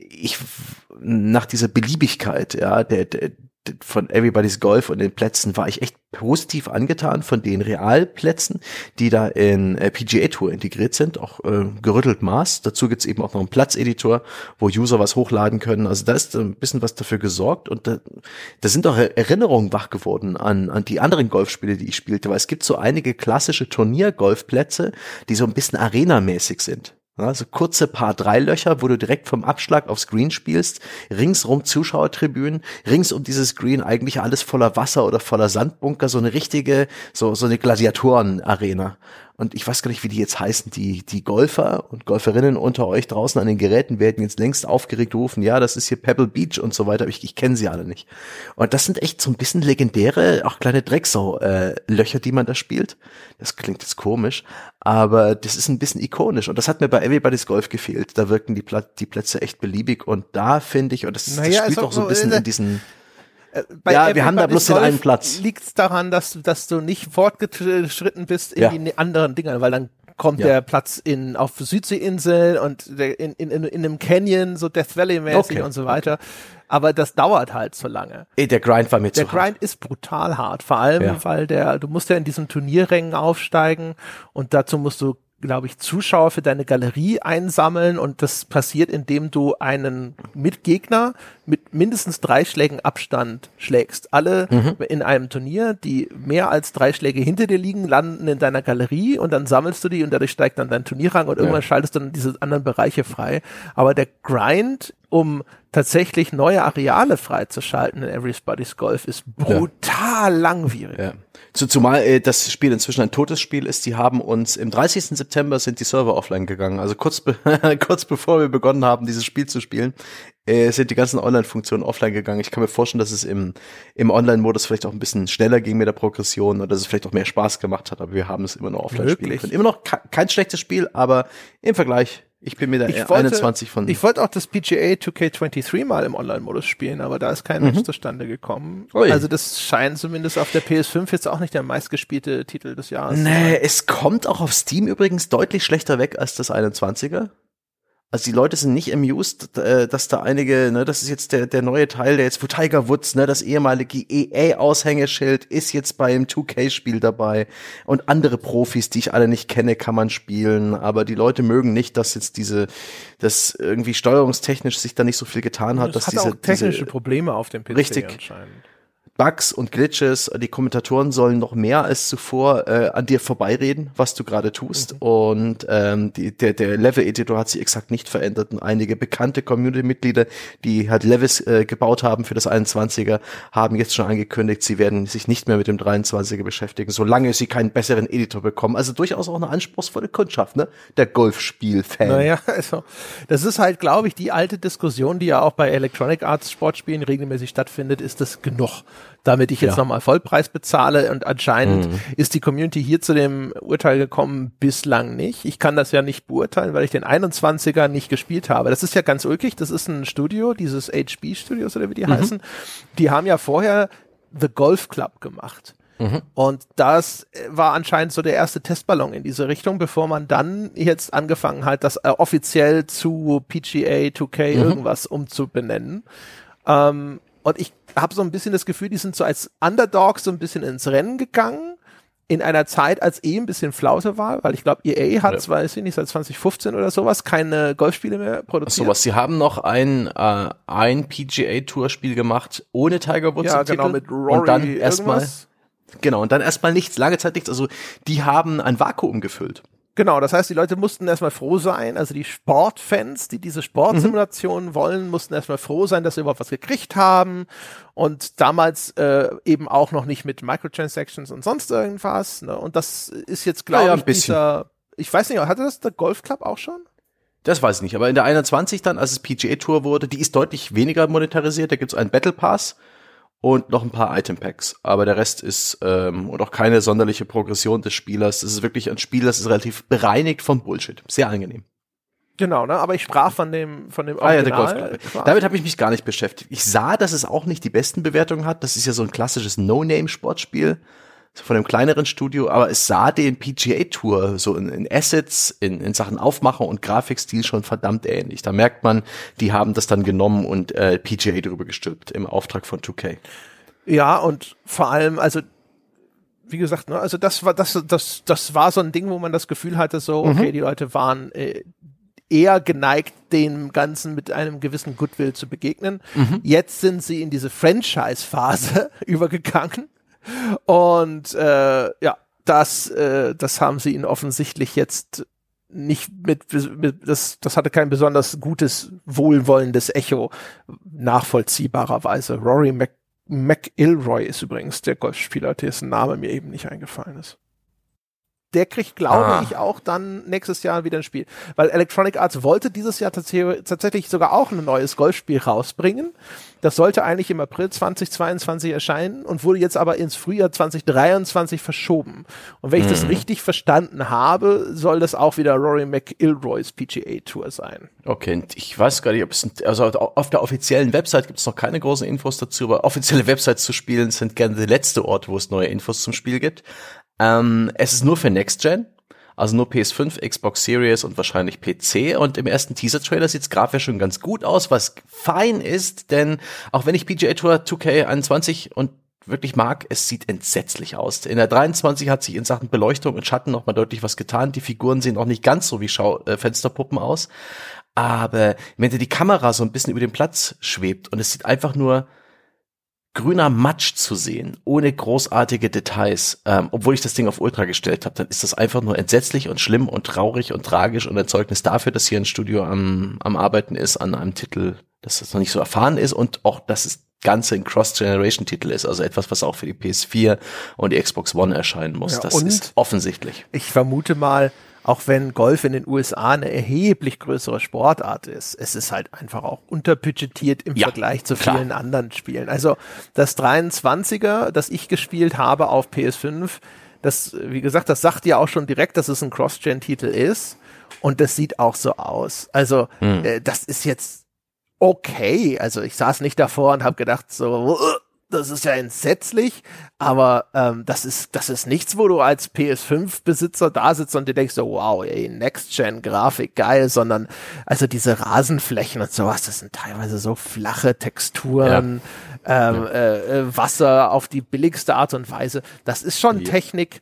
nach dieser Beliebigkeit, ja, von Everybody's Golf und den Plätzen war ich echt positiv angetan von den Realplätzen, die da in PGA Tour integriert sind, auch gerüttelt Maß. Dazu gibt's eben auch noch einen Platzeditor, wo User was hochladen können. Also da ist ein bisschen was dafür gesorgt und da sind auch Erinnerungen wach geworden an die anderen Golfspiele, die ich spielte, weil es gibt so einige klassische Turniergolfplätze, die so ein bisschen arenamäßig sind. Ja, so kurze Par-3-Löcher, wo du direkt vom Abschlag aufs Green spielst, ringsrum Zuschauertribünen, rings um dieses Green eigentlich alles voller Wasser oder voller Sandbunker, so eine richtige, so eine Gladiatoren-Arena. Und ich weiß gar nicht, wie die jetzt heißen, die Golfer und Golferinnen unter euch draußen an den Geräten werden jetzt längst aufgeregt rufen, ja, das ist hier Pebble Beach und so weiter, aber ich kenne sie alle nicht. Und das sind echt so ein bisschen legendäre, auch kleine Drecksau-Löcher, die man da spielt. Das klingt jetzt komisch, aber das ist ein bisschen ikonisch und das hat mir bei Everybody's Golf gefehlt. Da wirken die Plätze echt beliebig und da finde ich, und das spielt auch so ein bisschen in diesen... Ja, wir haben da bloß den einen Platz. Liegt es daran, dass du nicht fortgeschritten bist in die anderen Dinger, weil dann kommt der Platz auf Südseeinseln und in einem Canyon, so Death Valley-mäßig und so weiter. Aber das dauert halt so lange. Der Grind war mir zu hart. Der Grind ist brutal hart, vor allem, weil du musst ja in diesen Turnierrängen aufsteigen und dazu musst du, glaube ich, Zuschauer für deine Galerie einsammeln und das passiert, indem du einen Mitgegner mit mindestens 3 Schlägen Abstand schlägst. Alle in einem Turnier, die mehr als 3 Schläge hinter dir liegen, landen in deiner Galerie und dann sammelst du die und dadurch steigt dann dein Turnierrang und irgendwann schaltest du dann diese anderen Bereiche frei. Aber der Grind, um tatsächlich neue Areale freizuschalten in Everybody's Golf, ist brutal langwierig. Ja. Zumal das Spiel inzwischen ein totes Spiel ist. Die haben uns im 30. September sind die Server offline gegangen. Also kurz bevor wir begonnen haben, dieses Spiel zu spielen, sind die ganzen Online-Funktionen offline gegangen. Ich kann mir vorstellen, dass es im Online-Modus vielleicht auch ein bisschen schneller ging mit der Progression oder dass es vielleicht auch mehr Spaß gemacht hat. Aber wir haben es immer noch offline spielen können. Immer noch kein schlechtes Spiel, aber im Vergleich, ich bin mir da 21 von. Ich wollte auch das PGA 2K23 mal im Online-Modus spielen, aber da ist kein Match zustande gekommen. Ui. Also das scheint zumindest auf der PS5 jetzt auch nicht der meistgespielte Titel des Jahres zu sein. Nee, es kommt auch auf Steam übrigens deutlich schlechter weg als das 21er. Also die Leute sind nicht amused, dass da einige, ne, das ist jetzt der neue Teil, der jetzt, wo Tiger Woods, ne, das ehemalige EA-Aushängeschild, ist jetzt beim 2K-Spiel dabei und andere Profis, die ich alle nicht kenne, kann man spielen, aber die Leute mögen nicht, dass jetzt dass irgendwie steuerungstechnisch sich da nicht so viel getan hat, dass hat auch technische Probleme auf dem PC anscheinend. Bugs und Glitches, die Kommentatoren sollen noch mehr als zuvor an dir vorbeireden, was du gerade tust. Und der Level-Editor hat sich exakt nicht verändert. Und einige bekannte Community-Mitglieder, die halt Levels gebaut haben für das 21er, haben jetzt schon angekündigt, sie werden sich nicht mehr mit dem 23er beschäftigen, solange sie keinen besseren Editor bekommen. Also durchaus auch eine anspruchsvolle Kundschaft, ne? Der Golfspiel-Fan. Naja, also das ist halt, glaube ich, die alte Diskussion, die ja auch bei Electronic Arts Sportspielen regelmäßig stattfindet. Ist das genug, damit ich jetzt nochmal Vollpreis bezahle? Und anscheinend ist die Community hier zu dem Urteil gekommen, bislang nicht. Ich kann das ja nicht beurteilen, weil ich den 21er nicht gespielt habe. Das ist ja ganz ulkig. Das ist ein Studio, dieses HB Studios oder wie die heißen. Die haben ja vorher The Golf Club gemacht. Und das war anscheinend so der erste Testballon in diese Richtung, bevor man dann jetzt angefangen hat, das offiziell zu PGA 2K irgendwas umzubenennen. Und ich habe so ein bisschen das Gefühl, die sind so als Underdogs so ein bisschen ins Rennen gegangen, in einer Zeit, als ein bisschen Flaute war, weil ich glaube, EA hat, weiß ich nicht, seit 2015 oder sowas, keine Golfspiele mehr produziert. Sowas. Sie haben noch ein PGA-Tour-Spiel gemacht, ohne Tiger Woods im genau, Titel. mit Rory und dann erstmal nichts, lange Zeit nichts. Also die haben ein Vakuum gefüllt. Genau, das heißt, die Leute mussten erstmal froh sein, also die Sportfans, die diese Sportsimulationen wollen, mussten erstmal froh sein, dass sie überhaupt was gekriegt haben und damals eben auch noch nicht mit Microtransactions und sonst irgendwas. Ne? Und das ist jetzt, glaube ich, ich weiß nicht, hatte das der Golf Club auch schon? Das weiß ich nicht, aber in der 21 dann, als es PGA Tour wurde, die ist deutlich weniger monetarisiert, da gibt's einen Battle Pass und noch ein paar Item Packs, aber der Rest ist und auch keine sonderliche Progression des Spielers. Es ist wirklich ein Spiel, das ist relativ bereinigt von Bullshit. Sehr angenehm. Genau, ne? Aber ich sprach von dem Original. Der Golf Club. Damit habe ich mich gar nicht beschäftigt. Ich sah, dass es auch nicht die besten Bewertungen hat. Das ist ja so ein klassisches No-Name-Sportspiel von einem kleineren Studio, aber es sah den PGA Tour so in Assets, in Sachen Aufmachung und Grafikstil schon verdammt ähnlich. Da merkt man, die haben das dann genommen und PGA drüber gestülpt im Auftrag von 2K. Ja, und vor allem, also wie gesagt, ne, also das war so ein Ding, wo man das Gefühl hatte, so, okay, die Leute waren eher geneigt, dem Ganzen mit einem gewissen Goodwill zu begegnen. Jetzt sind sie in diese Franchise-Phase übergegangen. Und das haben sie ihnen offensichtlich jetzt nicht das hatte kein besonders gutes, wohlwollendes Echo, nachvollziehbarerweise. Rory McIlroy ist übrigens der Golfspieler, dessen Name mir eben nicht eingefallen ist. Der kriegt, glaube ich, auch dann nächstes Jahr wieder ein Spiel. Weil Electronic Arts wollte dieses Jahr tatsächlich sogar auch ein neues Golfspiel rausbringen. Das sollte eigentlich im April 2022 erscheinen und wurde jetzt aber ins Frühjahr 2023 verschoben. Und wenn ich das richtig verstanden habe, soll das auch wieder Rory McIlroys PGA Tour sein. Okay, und ich weiß gar nicht, ob also auf der offiziellen Website gibt es noch keine großen Infos dazu, aber offizielle Websites zu spielen sind gerne der letzte Ort, wo es neue Infos zum Spiel gibt. Es ist nur für Next Gen, also nur PS5, Xbox Series und wahrscheinlich PC. Und im ersten Teaser-Trailer sieht es grafisch schon ganz gut aus, was fein ist, denn auch wenn ich PGA Tour 2K21 und wirklich mag, es sieht entsetzlich aus. In der 23 hat sich in Sachen Beleuchtung und Schatten noch mal deutlich was getan. Die Figuren sehen auch nicht ganz so wie Fensterpuppen aus. Aber wenn die Kamera so ein bisschen über den Platz schwebt und es sieht einfach nur grüner Matsch zu sehen, ohne großartige Details, obwohl ich das Ding auf Ultra gestellt habe, dann ist das einfach nur entsetzlich und schlimm und traurig und tragisch und ein Zeugnis dafür, dass hier ein Studio am Arbeiten ist an einem Titel, dass das noch nicht so erfahren ist und auch, dass das Ganze ein Cross-Generation-Titel ist, also etwas, was auch für die PS4 und die Xbox One erscheinen muss. Ja, das ist offensichtlich. Ich vermute mal, auch wenn Golf in den USA eine erheblich größere Sportart ist, es ist halt einfach auch unterbudgetiert im Vergleich zu vielen anderen Spielen. Also das 23er, das ich gespielt habe auf PS5, das, wie gesagt, das sagt ja auch schon direkt, dass es ein Cross-Gen-Titel ist und das sieht auch so aus. Also das ist jetzt okay. Also ich saß nicht davor und habe gedacht so, das ist ja entsetzlich, aber das ist nichts, wo du als PS5-Besitzer da sitzt und dir denkst so, wow, ey, Next-Gen-Grafik, geil, sondern also diese Rasenflächen und sowas, das sind teilweise so flache Texturen, Wasser auf die billigste Art und Weise. Das ist schon Technik,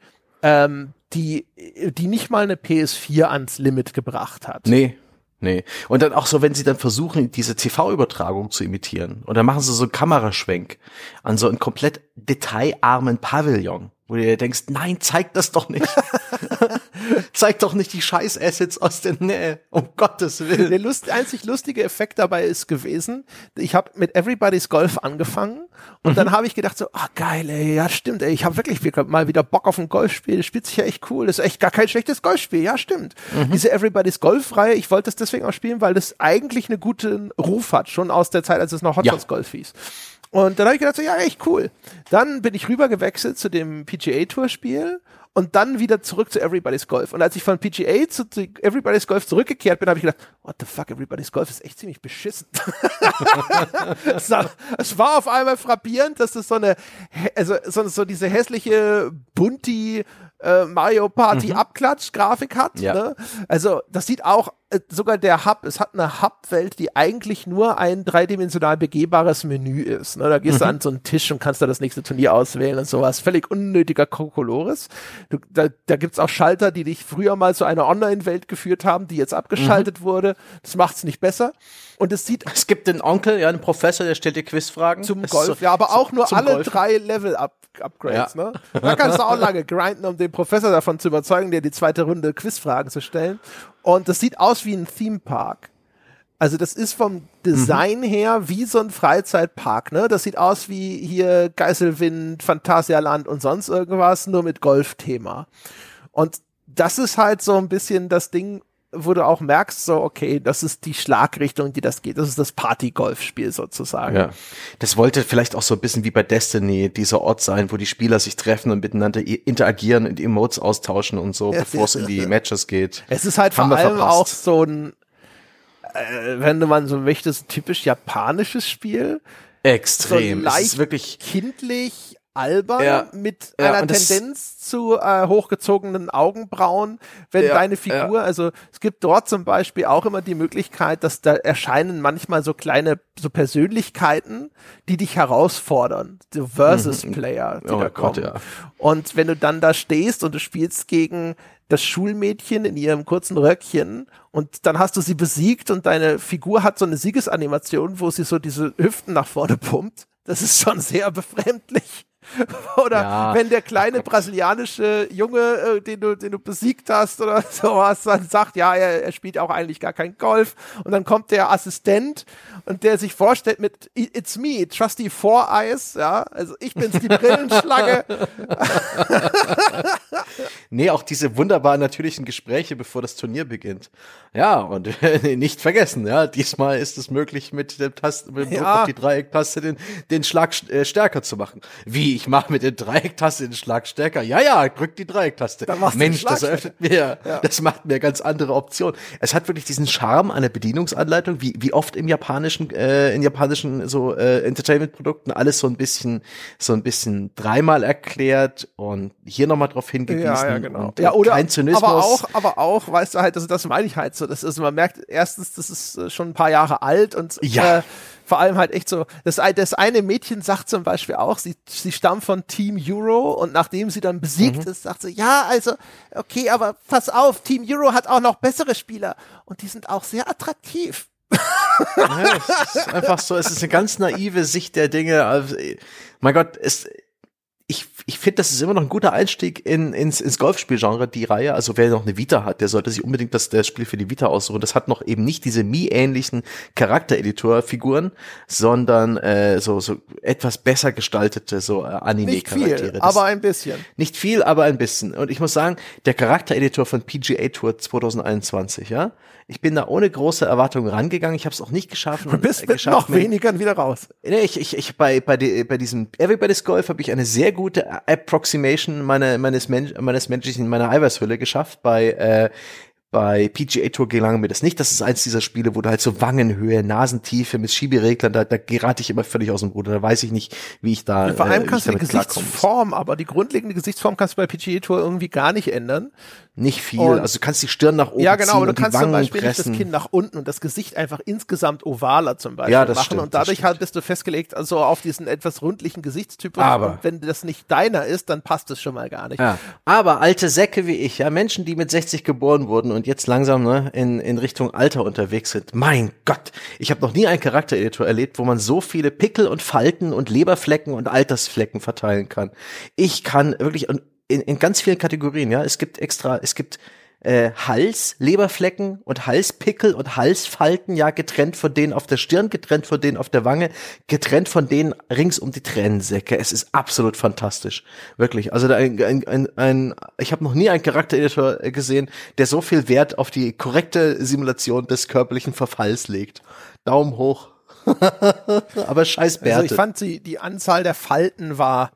die nicht mal eine PS4 ans Limit gebracht hat. Nee. Und dann auch so, wenn sie dann versuchen, diese TV-Übertragung zu imitieren. Und dann machen sie so einen Kameraschwenk an so einen komplett detailarmen Pavillon, wo du dir denkst, nein, zeig das doch nicht. Zeig doch nicht die Scheiß-Assets aus der Nähe, um Gottes Willen. Der einzig lustige Effekt dabei ist gewesen, ich habe mit Everybody's Golf angefangen und dann habe ich gedacht so, geil, ey, ja stimmt, ey, ich habe wirklich mal wieder Bock auf ein Golfspiel, das spielt sich ja echt cool, das ist echt gar kein schlechtes Golfspiel, ja stimmt. Diese Everybody's Golf-Reihe, ich wollte das deswegen auch spielen, weil das eigentlich einen guten Ruf hat, schon aus der Zeit, als es noch Hot Shots Golf hieß. Und dann habe ich gedacht so, ja, echt cool. Dann bin ich rüber gewechselt zu dem PGA-Tour-Spiel und dann wieder zurück zu Everybody's Golf. Und als ich von PGA zu Everybody's Golf zurückgekehrt bin, habe ich gedacht, what the fuck, Everybody's Golf ist echt ziemlich beschissen. Es war auf einmal frappierend, dass es so diese hässliche Bunti Mario Party Abklatsch-Grafik hat. Ja. Ne? Also das sieht auch, sogar der Hub, es hat eine Hub-Welt, die eigentlich nur ein dreidimensional begehbares Menü ist. Ne? Da gehst du an so einen Tisch und kannst da das nächste Turnier auswählen und sowas. Völlig unnötiger Kokolores. Da gibt's auch Schalter, die dich früher mal zu einer Online-Welt geführt haben, die jetzt abgeschaltet wurde. Das macht's nicht besser. Und es gibt den Onkel, einen Professor, der stellt dir Quizfragen. Zum Golf, aber auch nur alle Golf. 3 Level-Upgrades. Ne? Da kannst du auch lange grinden, um den Professor davon zu überzeugen, dir die zweite Runde Quizfragen zu stellen. Und das sieht aus wie ein Theme-Park. Also das ist vom Design her wie so ein Freizeitpark, ne? Das sieht aus wie hier Geiselwind, Phantasialand und sonst irgendwas, nur mit Golfthema. Und das ist halt so ein bisschen das Ding, wo du auch merkst, so, okay, das ist die Schlagrichtung, die das geht. Das ist das Party-Golf-Spiel sozusagen. Ja. Das wollte vielleicht auch so ein bisschen wie bei Destiny dieser Ort sein, wo die Spieler sich treffen und miteinander interagieren und Emotes austauschen und so, bevor es in die Matches geht. Es ist halt vor allem auch so ein, wenn du mal so möchtest, typisch japanisches Spiel. Extrem. So leicht es ist wirklich kindlich, albern, mit einer Tendenz zu hochgezogenen Augenbrauen, wenn deine Figur, also es gibt dort zum Beispiel auch immer die Möglichkeit, dass da erscheinen manchmal so kleine, so Persönlichkeiten, die dich herausfordern, so Versus-Player, die da kommen. Gott, Und wenn du dann da stehst und du spielst gegen das Schulmädchen in ihrem kurzen Röckchen und dann hast du sie besiegt und deine Figur hat so eine Siegesanimation, wo sie so diese Hüften nach vorne pumpt, das ist schon sehr befremdlich. Oder wenn der kleine brasilianische Junge, den du besiegt hast oder sowas, dann sagt, ja, er spielt auch eigentlich gar kein Golf. Und dann kommt der Assistent und der sich vorstellt mit It's me, Trusty Four Eyes, ja, also ich bin's, die Brillenschlange. Nee, auch diese wunderbaren natürlichen Gespräche, bevor das Turnier beginnt. Ja, und nicht vergessen, ja, diesmal ist es möglich, mit dem Druck auf die Dreiecktaste den Schlag stärker zu machen. Wie, ich mache mit der Dreiecktaste den Schlag stärker? Ja, drück die Dreiecktaste. Mensch, das eröffnet mir, das macht mir ganz andere Optionen. Es hat wirklich diesen Charme einer Bedienungsanleitung, wie oft in japanischen so Entertainment-Produkten alles so ein bisschen dreimal erklärt und hier nochmal drauf hingewiesen. Ja, genau. Und oder kein Zynismus. Aber auch, weißt du halt, das meine ich halt so, das ist, man merkt erstens, das ist schon ein paar Jahre alt und vor allem halt echt so, das eine Mädchen sagt zum Beispiel auch, sie stammt von Team Euro und nachdem sie dann besiegt ist, sagt sie, ja, also, okay, aber pass auf, Team Euro hat auch noch bessere Spieler und die sind auch sehr attraktiv. Ja, es ist einfach so, es ist eine ganz naive Sicht der Dinge. Also, mein Gott, ich finde, das ist immer noch ein guter Einstieg ins Golfspielgenre, die Reihe. Also wer noch eine Vita hat, der sollte sich unbedingt das Spiel für die Vita aussuchen. Das hat noch eben nicht diese Mii-ähnlichen Charaktereditor-Figuren, sondern so etwas besser gestaltete so Anime-Charaktere. Nicht viel, aber ein bisschen. Nicht viel, aber ein bisschen. Und ich muss sagen, der Charaktereditor von PGA Tour 2021, ja, ich bin da ohne große Erwartungen rangegangen. Ich habe es auch nicht geschafft. Du bist mit noch weniger wieder raus. Nee, bei diesem Everybody's Golf habe ich eine sehr gute Approximation meines Menschlichen in meiner Eiweißhülle geschafft. Bei PGA Tour gelang mir das nicht. Das ist eins dieser Spiele, wo du halt so Wangenhöhe, Nasentiefe mit Schiebereglern, da gerate ich immer völlig aus dem Ruder. Da weiß ich nicht, wie ich da vor allem kannst du die Gesichtsform, aber die grundlegende Gesichtsform kannst du bei PGA Tour irgendwie gar nicht ändern. Nicht viel. Also du kannst die Stirn nach oben ziehen, aber du kannst zum Beispiel pressen. nicht das Kinn nach unten und das Gesicht einfach insgesamt ovaler zum Beispiel machen. Stimmt, und dadurch halt bist du festgelegt, also auf diesen etwas rundlichen Gesichtstypus. Aber und wenn das nicht deiner ist, dann passt es schon mal gar nicht. Ja. Aber alte Säcke wie ich, ja, Menschen, die mit 60 geboren wurden und jetzt langsam in Richtung Alter unterwegs sind. Mein Gott, ich habe noch nie einen Charaktereditor erlebt, wo man so viele Pickel und Falten und Leberflecken und Altersflecken verteilen kann. Ich kann wirklich in ganz vielen Kategorien, ja, es gibt Hals, Leberflecken und Halspickel und Halsfalten, ja, getrennt von denen auf der Stirn, getrennt von denen auf der Wange, getrennt von denen rings um die Tränensäcke. Es ist absolut fantastisch. Wirklich. Also ich habe noch nie einen Charaktereditor gesehen, der so viel Wert auf die korrekte Simulation des körperlichen Verfalls legt. Daumen hoch. Aber scheiß Bärte. Also ich fand die Anzahl der Falten war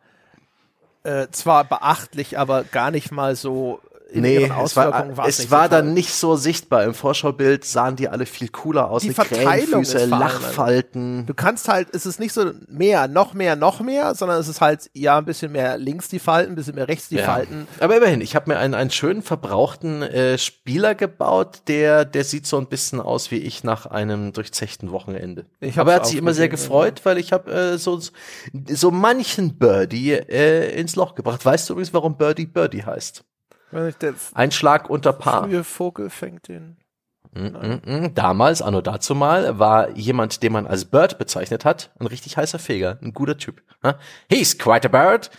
zwar beachtlich, aber gar nicht mal so es war dann nicht so sichtbar. Im Vorschaubild sahen die alle viel cooler aus. Die Verteilung ist Lachfalten. Du kannst halt, es ist nicht so noch mehr, sondern es ist halt, ja, ein bisschen mehr links die Falten, ein bisschen mehr rechts die Falten. Aber immerhin, ich habe mir einen schönen verbrauchten Spieler gebaut, der sieht so ein bisschen aus wie ich nach einem durchzechten Wochenende. Aber er hat sich immer sehr gefreut, weil ich habe so manchen Birdie ins Loch gebracht. Weißt du übrigens, warum Birdie heißt? Ein Schlag unter Paar. Frühe Vogel fängt den. Damals, anno dazumal, war jemand, den man als Bird bezeichnet hat, ein richtig heißer Feger, ein guter Typ. He's quite a bird.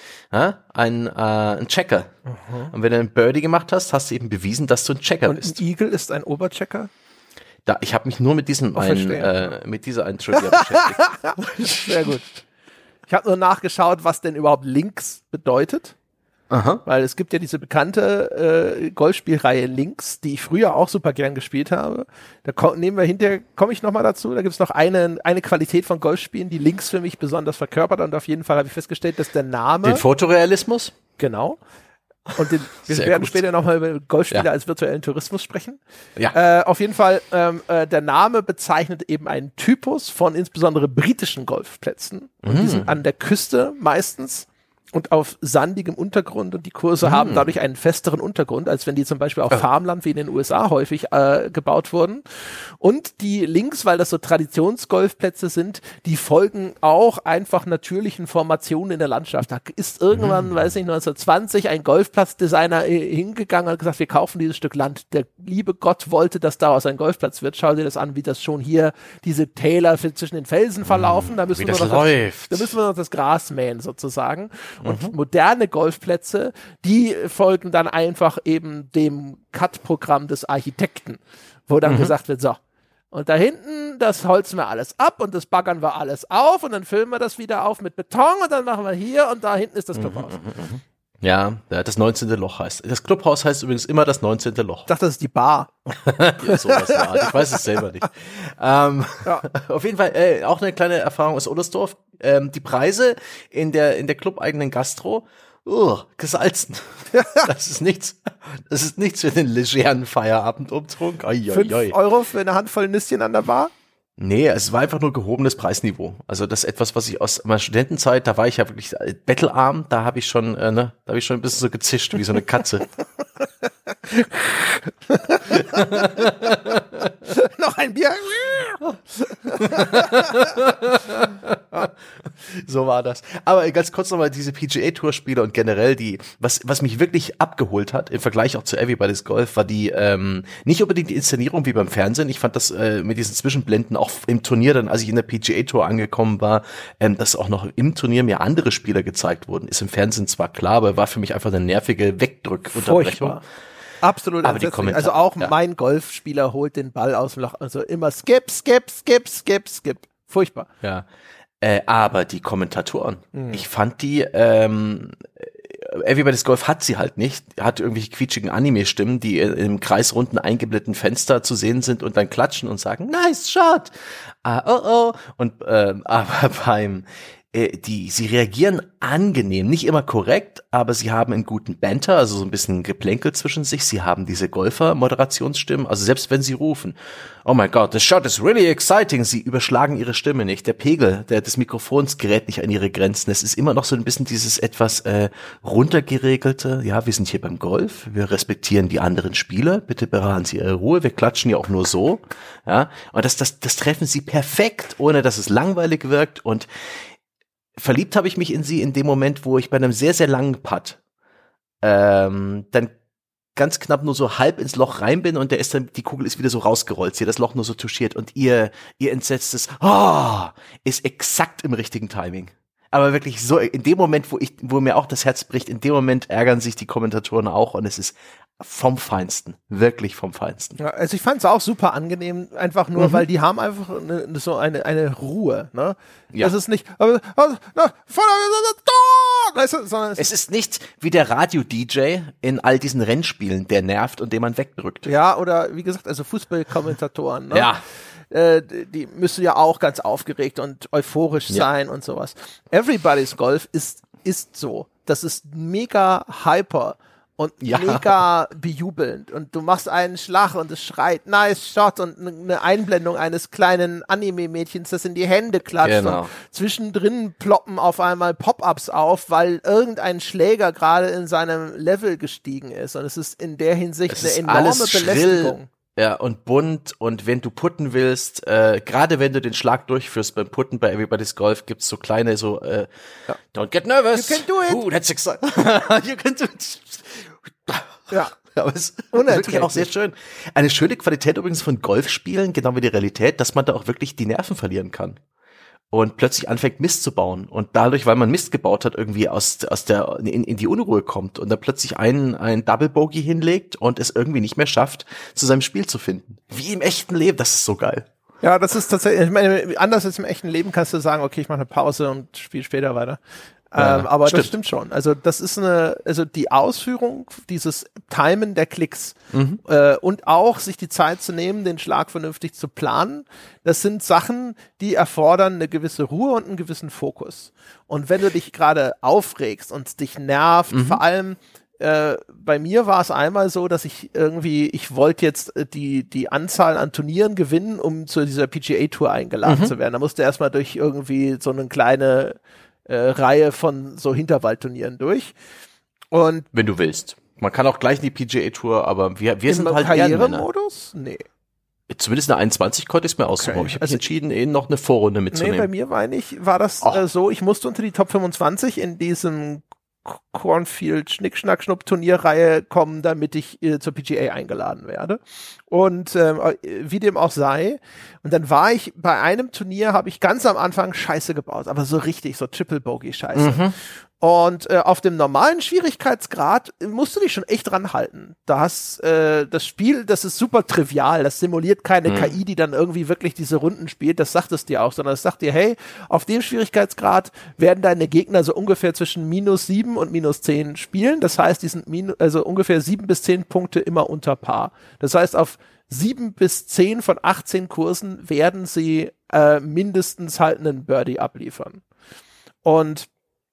Ein Checker. Und wenn du einen Birdie gemacht hast, hast du eben bewiesen, dass du ein Checker bist. Und ein Igel ist ein Oberchecker? Ich habe mich nur mit dieser einen Trivia beschäftigt. Sehr gut. Ich habe nur nachgeschaut, was denn überhaupt Links bedeutet. Aha. Weil es gibt ja diese bekannte Golfspielreihe Links, die ich früher auch super gern gespielt habe. Da komme ich nochmal dazu. Da gibt es noch eine Qualität von Golfspielen, die Links für mich besonders verkörpert. Und auf jeden Fall habe ich festgestellt, dass der Name... Den Fotorealismus? Genau. Und wir werden später nochmal über Golfspiele als virtuellen Tourismus sprechen. Ja. Auf jeden Fall, der Name bezeichnet eben einen Typus von insbesondere britischen Golfplätzen. Und die sind an der Küste meistens und auf sandigem Untergrund und die Kurse haben dadurch einen festeren Untergrund, als wenn die zum Beispiel auf Farmland wie in den USA häufig gebaut wurden. Und die Links, weil das so Traditionsgolfplätze sind, die folgen auch einfach natürlichen Formationen in der Landschaft. Da ist irgendwann, weiß nicht, 1920 ein Golfplatzdesigner hingegangen und hat gesagt, wir kaufen dieses Stück Land. Der liebe Gott wollte, dass daraus ein Golfplatz wird. Schau dir das an, wie das schon hier diese Täler zwischen den Felsen verlaufen. Da müssen wir noch das Gras mähen sozusagen. Und moderne Golfplätze, die folgen dann einfach eben dem Cut-Programm des Architekten, wo dann gesagt wird, so, und da hinten, das holzen wir alles ab und das baggern wir alles auf und dann füllen wir das wieder auf mit Beton und dann machen wir hier und da hinten ist das Clubhaus. Ja, das 19. Loch heißt. Das Clubhaus heißt übrigens immer das 19. Loch. Ich dachte, das ist die Bar. Ja, sowas war. Ich weiß es selber nicht. Auf jeden Fall auch eine kleine Erfahrung aus Oberstdorf. Die Preise in der club-eigenen Gastro, gesalzen. Das ist nichts. Das ist nichts für den legeren Feierabendumtrunk. 5 Euro für eine Handvoll Nüsschen an der Bar? Nee, es war einfach nur gehobenes Preisniveau. Also das ist etwas, was ich aus meiner Studentenzeit, da war ich ja wirklich bettelarm, da habe ich schon ein bisschen so gezischt wie so eine Katze. Noch ein Bier. So war das. Aber ganz kurz nochmal diese PGA-Tour-Spiele und generell was mich wirklich abgeholt hat, im Vergleich auch zu Everybody's Golf, war die, nicht unbedingt die Inszenierung wie beim Fernsehen. Ich fand das mit diesen Zwischenblenden auch im Turnier dann, als ich in der PGA-Tour angekommen war, dass auch noch im Turnier mir andere Spieler gezeigt wurden. Ist im Fernsehen zwar klar, aber war für mich einfach eine nervige Wegdrückunterbrechung. Furchtbar. Absolut. Aber die Kommentare, also auch mein Golfspieler holt den Ball aus dem Loch. Also immer skip. Furchtbar. Ja. Aber die Kommentatoren, ich fand die, Everybody's Golf hat sie halt nicht, hat irgendwelche quietschigen Anime-Stimmen, die im kreisrunden eingeblätteten Fenster zu sehen sind und dann klatschen und sagen, nice shot, und aber sie reagieren angenehm, nicht immer korrekt, aber sie haben einen guten Banter, also so ein bisschen Geplänkel zwischen sich. Sie haben diese Golfer-Moderationsstimmen, also selbst wenn sie rufen, oh my God, the shot is really exciting, sie überschlagen ihre Stimme nicht. Der Pegel des Mikrofons gerät nicht an ihre Grenzen. Es ist immer noch so ein bisschen dieses etwas runtergeregelte, ja, wir sind hier beim Golf, wir respektieren die anderen Spieler, bitte bewahren Sie Ihre Ruhe, wir klatschen ja auch nur so, ja, und das treffen sie perfekt, ohne dass es langweilig wirkt. Und verliebt habe ich mich in sie in dem Moment, wo ich bei einem sehr, sehr langen Putt dann ganz knapp nur so halb ins Loch rein bin und die Kugel ist wieder so rausgerollt, sie hat das Loch nur so touchiert und ihr entsetztes ist exakt im richtigen Timing. Aber wirklich so, in dem Moment, wo mir auch das Herz bricht, in dem Moment ärgern sich die Kommentatoren auch und es ist vom Feinsten, wirklich vom Feinsten. Ja, also ich fand es auch super angenehm, einfach nur, weil die haben einfach so eine Ruhe, ne? Ja. Das ist nicht, sondern es ist nicht wie der Radio-DJ in all diesen Rennspielen, der nervt und den man wegdrückt. Ja, oder wie gesagt, also Fußballkommentatoren, ne? Ja. Die müssen ja auch ganz aufgeregt und euphorisch sein und sowas. Everybody's Golf ist so. Das ist mega hyper und mega bejubelnd. Und du machst einen Schlag und es schreit, nice shot, und eine Einblendung eines kleinen Anime-Mädchens, das in die Hände klatscht. Genau. Und zwischendrin ploppen auf einmal Pop-ups auf, weil irgendein Schläger gerade in seinem Level gestiegen ist. Und es ist in der Hinsicht eine enorme Belästigung. Ja, und bunt, und wenn du putten willst, gerade wenn du den Schlag durchführst beim Putten bei Everybody's Golf, gibt's so kleine don't get nervous. You can do it. That's exciting. You can do it. Ja. Aber es ist wirklich auch sehr schön. Eine schöne Qualität übrigens von Golfspielen, genau wie die Realität, dass man da auch wirklich die Nerven verlieren kann. Und plötzlich anfängt Mist zu bauen und dadurch, weil man Mist gebaut hat, irgendwie in die Unruhe kommt und dann plötzlich ein Double Bogey hinlegt und es irgendwie nicht mehr schafft, zu seinem Spiel zu finden. Wie im echten Leben, das ist so geil. Ja, das ist tatsächlich, ich meine, anders als im echten Leben kannst du sagen, okay, ich mache eine Pause und spiele später weiter. Aber das stimmt schon. Also das ist die Ausführung, dieses Timen der Klicks und auch sich die Zeit zu nehmen, den Schlag vernünftig zu planen. Das sind Sachen, die erfordern eine gewisse Ruhe und einen gewissen Fokus. Und wenn du dich gerade aufregst und dich nervt, vor allem bei mir war es einmal so, dass ich wollte jetzt die Anzahl an Turnieren gewinnen, um zu dieser PGA-Tour eingeladen zu werden. Da musste erstmal durch irgendwie so eine kleine Reihe von so Hinterwaldturnieren durch. Und wenn du willst. Man kann auch gleich in die PGA-Tour, aber wir sind halt Karrieremodus? Nee. Zumindest eine 21 konnte ich es mir aussuchen. Ich habe mich entschieden, noch eine Vorrunde mitzunehmen. Nee, bei mir war das so, ich musste unter die Top 25 in diesem Cornfield Schnick-Schnack-Schnupp-Turnierreihe kommen, damit ich zur PGA eingeladen werde. Und wie dem auch sei. Und dann war ich bei einem Turnier, habe ich ganz am Anfang Scheiße gebaut, aber so richtig, so Triple-Bogey-Scheiße. Und auf dem normalen Schwierigkeitsgrad musst du dich schon echt dran halten. Das Spiel, das ist super trivial. Das simuliert keine KI, die dann irgendwie wirklich diese Runden spielt. Das sagt es dir auch, sondern es sagt dir, hey, auf dem Schwierigkeitsgrad werden deine Gegner so ungefähr zwischen -7 und -10 spielen. Das heißt, die sind also ungefähr 7 bis 10 Punkte immer unter Paar. Das heißt, auf 7 bis 10 von 18 Kursen werden sie mindestens halt einen Birdie abliefern. Und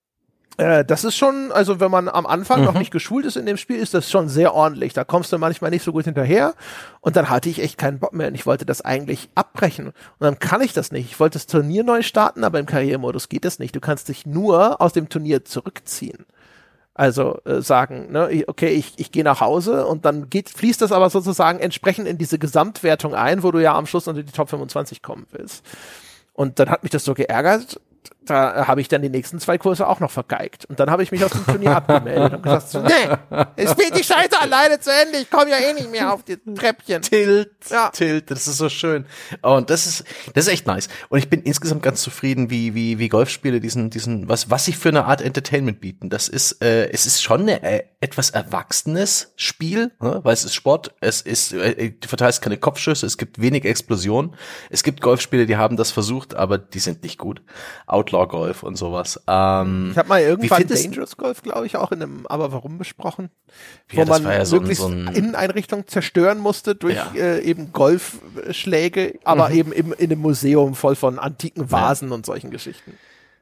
das ist schon, also wenn man am Anfang noch nicht geschult ist in dem Spiel, ist das schon sehr ordentlich. Da kommst du manchmal nicht so gut hinterher und dann hatte ich echt keinen Bock mehr und ich wollte das eigentlich abbrechen. Und dann kann ich das nicht. Ich wollte das Turnier neu starten, aber im Karrieremodus geht das nicht. Du kannst dich nur aus dem Turnier zurückziehen. Also sagen, ne, okay, ich gehe nach Hause und dann fließt das aber sozusagen entsprechend in diese Gesamtwertung ein, wo du ja am Schluss unter die Top 25 kommen willst. Und dann hat mich das so geärgert, da habe ich dann die nächsten 2 Kurse auch noch vergeigt. Und dann habe ich mich aus dem Turnier abgemeldet und gesagt, so, nee, es spielt die Scheiße alleine zu Ende, ich komme ja eh nicht mehr auf die Treppchen. Tilt, das ist so schön. Und das ist echt nice. Und ich bin insgesamt ganz zufrieden, wie Golfspiele was sie für eine Art Entertainment bieten. Das ist, es ist schon ein etwas erwachsenes Spiel, ne? Weil es ist Sport, du verteilst keine Kopfschüsse, es gibt wenig Explosionen. Es gibt Golfspiele, die haben das versucht, aber die sind nicht gut. Outlaw Golf und sowas. Ich habe mal irgendwann Dangerous Golf, glaube ich, auch in einem Aber Warum besprochen, wo man wirklich Inneneinrichtungen zerstören musste durch eben Golfschläge, aber eben in einem Museum voll von antiken Vasen und solchen Geschichten.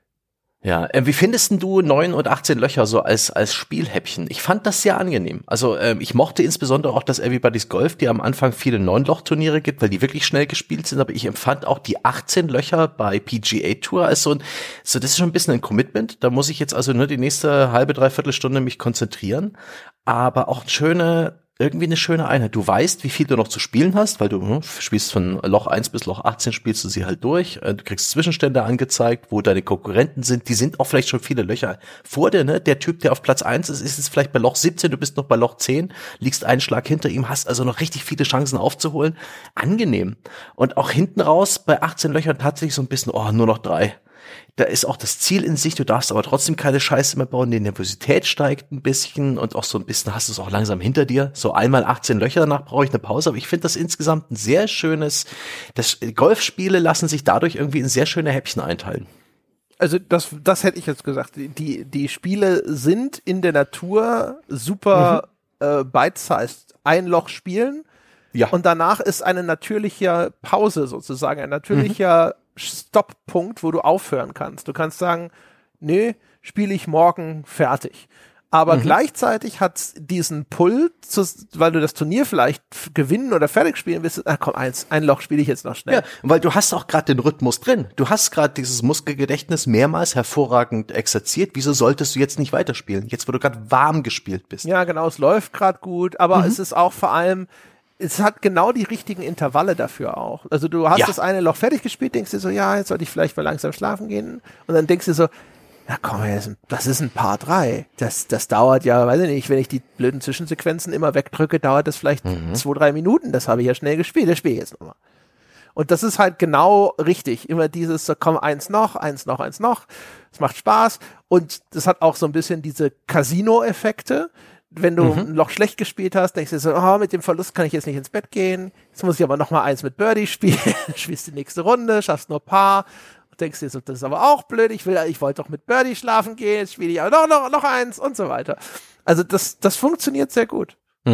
Ja, wie findest du 9 und 18 Löcher so als Spielhäppchen? Ich fand das sehr angenehm. Also ich mochte insbesondere auch das Everybody's Golf, die am Anfang viele 9-Loch-Turniere gibt, weil die wirklich schnell gespielt sind. Aber ich empfand auch die 18 Löcher bei PGA Tour als das ist schon ein bisschen ein Commitment. Da muss ich jetzt also nur die nächste halbe, dreiviertel Stunde mich konzentrieren. Aber auch irgendwie eine schöne Einheit. Du weißt, wie viel du noch zu spielen hast, weil du spielst von Loch 1 bis Loch 18, spielst du sie halt durch. Du kriegst Zwischenstände angezeigt, wo deine Konkurrenten sind. Die sind auch vielleicht schon viele Löcher vor dir, ne? Der Typ, der auf Platz 1 ist jetzt vielleicht bei Loch 17, du bist noch bei Loch 10, liegst einen Schlag hinter ihm, hast also noch richtig viele Chancen aufzuholen. Angenehm. Und auch hinten raus bei 18 Löchern tatsächlich so ein bisschen, nur noch 3. Da ist auch das Ziel in sich, du darfst aber trotzdem keine Scheiße mehr bauen, die Nervosität steigt ein bisschen und auch so ein bisschen hast du es auch langsam hinter dir. So einmal 18 Löcher, danach brauche ich eine Pause, aber ich finde das insgesamt ein sehr schönes, Golfspiele lassen sich dadurch irgendwie in sehr schöne Häppchen einteilen. Also das hätte ich jetzt gesagt. Die Spiele sind in der Natur super bite-sized. Ein Loch spielen und danach ist eine natürliche Pause sozusagen, ein natürlicher Stopppunkt, wo du aufhören kannst. Du kannst sagen, nee, spiele ich morgen fertig. Aber gleichzeitig hat diesen Pull, weil du das Turnier vielleicht gewinnen oder fertig spielen willst, komm, ein Loch spiele ich jetzt noch schnell. Ja, weil du hast auch gerade den Rhythmus drin. Du hast gerade dieses Muskelgedächtnis mehrmals hervorragend exerziert. Wieso solltest du jetzt nicht weiterspielen? Jetzt, wo du gerade warm gespielt bist. Ja, genau, es läuft gerade gut, aber es ist auch vor allem, es hat genau die richtigen Intervalle dafür auch. Also du hast das eine Loch fertig gespielt, denkst dir so, ja, jetzt sollte ich vielleicht mal langsam schlafen gehen. Und dann denkst du so, ja komm, das ist ein Paar 3. Das dauert ja, weiß ich nicht, wenn ich die blöden Zwischensequenzen immer wegdrücke, dauert das vielleicht 2-3 Minuten. Das habe ich ja schnell gespielt, das spiele ich jetzt nochmal. Und das ist halt genau richtig. Immer dieses, so komm, eins noch. Es macht Spaß. Und das hat auch so ein bisschen diese Casino-Effekte. Wenn du ein Loch schlecht gespielt hast, denkst du so, mit dem Verlust kann ich jetzt nicht ins Bett gehen. Jetzt muss ich aber noch mal eins mit Birdie spielen. Spielst die nächste Runde, schaffst nur Paar. Und denkst dir so, das ist aber auch blöd. Ich wollte doch mit Birdie schlafen gehen. Jetzt spiele ich aber noch eins und so weiter. Also das funktioniert sehr gut.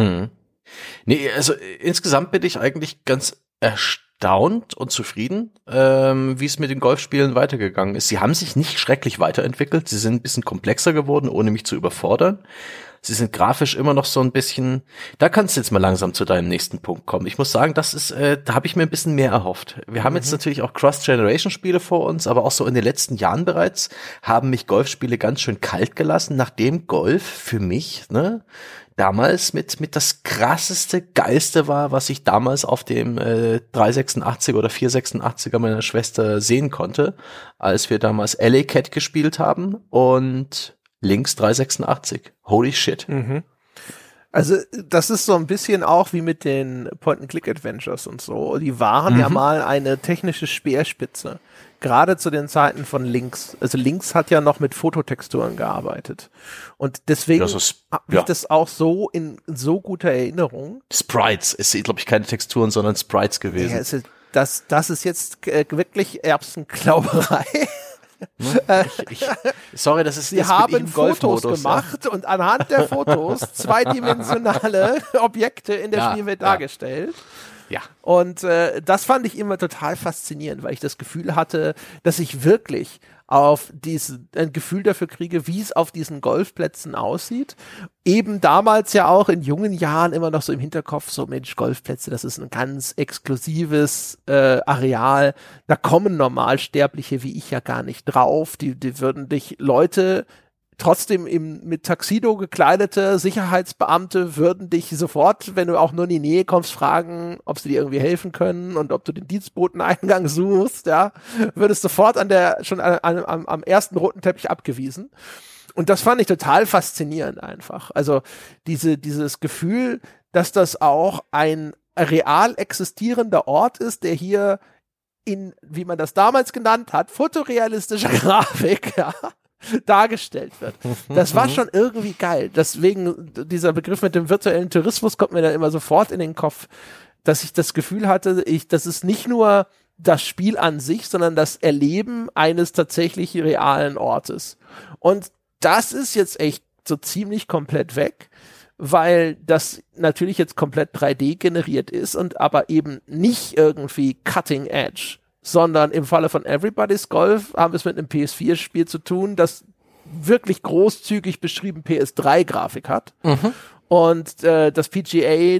Nee, also insgesamt bin ich eigentlich ganz erstaunt und zufrieden, wie es mit den Golfspielen weitergegangen ist. Sie haben sich nicht schrecklich weiterentwickelt. Sie sind ein bisschen komplexer geworden, ohne mich zu überfordern. Sie sind grafisch immer noch so ein bisschen, da kannst du jetzt mal langsam zu deinem nächsten Punkt kommen. Ich muss sagen, da habe ich mir ein bisschen mehr erhofft. Wir haben jetzt natürlich auch Cross-Generation-Spiele vor uns, aber auch so in den letzten Jahren bereits haben mich Golfspiele ganz schön kalt gelassen, nachdem Golf für mich, damals mit das krasseste, geilste war, was ich damals auf dem 386 oder 486er meiner Schwester sehen konnte, als wir damals LA Cat gespielt haben und links 386. Holy shit. Also das ist so ein bisschen auch wie mit den Point-and-Click-Adventures und so. Die waren ja mal eine technische Speerspitze. Gerade zu den Zeiten von Lynx. Also Lynx hat ja noch mit Fototexturen gearbeitet. Und deswegen habe ich das auch so in so guter Erinnerung. Sprites ist, glaube ich, keine Texturen, sondern Sprites gewesen. Ja, das ist jetzt wirklich Erbsenklauberei. Sorry, das ist Sie haben Fotos gemacht und anhand der Fotos zweidimensionale Objekte in der Spielwelt dargestellt. Ja. Und das fand ich immer total faszinierend, weil ich das Gefühl hatte, dass ich wirklich ein Gefühl dafür kriege, wie es auf diesen Golfplätzen aussieht. Eben damals ja auch in jungen Jahren immer noch so im Hinterkopf, so Mensch, Golfplätze, das ist ein ganz exklusives Areal. Da kommen Normalsterbliche wie ich ja gar nicht drauf. Die würden dich Leute trotzdem mit Tuxedo gekleidete Sicherheitsbeamte würden dich sofort, wenn du auch nur in die Nähe kommst, fragen, ob sie dir irgendwie helfen können und ob du den Dienstboteneingang suchst, ja, würdest sofort am ersten roten Teppich abgewiesen. Und das fand ich total faszinierend einfach. Also dieses Gefühl, dass das auch ein real existierender Ort ist, der hier in, wie man das damals genannt hat, fotorealistischer Grafik, ja, dargestellt wird. Das war schon irgendwie geil. Deswegen, dieser Begriff mit dem virtuellen Tourismus kommt mir dann immer sofort in den Kopf, dass ich das Gefühl hatte, das ist nicht nur das Spiel an sich, sondern das Erleben eines tatsächlich realen Ortes. Und das ist jetzt echt so ziemlich komplett weg, weil das natürlich jetzt komplett 3D generiert ist und aber eben nicht irgendwie cutting edge, sondern im Falle von Everybody's Golf haben wir es mit einem PS4-Spiel zu tun, das wirklich großzügig beschrieben PS3-Grafik hat. Und das PGA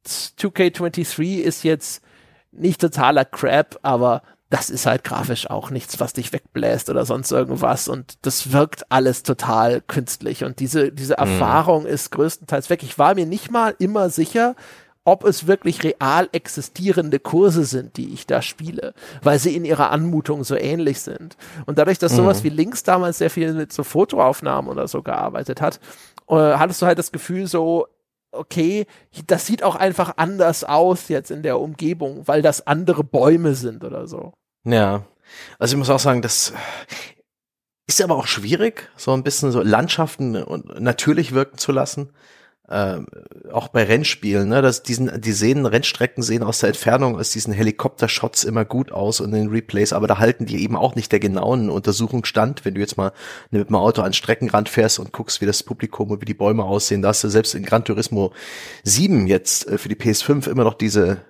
2K23 ist jetzt nicht totaler Crap, aber das ist halt grafisch auch nichts, was dich wegbläst oder sonst irgendwas. Und das wirkt alles total künstlich. Und diese Erfahrung ist größtenteils weg. Ich war mir nicht mal immer sicher, ob es wirklich real existierende Kurse sind, die ich da spiele, weil sie in ihrer Anmutung so ähnlich sind. Und dadurch, dass sowas wie Lynx damals sehr viel mit so Fotoaufnahmen oder so gearbeitet hat, hattest du halt das Gefühl so, okay, das sieht auch einfach anders aus jetzt in der Umgebung, weil das andere Bäume sind oder so. Ja, also ich muss auch sagen, das ist aber auch schwierig, so ein bisschen so Landschaften natürlich wirken zu lassen. Auch bei Rennspielen, ne, Rennstrecken sehen aus der Entfernung aus diesen Helikoptershots immer gut aus und in den Replays, aber da halten die eben auch nicht der genauen Untersuchung stand. Wenn du jetzt mal mit dem Auto an den Streckenrand fährst und guckst, wie das Publikum und wie die Bäume aussehen, da hast du selbst in Gran Turismo 7 jetzt für die PS5 immer noch diese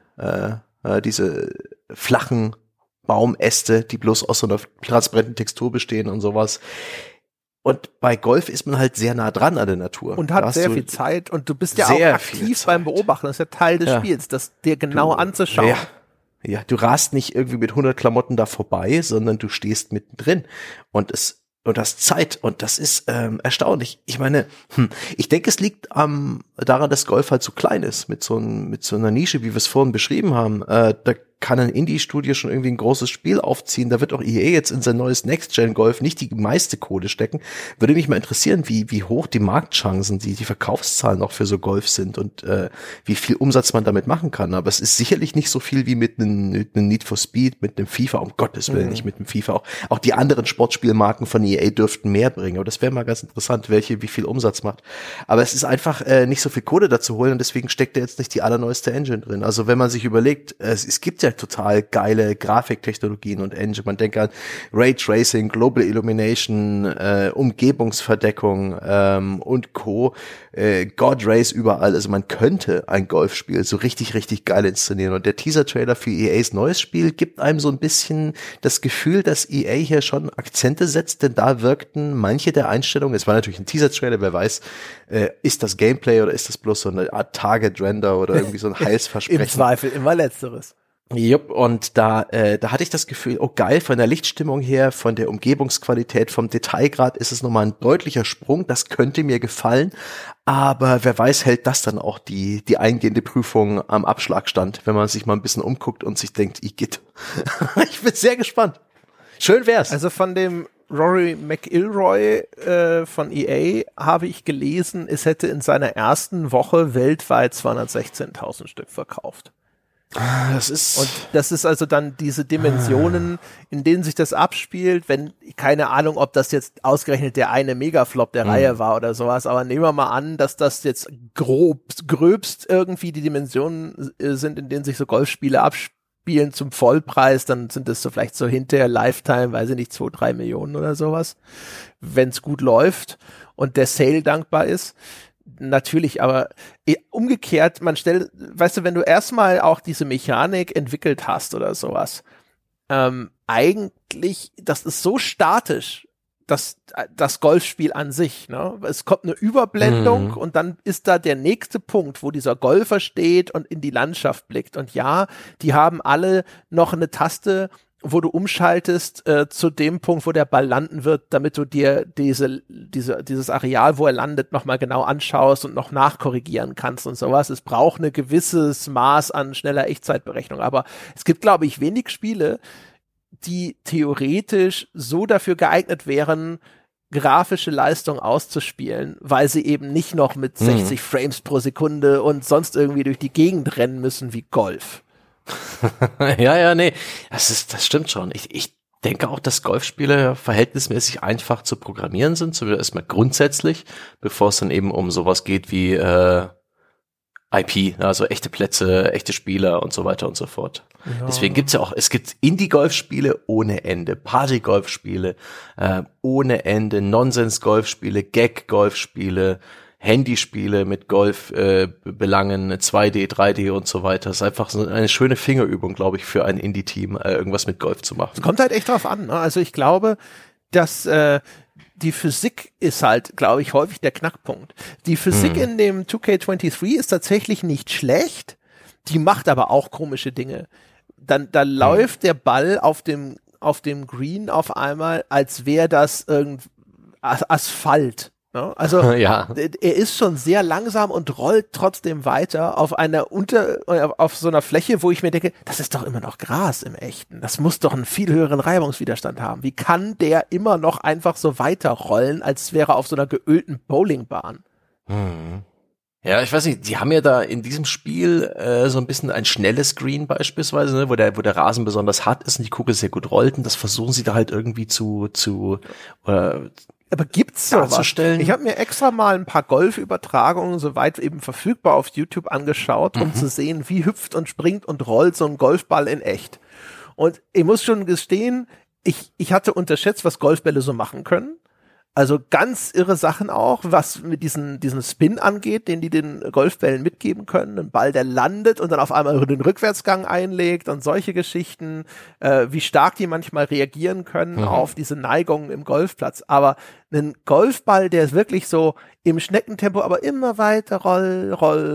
flachen Baumäste, die bloß aus so einer transparenten Textur bestehen und sowas. Und bei Golf ist man halt sehr nah dran an der Natur. Und hat sehr viel Zeit und du bist ja auch aktiv beim Beobachten. Das ist ja Teil des Spiels, das dir genau anzuschauen. Ja, du rast nicht irgendwie mit 100 Klamotten da vorbei, sondern du stehst mittendrin und hast Zeit und das ist erstaunlich. Ich meine, ich denke, es liegt daran, dass Golf halt so klein ist, mit so einer Nische, wie wir es vorhin beschrieben haben. Da kann ein Indie-Studio schon irgendwie ein großes Spiel aufziehen. Da wird auch EA jetzt in sein neues Next-Gen-Golf nicht die meiste Kohle stecken. Würde mich mal interessieren, wie hoch die Marktchancen, die Verkaufszahlen auch für so Golf sind und wie viel Umsatz man damit machen kann. Aber es ist sicherlich nicht so viel wie mit einem Need for Speed, mit einem FIFA, um Gottes Willen nicht mit einem FIFA. Auch die anderen Sportspielmarken von EA dürften mehr bringen. Aber das wäre mal ganz interessant, wie viel Umsatz macht. Aber es ist einfach nicht so viel Kohle dazu holen und deswegen steckt da jetzt nicht die allerneueste Engine drin. Also wenn man sich überlegt, es gibt ja total geile Grafiktechnologien und Engine. Man denkt an Raytracing, Global Illumination, Umgebungsverdeckung und Co. God Race überall. Also man könnte ein Golfspiel so richtig, richtig geil inszenieren. Und der Teaser-Trailer für EAs neues Spiel gibt einem so ein bisschen das Gefühl, dass EA hier schon Akzente setzt, denn da wirkten manche der Einstellungen, es war natürlich ein Teaser-Trailer, wer weiß, ist das Gameplay oder ist das bloß so eine Art Target-Render oder irgendwie so ein Heilsversprechen? Im Zweifel immer Letzteres. Jupp, und da hatte ich das Gefühl, oh geil, von der Lichtstimmung her, von der Umgebungsqualität, vom Detailgrad ist es nochmal ein deutlicher Sprung, das könnte mir gefallen, aber wer weiß, hält das dann auch die eingehende Prüfung am Abschlagstand, wenn man sich mal ein bisschen umguckt und sich denkt, Igitt. Ich bin sehr gespannt. Schön wär's. Also von dem Rory McIlroy von EA habe ich gelesen, es hätte in seiner ersten Woche weltweit 216.000 Stück verkauft. Und das ist also dann diese Dimensionen, in denen sich das abspielt, wenn, keine Ahnung, ob das jetzt ausgerechnet der eine Megaflop der Reihe war oder sowas, aber nehmen wir mal an, dass das jetzt gröbst irgendwie die Dimensionen sind, in denen sich so Golfspiele abspielen zum Vollpreis, dann sind das so vielleicht so hinterher Lifetime, weiß ich nicht, 2-3 Millionen oder sowas, wenn es gut läuft und der Sale dankbar ist. Natürlich, aber umgekehrt, weißt du, wenn du erstmal auch diese Mechanik entwickelt hast oder sowas, eigentlich, das ist so statisch, das Golfspiel an sich, ne? Es kommt eine Überblendung und dann ist da der nächste Punkt, wo dieser Golfer steht und in die Landschaft blickt. Und ja, die haben alle noch eine Taste, wo du umschaltest zu dem Punkt, wo der Ball landen wird, damit du dir dieses Areal, wo er landet, nochmal genau anschaust und noch nachkorrigieren kannst und sowas. Es braucht ein gewisses Maß an schneller Echtzeitberechnung. Aber es gibt, glaube ich, wenig Spiele, die theoretisch so dafür geeignet wären, grafische Leistung auszuspielen, weil sie eben nicht noch mit 60 Frames pro Sekunde und sonst irgendwie durch die Gegend rennen müssen wie Golf. Nee, das stimmt schon. Ich denke auch, dass Golfspiele verhältnismäßig einfach zu programmieren sind, zumindest erstmal grundsätzlich, bevor es dann eben um sowas geht wie IP, also echte Plätze, echte Spieler und so weiter und so fort. Ja. Deswegen es gibt Indie-Golfspiele ohne Ende, Party-Golfspiele ohne Ende, Nonsens-Golfspiele, Gag-Golfspiele, Handyspiele mit Golfbelangen, 2D, 3D und so weiter. Das ist einfach so eine schöne Fingerübung, glaube ich, für ein Indie-Team, irgendwas mit Golf zu machen. Es kommt halt echt drauf an, ne? Also ich glaube, dass die Physik ist halt, glaube ich, häufig der Knackpunkt. Die Physik in dem 2K23 ist tatsächlich nicht schlecht, die macht aber auch komische Dinge. Da läuft der Ball auf dem Green auf einmal, als wäre das Asphalt. Ne? Also er ist schon sehr langsam und rollt trotzdem weiter auf so einer Fläche, wo ich mir denke, das ist doch immer noch Gras im Echten. Das muss doch einen viel höheren Reibungswiderstand haben. Wie kann der immer noch einfach so weiterrollen, als wäre er auf so einer geölten Bowlingbahn? Ja, ich weiß nicht, die haben ja da in diesem Spiel so ein bisschen ein schnelles Green beispielsweise, ne, wo der Rasen besonders hart ist und die Kugel sehr gut rollt und das versuchen sie da halt irgendwie aber gibt's sowas? Ich habe mir extra mal ein paar Golfübertragungen, soweit eben verfügbar, auf YouTube angeschaut, um zu sehen, wie hüpft und springt und rollt so ein Golfball in echt. Und ich muss schon gestehen, ich hatte unterschätzt, was Golfbälle so machen können. Also ganz irre Sachen auch, was mit diesen Spin angeht, den die den Golfbällen mitgeben können. Ein Ball, der landet und dann auf einmal den Rückwärtsgang einlegt und solche Geschichten, wie stark die manchmal reagieren können auf diese Neigungen im Golfplatz. Aber ein Golfball, der ist wirklich so im Schneckentempo, aber immer weiter roll,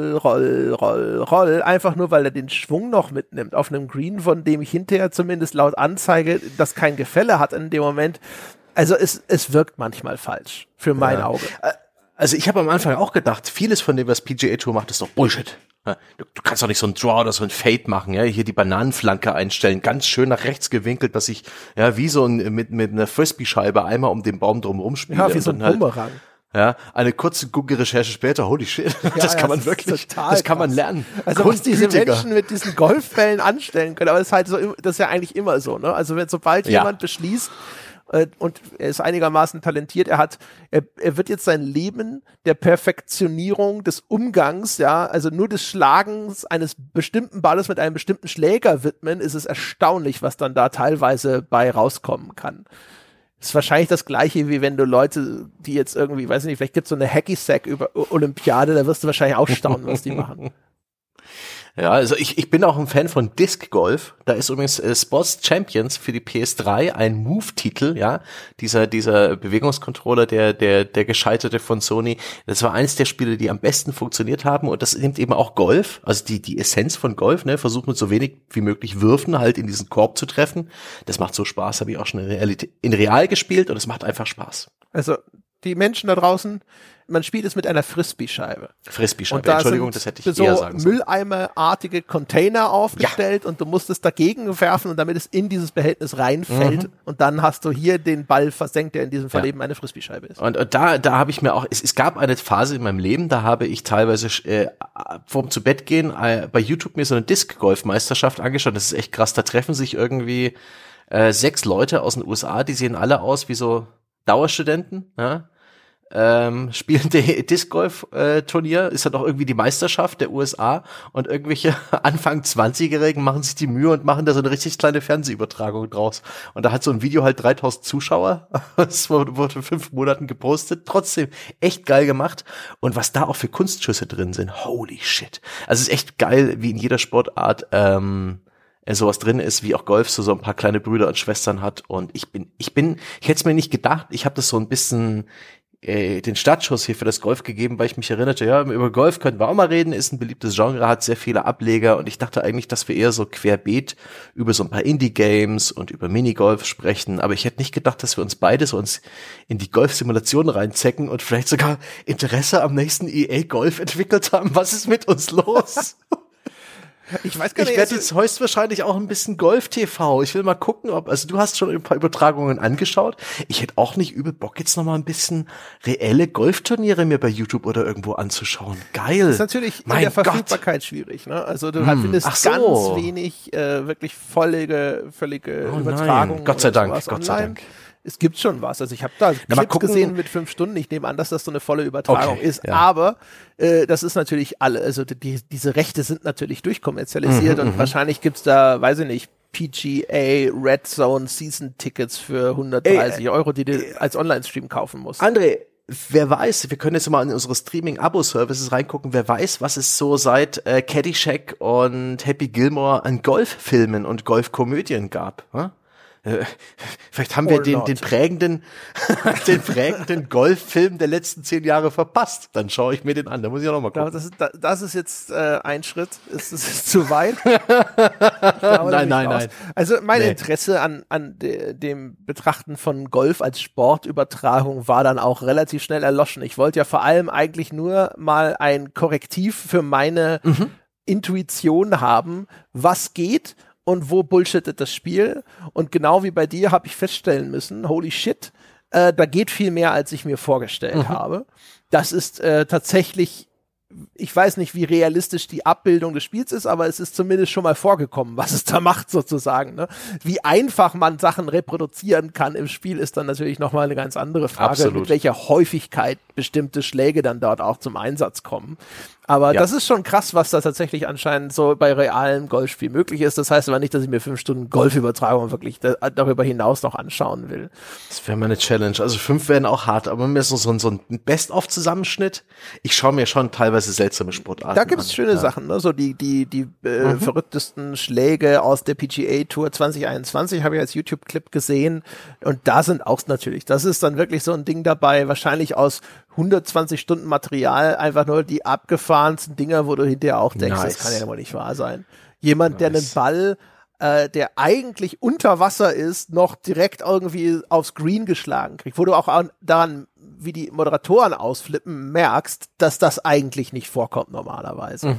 einfach nur, weil er den Schwung noch mitnimmt auf einem Green, von dem ich hinterher zumindest laut Anzeige das kein Gefälle hat in dem Moment. Also es wirkt manchmal falsch, für mein Auge. Also ich habe am Anfang auch gedacht, vieles von dem, was PGA Tour macht, ist doch Bullshit. Du kannst doch nicht so ein Draw oder so ein Fade machen, ja, hier die Bananenflanke einstellen, ganz schön nach rechts gewinkelt, dass ich wie so mit einer Frisbee-Scheibe einmal um den Baum drumherum spiele. Ja, wie so ein Bumerang. Ja, eine kurze Google-Recherche später, holy shit, das kann man wirklich, das kann man lernen. Also was diese Menschen mit diesen Golfbällen anstellen können, aber das ist halt so, das ist ja eigentlich immer so, ne? Also sobald jemand beschließt, und er ist einigermaßen talentiert, er wird jetzt sein Leben der Perfektionierung des Umgangs, also nur des Schlagens eines bestimmten Balles mit einem bestimmten Schläger widmen, ist es erstaunlich, was dann da teilweise bei rauskommen kann. Ist wahrscheinlich das Gleiche, wie wenn du Leute, die jetzt irgendwie, weiß ich nicht, vielleicht gibt es so eine Hacky-Sack über Olympiade, da wirst du wahrscheinlich auch staunen, was die machen. Ja, also ich bin auch ein Fan von Disc Golf. Da ist übrigens Sports Champions für die PS3 ein Move-Titel, ja. Dieser Bewegungscontroller, der gescheiterte von Sony. Das war eines der Spiele, die am besten funktioniert haben. Und das nimmt eben auch Golf, also die Essenz von Golf, ne, versucht mit so wenig wie möglich Würfen halt in diesen Korb zu treffen. Das macht so Spaß, habe ich auch schon in Real gespielt und es macht einfach Spaß. Also die Menschen da draußen, man spielt es mit einer Frisbee-Scheibe. Frisbee-Scheibe, Entschuldigung, das hätte ich so eher sagen sollen. Mülleimerartige Container aufgestellt und du musst es dagegen werfen und damit es in dieses Behältnis reinfällt und dann hast du hier den Ball versenkt, der in diesem Fall eben eine Frisbee-Scheibe ist. Und da habe ich mir auch, es gab eine Phase in meinem Leben, da habe ich teilweise vorm zu Bett gehen bei YouTube mir so eine Disc-Golf-Meisterschaft angeschaut. Das ist echt krass, da treffen sich irgendwie 6 Leute aus den USA, die sehen alle aus wie so Dauerstudenten, ja? Spielen Disc-Golf-Turnier, ist halt auch irgendwie die Meisterschaft der USA und irgendwelche Anfang 20-Jährigen machen sich die Mühe und machen da so eine richtig kleine Fernsehübertragung draus. Und da hat so ein Video halt 3000 Zuschauer, das wurde vor 5 Monaten gepostet, trotzdem echt geil gemacht. Und was da auch für Kunstschüsse drin sind, holy shit. Also es ist echt geil, wie in jeder Sportart sowas drin ist, wie auch Golf so ein paar kleine Brüder und Schwestern hat. Und ich hätte es mir nicht gedacht, ich habe das so ein bisschen den Startschuss hier für das Golf gegeben, weil ich mich erinnerte, ja, über Golf könnten wir auch mal reden, ist ein beliebtes Genre, hat sehr viele Ableger und ich dachte eigentlich, dass wir eher so querbeet über so ein paar Indie-Games und über Minigolf sprechen, aber ich hätte nicht gedacht, dass wir uns beide so uns in die Golf-Simulation reinzecken und vielleicht sogar Interesse am nächsten EA Golf entwickelt haben. Was ist mit uns los? Ich weiß gar nicht. Ich werde jetzt höchstwahrscheinlich auch ein bisschen Golf-TV. Ich will mal gucken, also du hast schon ein paar Übertragungen angeschaut. Ich hätte auch nicht übel Bock, jetzt noch mal ein bisschen reelle Golfturniere mir bei YouTube oder irgendwo anzuschauen. Geil. Das ist natürlich in der Verfügbarkeit schwierig, ne? Also du findest ganz wenig wirklich völlige Übertragungen. Nein. Gott sei Dank. Es gibt schon was. Also ich habe da Clips gesehen mit 5 Stunden. Ich nehme an, dass das so eine volle Übertragung ist. Ja. Aber das ist natürlich also diese Rechte sind natürlich durchkommerzialisiert und wahrscheinlich gibt's da, weiß ich nicht, PGA Red Zone Season Tickets für 130 Euro, die du als Online-Stream kaufen musst. André, wer weiß, wir können jetzt mal in unsere Streaming-Abo-Services reingucken, wer weiß, was es so seit Caddyshack und Happy Gilmore an Golffilmen und Golfkomödien gab. Hm? Vielleicht haben wir den prägenden Golffilm der letzten 10 Jahre verpasst. Dann schaue ich mir den an. Da muss ich auch noch mal gucken. Das ist jetzt ein Schritt. Ist es zu weit? Nein. Also mein Interesse an dem Betrachten von Golf als Sportübertragung war dann auch relativ schnell erloschen. Ich wollte ja vor allem eigentlich nur mal ein Korrektiv für meine Intuition haben, was geht und wo bullshittet das Spiel. Und genau wie bei dir habe ich feststellen müssen, holy shit, da geht viel mehr, als ich mir vorgestellt habe. Das ist tatsächlich, ich weiß nicht, wie realistisch die Abbildung des Spiels ist, aber es ist zumindest schon mal vorgekommen, was es da macht sozusagen. Ne? Wie einfach man Sachen reproduzieren kann im Spiel, ist dann natürlich nochmal eine ganz andere Frage, Absolut. Mit welcher Häufigkeit bestimmte Schläge dann dort auch zum Einsatz kommen. Aber das ist schon krass, was da tatsächlich anscheinend so bei realem Golfspiel möglich ist. Das heißt aber nicht, dass ich mir 5 Stunden Golfübertragung wirklich darüber hinaus noch anschauen will. Das wäre meine Challenge. Also 5 werden auch hart, aber mir ist so ein Best-of-Zusammenschnitt. Ich schaue mir schon teilweise seltsame Sportarten an. Da gibt's schöne Sachen, ne? So die verrücktesten Schläge aus der PGA Tour 2021 habe ich als YouTube-Clip gesehen. Und da sind auch natürlich, das ist dann wirklich so ein Ding dabei, wahrscheinlich aus 120 Stunden Material, einfach nur die abgefahrensten Dinger, wo du hinterher auch denkst, das kann ja wohl nicht wahr sein. Jemand, der einen Ball, der eigentlich unter Wasser ist, noch direkt irgendwie aufs Green geschlagen kriegt, wo du auch daran, wie die Moderatoren ausflippen, merkst, dass das eigentlich nicht vorkommt normalerweise.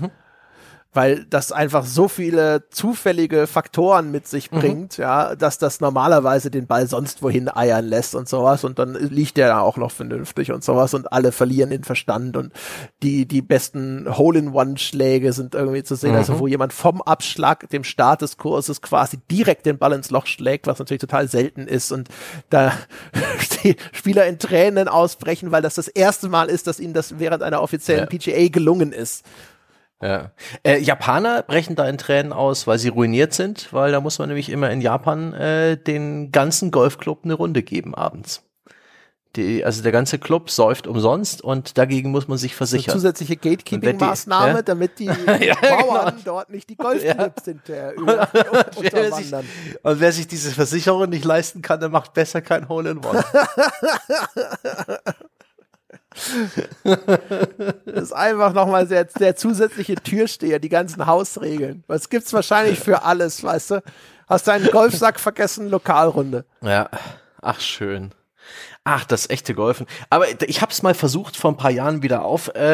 Weil das einfach so viele zufällige Faktoren mit sich bringt, ja, dass das normalerweise den Ball sonst wohin eiern lässt und sowas und dann liegt der da auch noch vernünftig und sowas und alle verlieren den Verstand und die besten Hole-in-One-Schläge sind irgendwie zu sehen, also wo jemand vom Abschlag, dem Start des Kurses quasi direkt den Ball ins Loch schlägt, was natürlich total selten ist und da die Spieler in Tränen ausbrechen, weil das erste Mal ist, dass ihnen das während einer offiziellen PGA gelungen ist. Ja. Japaner brechen da in Tränen aus, weil sie ruiniert sind, weil da muss man nämlich immer in Japan den ganzen Golfclub eine Runde geben abends. Also der ganze Club säuft umsonst und dagegen muss man sich versichern. Eine zusätzliche Gatekeeping-Maßnahme, damit die Bauern dort nicht die Golfclubs hinterher unterwandern. Und wer sich diese Versicherung nicht leisten kann, der macht besser kein Hole-in-One. Das ist einfach nochmal der zusätzliche Türsteher, die ganzen Hausregeln. Was gibt's wahrscheinlich für alles, weißt du? Hast deinen Golfsack vergessen, Lokalrunde. Ja, ach schön. Ach, das echte Golfen. Aber ich habe es mal versucht, vor ein paar Jahren wieder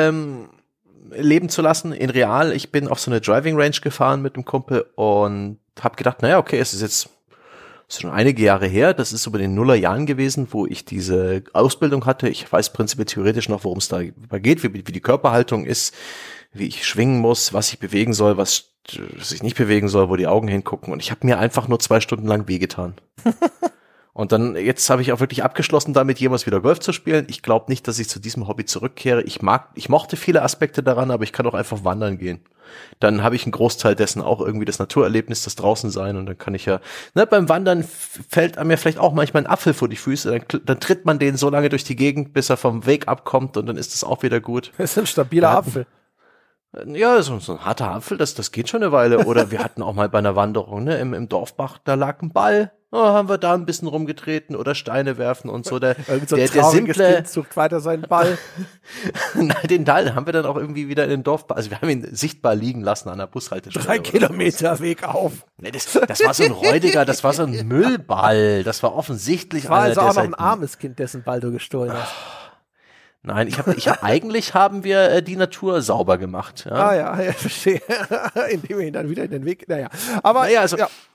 leben zu lassen, in real. Ich bin auf so eine Driving Range gefahren mit einem Kumpel und habe gedacht, naja, okay, es ist jetzt schon einige Jahre her. Das ist so bei den Nullerjahren gewesen, wo ich diese Ausbildung hatte. Ich weiß prinzipiell theoretisch noch, worum es da geht, wie die Körperhaltung ist, wie ich schwingen muss, was ich bewegen soll, was ich nicht bewegen soll, wo die Augen hingucken. Und ich habe mir einfach nur 2 Stunden lang wehgetan. Und dann, jetzt habe ich auch wirklich abgeschlossen damit, jemals wieder Golf zu spielen. Ich glaube nicht, dass ich zu diesem Hobby zurückkehre. Ich mochte viele Aspekte daran, aber ich kann auch einfach wandern gehen. Dann habe ich einen Großteil dessen auch irgendwie das Naturerlebnis, das draußen sein. Und dann kann ich ja, beim Wandern fällt einem ja vielleicht auch manchmal ein Apfel vor die Füße. Dann tritt man den so lange durch die Gegend, bis er vom Weg abkommt und dann ist es auch wieder gut. Das ist ein stabiler Apfel. Ja, so ein harter Apfel, das geht schon eine Weile. Oder wir hatten auch mal bei einer Wanderung, im Dorfbach, da lag ein Ball. Oh, haben wir da ein bisschen rumgetreten oder Steine werfen und so. Der simple Kind sucht weiter seinen Ball. Nein, den Ball haben wir dann auch irgendwie wieder in den Dorfbach. Also wir haben ihn sichtbar liegen lassen an der Bushaltestelle. 3 Kilometer so. Weg auf. Nee, das war so ein räudiger, das war so ein Müllball. Das war offensichtlich. Das war also auch noch ein armes Kind, dessen Ball du gestohlen hast. Nein, eigentlich haben wir die Natur sauber gemacht. Ja? Ah ja, verstehe. Indem wir ihn dann wieder in den Weg, Aber, also,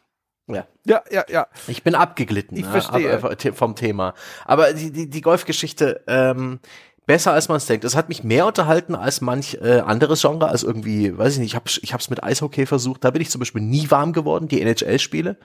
ja. Ich bin abgeglitten. Ich verstehe. Vom Thema. Aber die Golfgeschichte, besser als man es denkt. Es hat mich mehr unterhalten als manch anderes Genre, als irgendwie, weiß ich nicht, ich hab's mit Eishockey versucht. Da bin ich zum Beispiel nie warm geworden, die NHL-Spiele.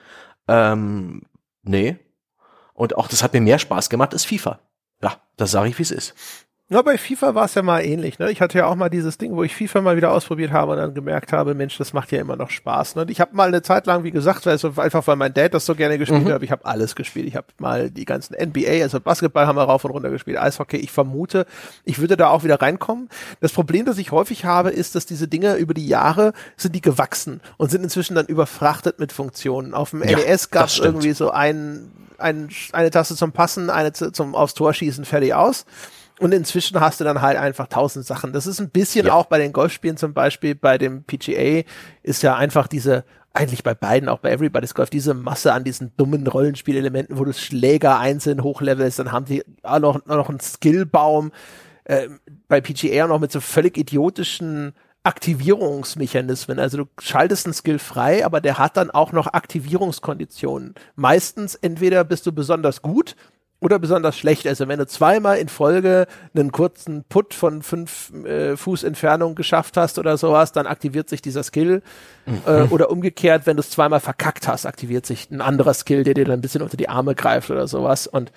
Nee. Und auch das hat mir mehr Spaß gemacht als FIFA. Ja, das sage ich, wie es ist. Ja, bei FIFA war es ja mal ähnlich, ne? Ich hatte ja auch mal dieses Ding, wo ich FIFA mal wieder ausprobiert habe und dann gemerkt habe, Mensch, das macht ja immer noch Spaß, ne? Und ich habe mal eine Zeit lang, wie gesagt, also einfach weil mein Dad das so gerne gespielt hat, ich habe alles gespielt. Ich habe mal die ganzen NBA, also Basketball haben wir rauf und runter gespielt, Eishockey. Ich vermute, ich würde da auch wieder reinkommen. Das Problem, das ich häufig habe, ist, dass diese Dinge über die Jahre sind die gewachsen und sind inzwischen dann überfrachtet mit Funktionen. Auf dem NES gab es irgendwie so eine Taste zum Passen, eine zum aufs Tor schießen, fertig aus. Und inzwischen hast du dann halt einfach 1000 Sachen. Das ist ein bisschen auch bei den Golfspielen zum Beispiel, bei dem PGA ist ja einfach eigentlich bei beiden, auch bei Everybody's Golf, diese Masse an diesen dummen Rollenspielelementen, wo du Schläger einzeln hochlevelst, dann haben die auch noch einen Skillbaum, bei PGA auch noch mit so völlig idiotischen Aktivierungsmechanismen. Also du schaltest einen Skill frei, aber der hat dann auch noch Aktivierungskonditionen. Meistens entweder bist du besonders gut oder besonders schlecht. Also wenn du zweimal in Folge einen kurzen Putt von 5 Fuß Entfernung geschafft hast oder sowas, dann aktiviert sich dieser Skill. Oder umgekehrt, wenn du es zweimal verkackt hast, aktiviert sich ein anderer Skill, der dir dann ein bisschen unter die Arme greift oder sowas. Und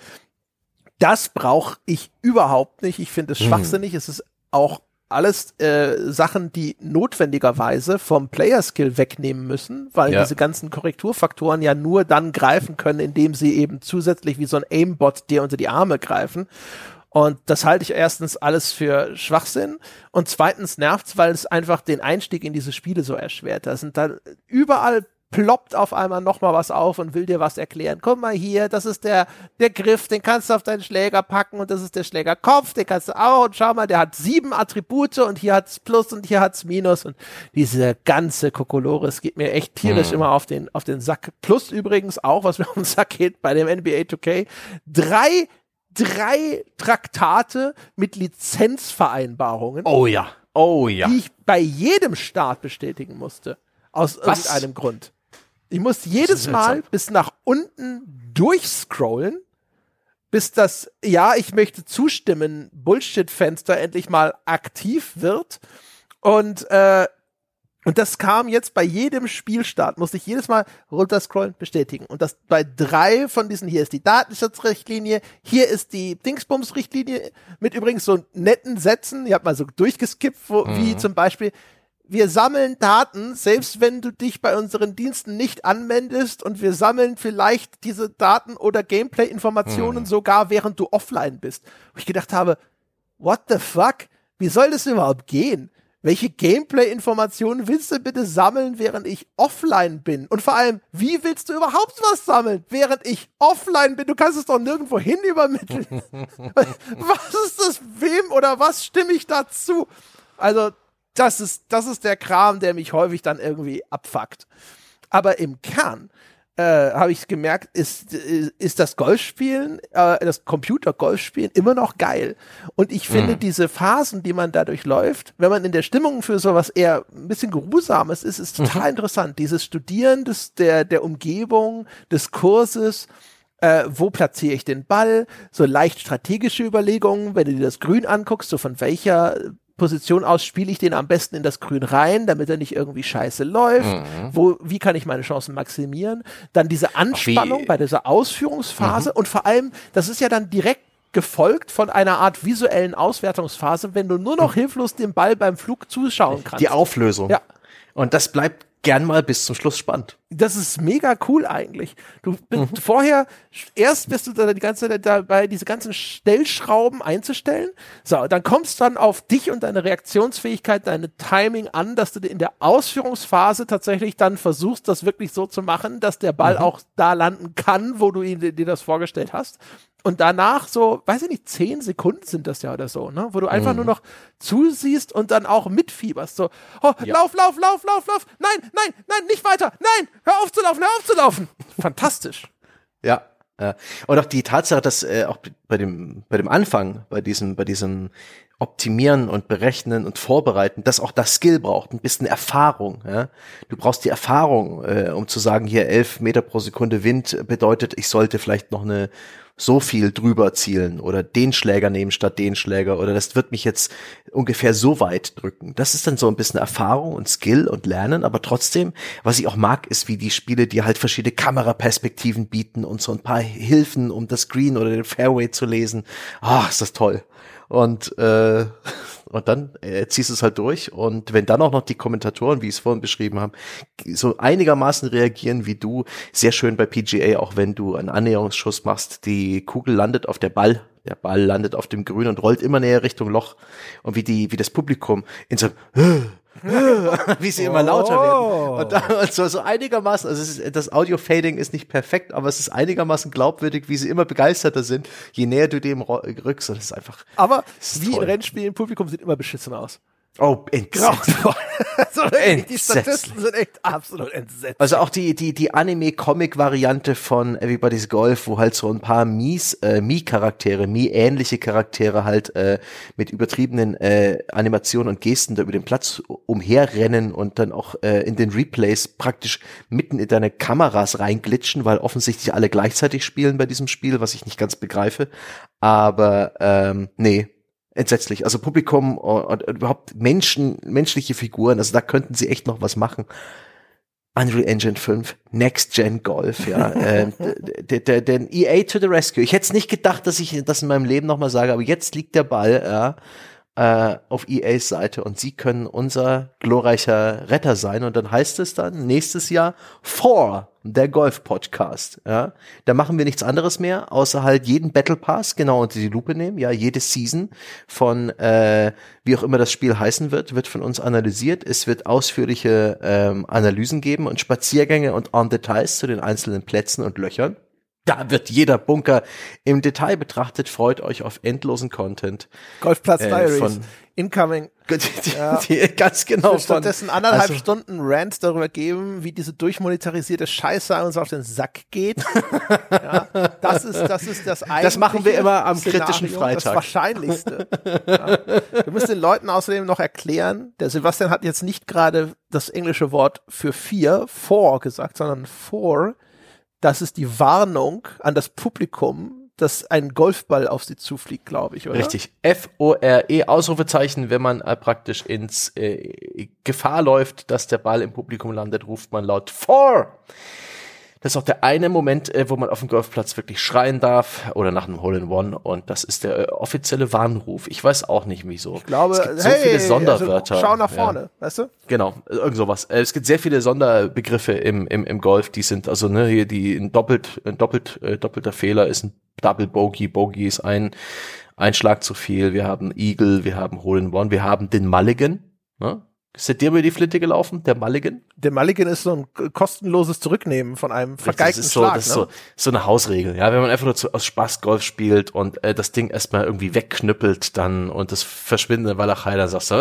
das brauche ich überhaupt nicht. Ich finde es schwachsinnig. Es ist auch alles Sachen, die notwendigerweise vom Player-Skill wegnehmen müssen, weil diese ganzen Korrekturfaktoren ja nur dann greifen können, indem sie eben zusätzlich wie so ein Aimbot dir unter die Arme greifen. Und das halte ich erstens alles für Schwachsinn und zweitens nervt's, weil es einfach den Einstieg in diese Spiele so erschwert. Da sind dann überall ploppt auf einmal nochmal was auf und will dir was erklären. Guck mal hier, das ist der Griff, den kannst du auf deinen Schläger packen und das ist der Schlägerkopf, den kannst du auch und schau mal, der hat 7 Attribute und hier hat's Plus und hier hat's Minus und diese ganze Kokolores geht mir echt tierisch immer auf den Sack. Plus übrigens auch, was mir auf den Sack geht bei dem NBA 2K, drei Traktate mit Lizenzvereinbarungen. Oh ja. Die ich bei jedem Start bestätigen musste. Aus irgendeinem Grund. Ich muss jedes Mal bis nach unten durchscrollen, bis das ich möchte zustimmen Bullshit-Fenster endlich mal aktiv wird. Und das kam jetzt bei jedem Spielstart, musste ich jedes Mal runterscrollen, bestätigen. Und das bei 3 von diesen, hier ist die Datenschutzrichtlinie, hier ist die Dingsbums-Richtlinie, mit übrigens so netten Sätzen, ich habe mal so durchgeskippt, wie zum Beispiel, wir sammeln Daten, selbst wenn du dich bei unseren Diensten nicht anmeldest und wir sammeln vielleicht diese Daten oder Gameplay-Informationen sogar, während du offline bist. Wo ich gedacht habe, what the fuck? Wie soll das überhaupt gehen? Welche Gameplay-Informationen willst du bitte sammeln, während ich offline bin? Und vor allem, wie willst du überhaupt was sammeln, während ich offline bin? Du kannst es doch nirgendwo hin übermitteln. Was ist das? Wem oder was stimme ich dazu? Also, das ist der Kram, der mich häufig dann irgendwie abfuckt. Aber im Kern habe ich gemerkt, ist das Golfspielen, das Computer-Golfspielen immer noch geil. Und ich finde diese Phasen, die man dadurch läuft, wenn man in der Stimmung für sowas eher ein bisschen Geruhsames ist total interessant. Dieses Studieren der Umgebung, des Kurses, wo platziere ich den Ball, so leicht strategische Überlegungen, wenn du dir das Grün anguckst, so von welcher Position aus spiele ich den am besten in das Grün rein, damit er nicht irgendwie scheiße läuft. Wie kann ich meine Chancen maximieren? Dann diese Anspannung bei dieser Ausführungsphase und vor allem, das ist ja dann direkt gefolgt von einer Art visuellen Auswertungsphase, wenn du nur noch hilflos dem Ball beim Flug zuschauen kannst. Die Auflösung. Ja. Und das bleibt gern mal bis zum Schluss spannend. Das ist mega cool eigentlich. Du bist erst bist du da die ganze Zeit dabei, diese ganzen Stellschrauben einzustellen. So, dann kommst du dann auf dich und deine Reaktionsfähigkeit, deine Timing an, dass du in der Ausführungsphase tatsächlich dann versuchst, das wirklich so zu machen, dass der Ball auch da landen kann, wo du dir das vorgestellt hast. Und danach so, weiß ich nicht, 10 Sekunden sind das ja oder so, ne? Wo du einfach nur noch zusiehst und dann auch mitfieberst. So, lauf. Nein, nicht weiter. Nein, hör auf zu laufen. Fantastisch. Ja. Und auch die Tatsache, dass auch bei dem Anfang, bei diesem Optimieren und Berechnen und Vorbereiten, dass auch das Skill braucht, ein bisschen Erfahrung. Ja? Du brauchst die Erfahrung, um zu sagen, hier 11 Meter pro Sekunde Wind bedeutet, ich sollte vielleicht noch so viel drüber zielen oder den Schläger nehmen statt den Schläger oder das wird mich jetzt ungefähr so weit drücken. Das ist dann so ein bisschen Erfahrung und Skill und Lernen, aber trotzdem, was ich auch mag, ist, wie die Spiele dir halt verschiedene Kameraperspektiven bieten und so ein paar Hilfen, um das Green oder den Fairway zu lesen. Ist das toll. Und dann ziehst du es halt durch und wenn dann auch noch die Kommentatoren, wie ich es vorhin beschrieben habe, so einigermaßen reagieren wie du, sehr schön bei PGA, auch wenn du einen Annäherungsschuss machst, die Kugel landet auf der Ball landet auf dem Grün und rollt immer näher Richtung Loch und wie das Publikum in so wie sie immer lauter werden. Und so einigermaßen, also das Audio-Fading ist nicht perfekt, aber es ist einigermaßen glaubwürdig, wie sie immer begeisterter sind, je näher du dem rückst. Und das ist einfach. Aber wie in Rennspielen, Publikum sieht immer beschissen aus. Oh, entsetzlich. Die Statisten sind echt absolut entsetzlich. Also auch die Anime-Comic-Variante von Everybody's Golf, wo halt so ein paar Mii-Charaktere, Mii-ähnliche Charaktere halt mit übertriebenen Animationen und Gesten da über den Platz umherrennen und dann auch in den Replays praktisch mitten in deine Kameras reinglitschen, weil offensichtlich alle gleichzeitig spielen bei diesem Spiel, was ich nicht ganz begreife. Aber nee. Entsetzlich. Also Publikum und überhaupt menschliche Figuren, also da könnten sie echt noch was machen. Unreal Engine 5, Next Gen Golf, ja. Den EA to the rescue. Ich hätte es nicht gedacht, dass ich das in meinem Leben nochmal sage, aber jetzt liegt der Ball, auf EAs Seite und sie können unser glorreicher Retter sein und dann heißt es dann nächstes Jahr der Golf-Podcast, ja. Da machen wir nichts anderes mehr, außer halt jeden Battle Pass genau unter die Lupe nehmen, ja, jede Season von, wie auch immer das Spiel heißen wird von uns analysiert. Es wird ausführliche Analysen geben und Spaziergänge und On-Details zu den einzelnen Plätzen und Löchern. Da wird jeder Bunker im Detail betrachtet. Freut euch auf endlosen Content. Golfplatz Diaries. Incoming. Ganz genau. Stattdessen 1,5 Stunden Rant darüber geben, wie diese durchmonetarisierte Scheiße uns auf den Sack geht. Ja, das ist das eigentliche. Das machen wir immer am Szenario, kritischen Freitag. Das Wahrscheinlichste. Ja. Wir müssen den Leuten außerdem noch erklären, der Sebastian hat jetzt nicht gerade das englische Wort für 4 gesagt, sondern das ist die Warnung an das Publikum, dass ein Golfball auf sie zufliegt, glaube ich, oder? Richtig. FORE, Ausrufezeichen, wenn man praktisch ins Gefahr läuft, dass der Ball im Publikum landet, ruft man laut 4. Das ist auch der eine Moment, wo man auf dem Golfplatz wirklich schreien darf oder nach einem Hole-in-One und das ist der offizielle Warnruf. Ich weiß auch nicht, wieso. Ich glaube, es gibt so viele Sonderwörter. Also schau nach vorne, weißt du? Genau, irgend sowas. Es gibt sehr viele Sonderbegriffe im Golf, die sind, also ne, hier ein doppelter Fehler ist ein Double Bogey. Bogey ist ein Schlag zu viel. Wir haben Eagle, wir haben Hole-in-One, wir haben den Mulligan, ne? Ist der dir über die Flinte gelaufen, der Mulligan? Der Mulligan ist so ein kostenloses Zurücknehmen von einem vergeigten Schlag. Das ist so eine Hausregel. Ja, wenn man einfach nur aus Spaß Golf spielt und das Ding erstmal irgendwie wegknüppelt dann und das verschwindende Walachei, dann sagst du,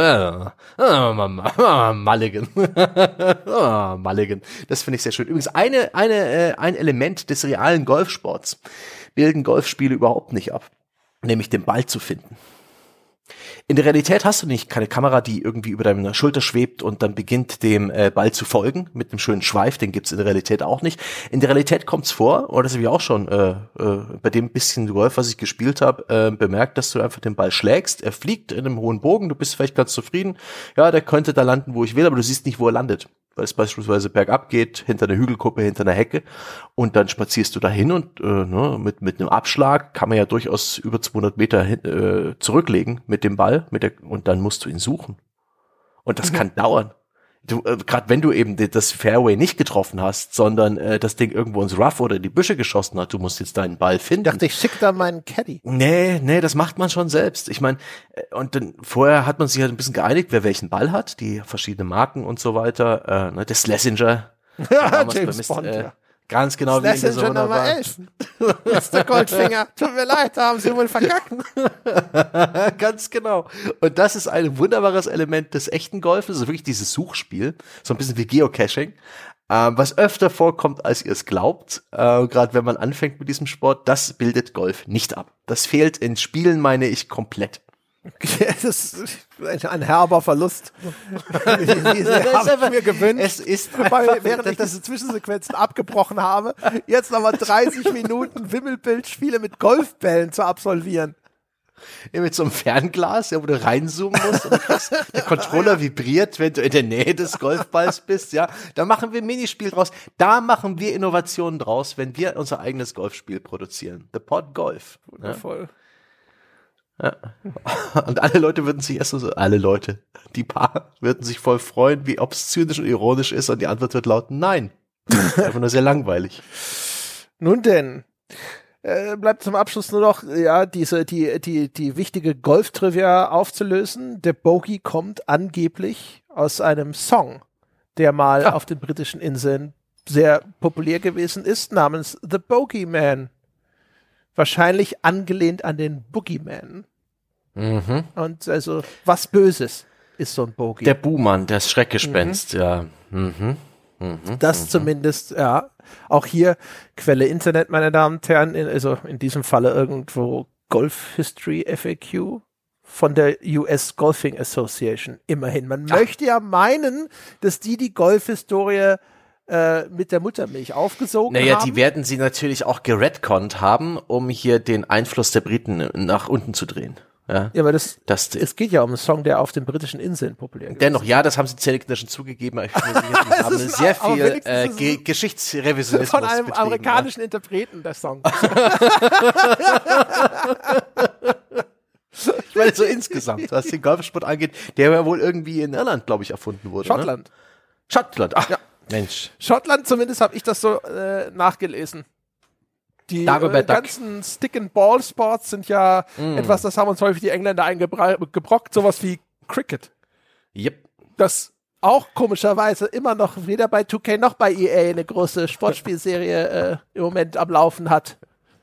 Mulligan. Mulligan. Das finde ich sehr schön. Übrigens, ein Element des realen Golfsports bilden Golfspiele überhaupt nicht ab, nämlich den Ball zu finden. In der Realität hast du nicht keine Kamera, die irgendwie über deiner Schulter schwebt und dann beginnt dem Ball zu folgen mit einem schönen Schweif, den gibt's in der Realität auch nicht. In der Realität kommt's vor, oder das habe ich auch schon bei dem bisschen Golf, was ich gespielt habe, bemerkt, dass du einfach den Ball schlägst, er fliegt in einem hohen Bogen, du bist vielleicht ganz zufrieden, ja, der könnte da landen, wo ich will, aber du siehst nicht, wo er landet, weil es beispielsweise bergab geht, hinter einer Hügelkuppe, hinter einer Hecke und dann spazierst du dahin und mit einem Abschlag kann man ja durchaus über 200 Meter zurücklegen mit dem Ball und dann musst du ihn suchen. Und das kann dauern. Gerade wenn du eben das Fairway nicht getroffen hast, sondern das Ding irgendwo ins Rough oder in die Büsche geschossen hat, du musst jetzt deinen Ball finden. Ich dachte, ich schicke da meinen Caddy. Nee, das macht man schon selbst. Ich meine, und dann vorher hat man sich halt ein bisschen geeinigt, wer welchen Ball hat, die verschiedenen Marken und so weiter. Der Schlesinger. James Bond, ja. Ganz genau wie in der Schlesinger Nummer 11. Mr. Goldfinger, tut mir leid, da haben Sie wohl verkackt. Ganz genau. Und das ist ein wunderbares Element des echten Golfes, also wirklich dieses Suchspiel, so ein bisschen wie Geocaching, was öfter vorkommt, als ihr es glaubt, gerade wenn man anfängt mit diesem Sport, das bildet Golf nicht ab. Das fehlt in Spielen, meine ich, komplett. Das ist ein herber Verlust. Diese habe ich mir gewünscht, es ist während ich diese Zwischensequenzen abgebrochen habe, jetzt nochmal 30 Minuten Wimmelbildspiele mit Golfbällen zu absolvieren. Ja, mit so einem Fernglas, ja, wo du reinzoomen musst und der Controller vibriert, wenn du in der Nähe des Golfballs bist, ja. Da machen wir ein Minispiel draus. Da machen wir Innovationen draus, wenn wir unser eigenes Golfspiel produzieren. The Pod Golf. Wundervoll. Ja. Ja. Und alle Leute würden sich die paar würden sich voll freuen, wie ob es zynisch und ironisch ist und die Antwort wird lauten nein. Einfach nur sehr langweilig. Nun denn, bleibt zum Abschluss nur noch, ja, die wichtige Golf-Trivia aufzulösen. Der Bogey kommt angeblich aus einem Song, der mal auf den britischen Inseln sehr populär gewesen ist, namens The Bogeyman. Wahrscheinlich angelehnt an den Boogeyman. Mhm. Und also was Böses ist so ein Bogey. Der Buhmann, das Schreckgespenst, ja. Mhm. Das zumindest, ja. Auch hier Quelle Internet, meine Damen und Herren, also in diesem Falle irgendwo Golf History FAQ von der US Golfing Association. Immerhin. Man möchte ja meinen, dass die Golfhistorie mit der Muttermilch aufgesogen haben. Naja, die werden sie natürlich auch geredconnt haben, um hier den Einfluss der Briten nach unten zu drehen. Ja, aber es geht ja um einen Song, der auf den britischen Inseln populär ist. Dennoch, ja, das haben sie zählich schon zugegeben. Ich bin mir sicher, die haben sehr viel Geschichtsrevisionismus von einem betrieben, amerikanischen Interpreten, der Song. Ich meine, so insgesamt, was den Golfsport angeht, der ja wohl irgendwie in Irland, glaube ich, erfunden wurde. Schottland. Ne? Schottland, ach ja. Mensch. Schottland, zumindest habe ich das so nachgelesen. Die ganzen Stick-and-Ball-Sports sind ja etwas, das haben uns häufig die Engländer eingebrockt, sowas wie Cricket. Yep. Das auch komischerweise immer noch weder bei 2K noch bei EA eine große Sportspielserie im Moment am Laufen hat.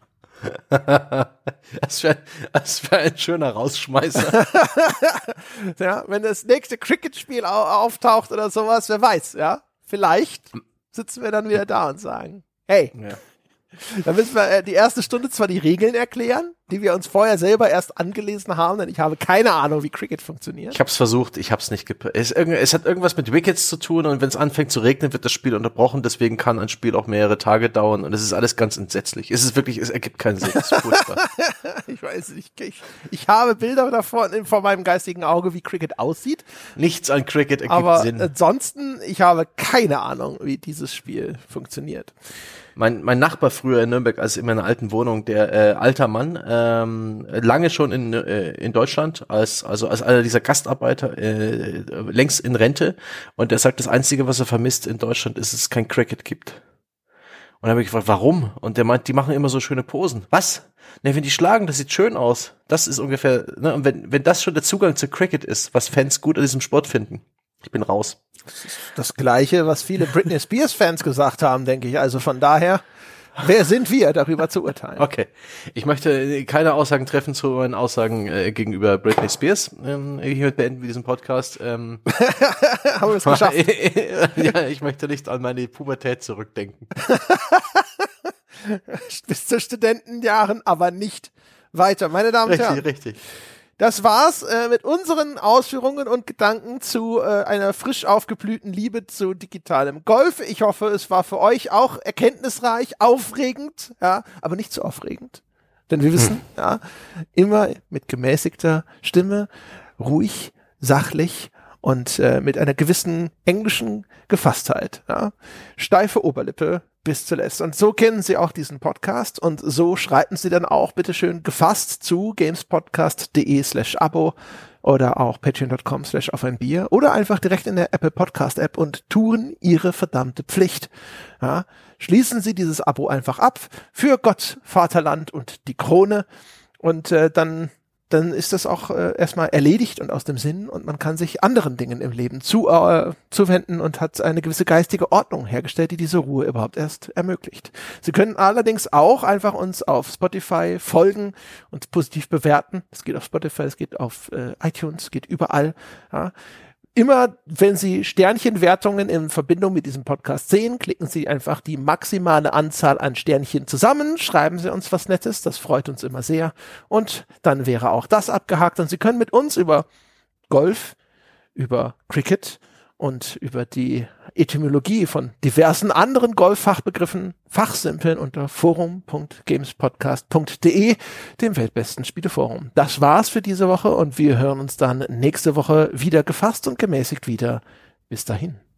Das wäre ein schöner Rausschmeißer. Ja, wenn das nächste Cricket-Spiel auftaucht oder sowas, wer weiß, ja. Vielleicht sitzen wir dann wieder da und sagen, hey, dann müssen wir die erste Stunde zwar die Regeln erklären, die wir uns vorher selber erst angelesen haben, denn ich habe keine Ahnung, wie Cricket funktioniert. Ich habe es versucht, ich habe es nicht es hat irgendwas mit Wickets zu tun und wenn es anfängt zu regnen, wird das Spiel unterbrochen, deswegen kann ein Spiel auch mehrere Tage dauern und es ist alles ganz entsetzlich. Es ergibt keinen Sinn. Es ist furchtbar. Ich weiß nicht, ich habe Bilder davon vor meinem geistigen Auge, wie Cricket aussieht. Nichts an Cricket ergibt Sinn. Aber ansonsten, ich habe keine Ahnung, wie dieses Spiel funktioniert. Mein Nachbar früher in Nürnberg, also in meiner alten Wohnung, der alter Mann, lange schon in Deutschland, als einer dieser Gastarbeiter, längst in Rente. Und der sagt, das Einzige, was er vermisst in Deutschland, ist, dass es kein Cricket gibt. Und dann habe ich gefragt, warum? Und der meint, die machen immer so schöne Posen. Was? Ne, wenn die schlagen, das sieht schön aus. Das ist ungefähr, ne? Und wenn das schon der Zugang zu Cricket ist, was Fans gut an diesem Sport finden, Ich bin raus. Das Gleiche, was viele Britney Spears-Fans gesagt haben, denke ich. Also von daher, wer sind wir, darüber zu urteilen? Okay. Ich möchte keine Aussagen treffen zu meinen Aussagen gegenüber Britney Spears. Hiermit beenden wir diesen Podcast. Haben wir es geschafft? Ja, ich möchte nicht an meine Pubertät zurückdenken. Bis zu Studentenjahren, aber nicht weiter. Meine Damen und Herren. Richtig. Das war's mit unseren Ausführungen und Gedanken zu einer frisch aufgeblühten Liebe zu digitalem Golf. Ich hoffe, es war für euch auch erkenntnisreich, aufregend, ja, aber nicht zu aufregend. Denn wir wissen, ja, immer mit gemäßigter Stimme, ruhig, sachlich und mit einer gewissen englischen Gefasstheit. Ja. Steife Oberlippe bis zuletzt. Und so kennen Sie auch diesen Podcast und so schreiten Sie dann auch bitteschön gefasst zu gamespodcast.de/Abo oder auch patreon.com/aufeinbier oder einfach direkt in der Apple Podcast App und tun Ihre verdammte Pflicht. Ja, schließen Sie dieses Abo einfach ab für Gott, Vaterland und die Krone und dann ist das auch erstmal erledigt und aus dem Sinn und man kann sich anderen Dingen im Leben zuwenden und hat eine gewisse geistige Ordnung hergestellt, die diese Ruhe überhaupt erst ermöglicht. Sie können allerdings auch einfach uns auf Spotify folgen und positiv bewerten. Es geht auf Spotify, es geht auf iTunes, es geht überall. Ja. Immer, wenn Sie Sternchenwertungen in Verbindung mit diesem Podcast sehen, klicken Sie einfach die maximale Anzahl an Sternchen zusammen, schreiben Sie uns was Nettes, das freut uns immer sehr. Und dann wäre auch das abgehakt. Und Sie können mit uns über Golf, über Cricket und über die Etymologie von diversen anderen Golffachbegriffen fachsimpeln unter forum.gamespodcast.de, dem weltbesten Spieleforum. Das war's für diese Woche und wir hören uns dann nächste Woche wieder gefasst und gemäßigt wieder. Bis dahin.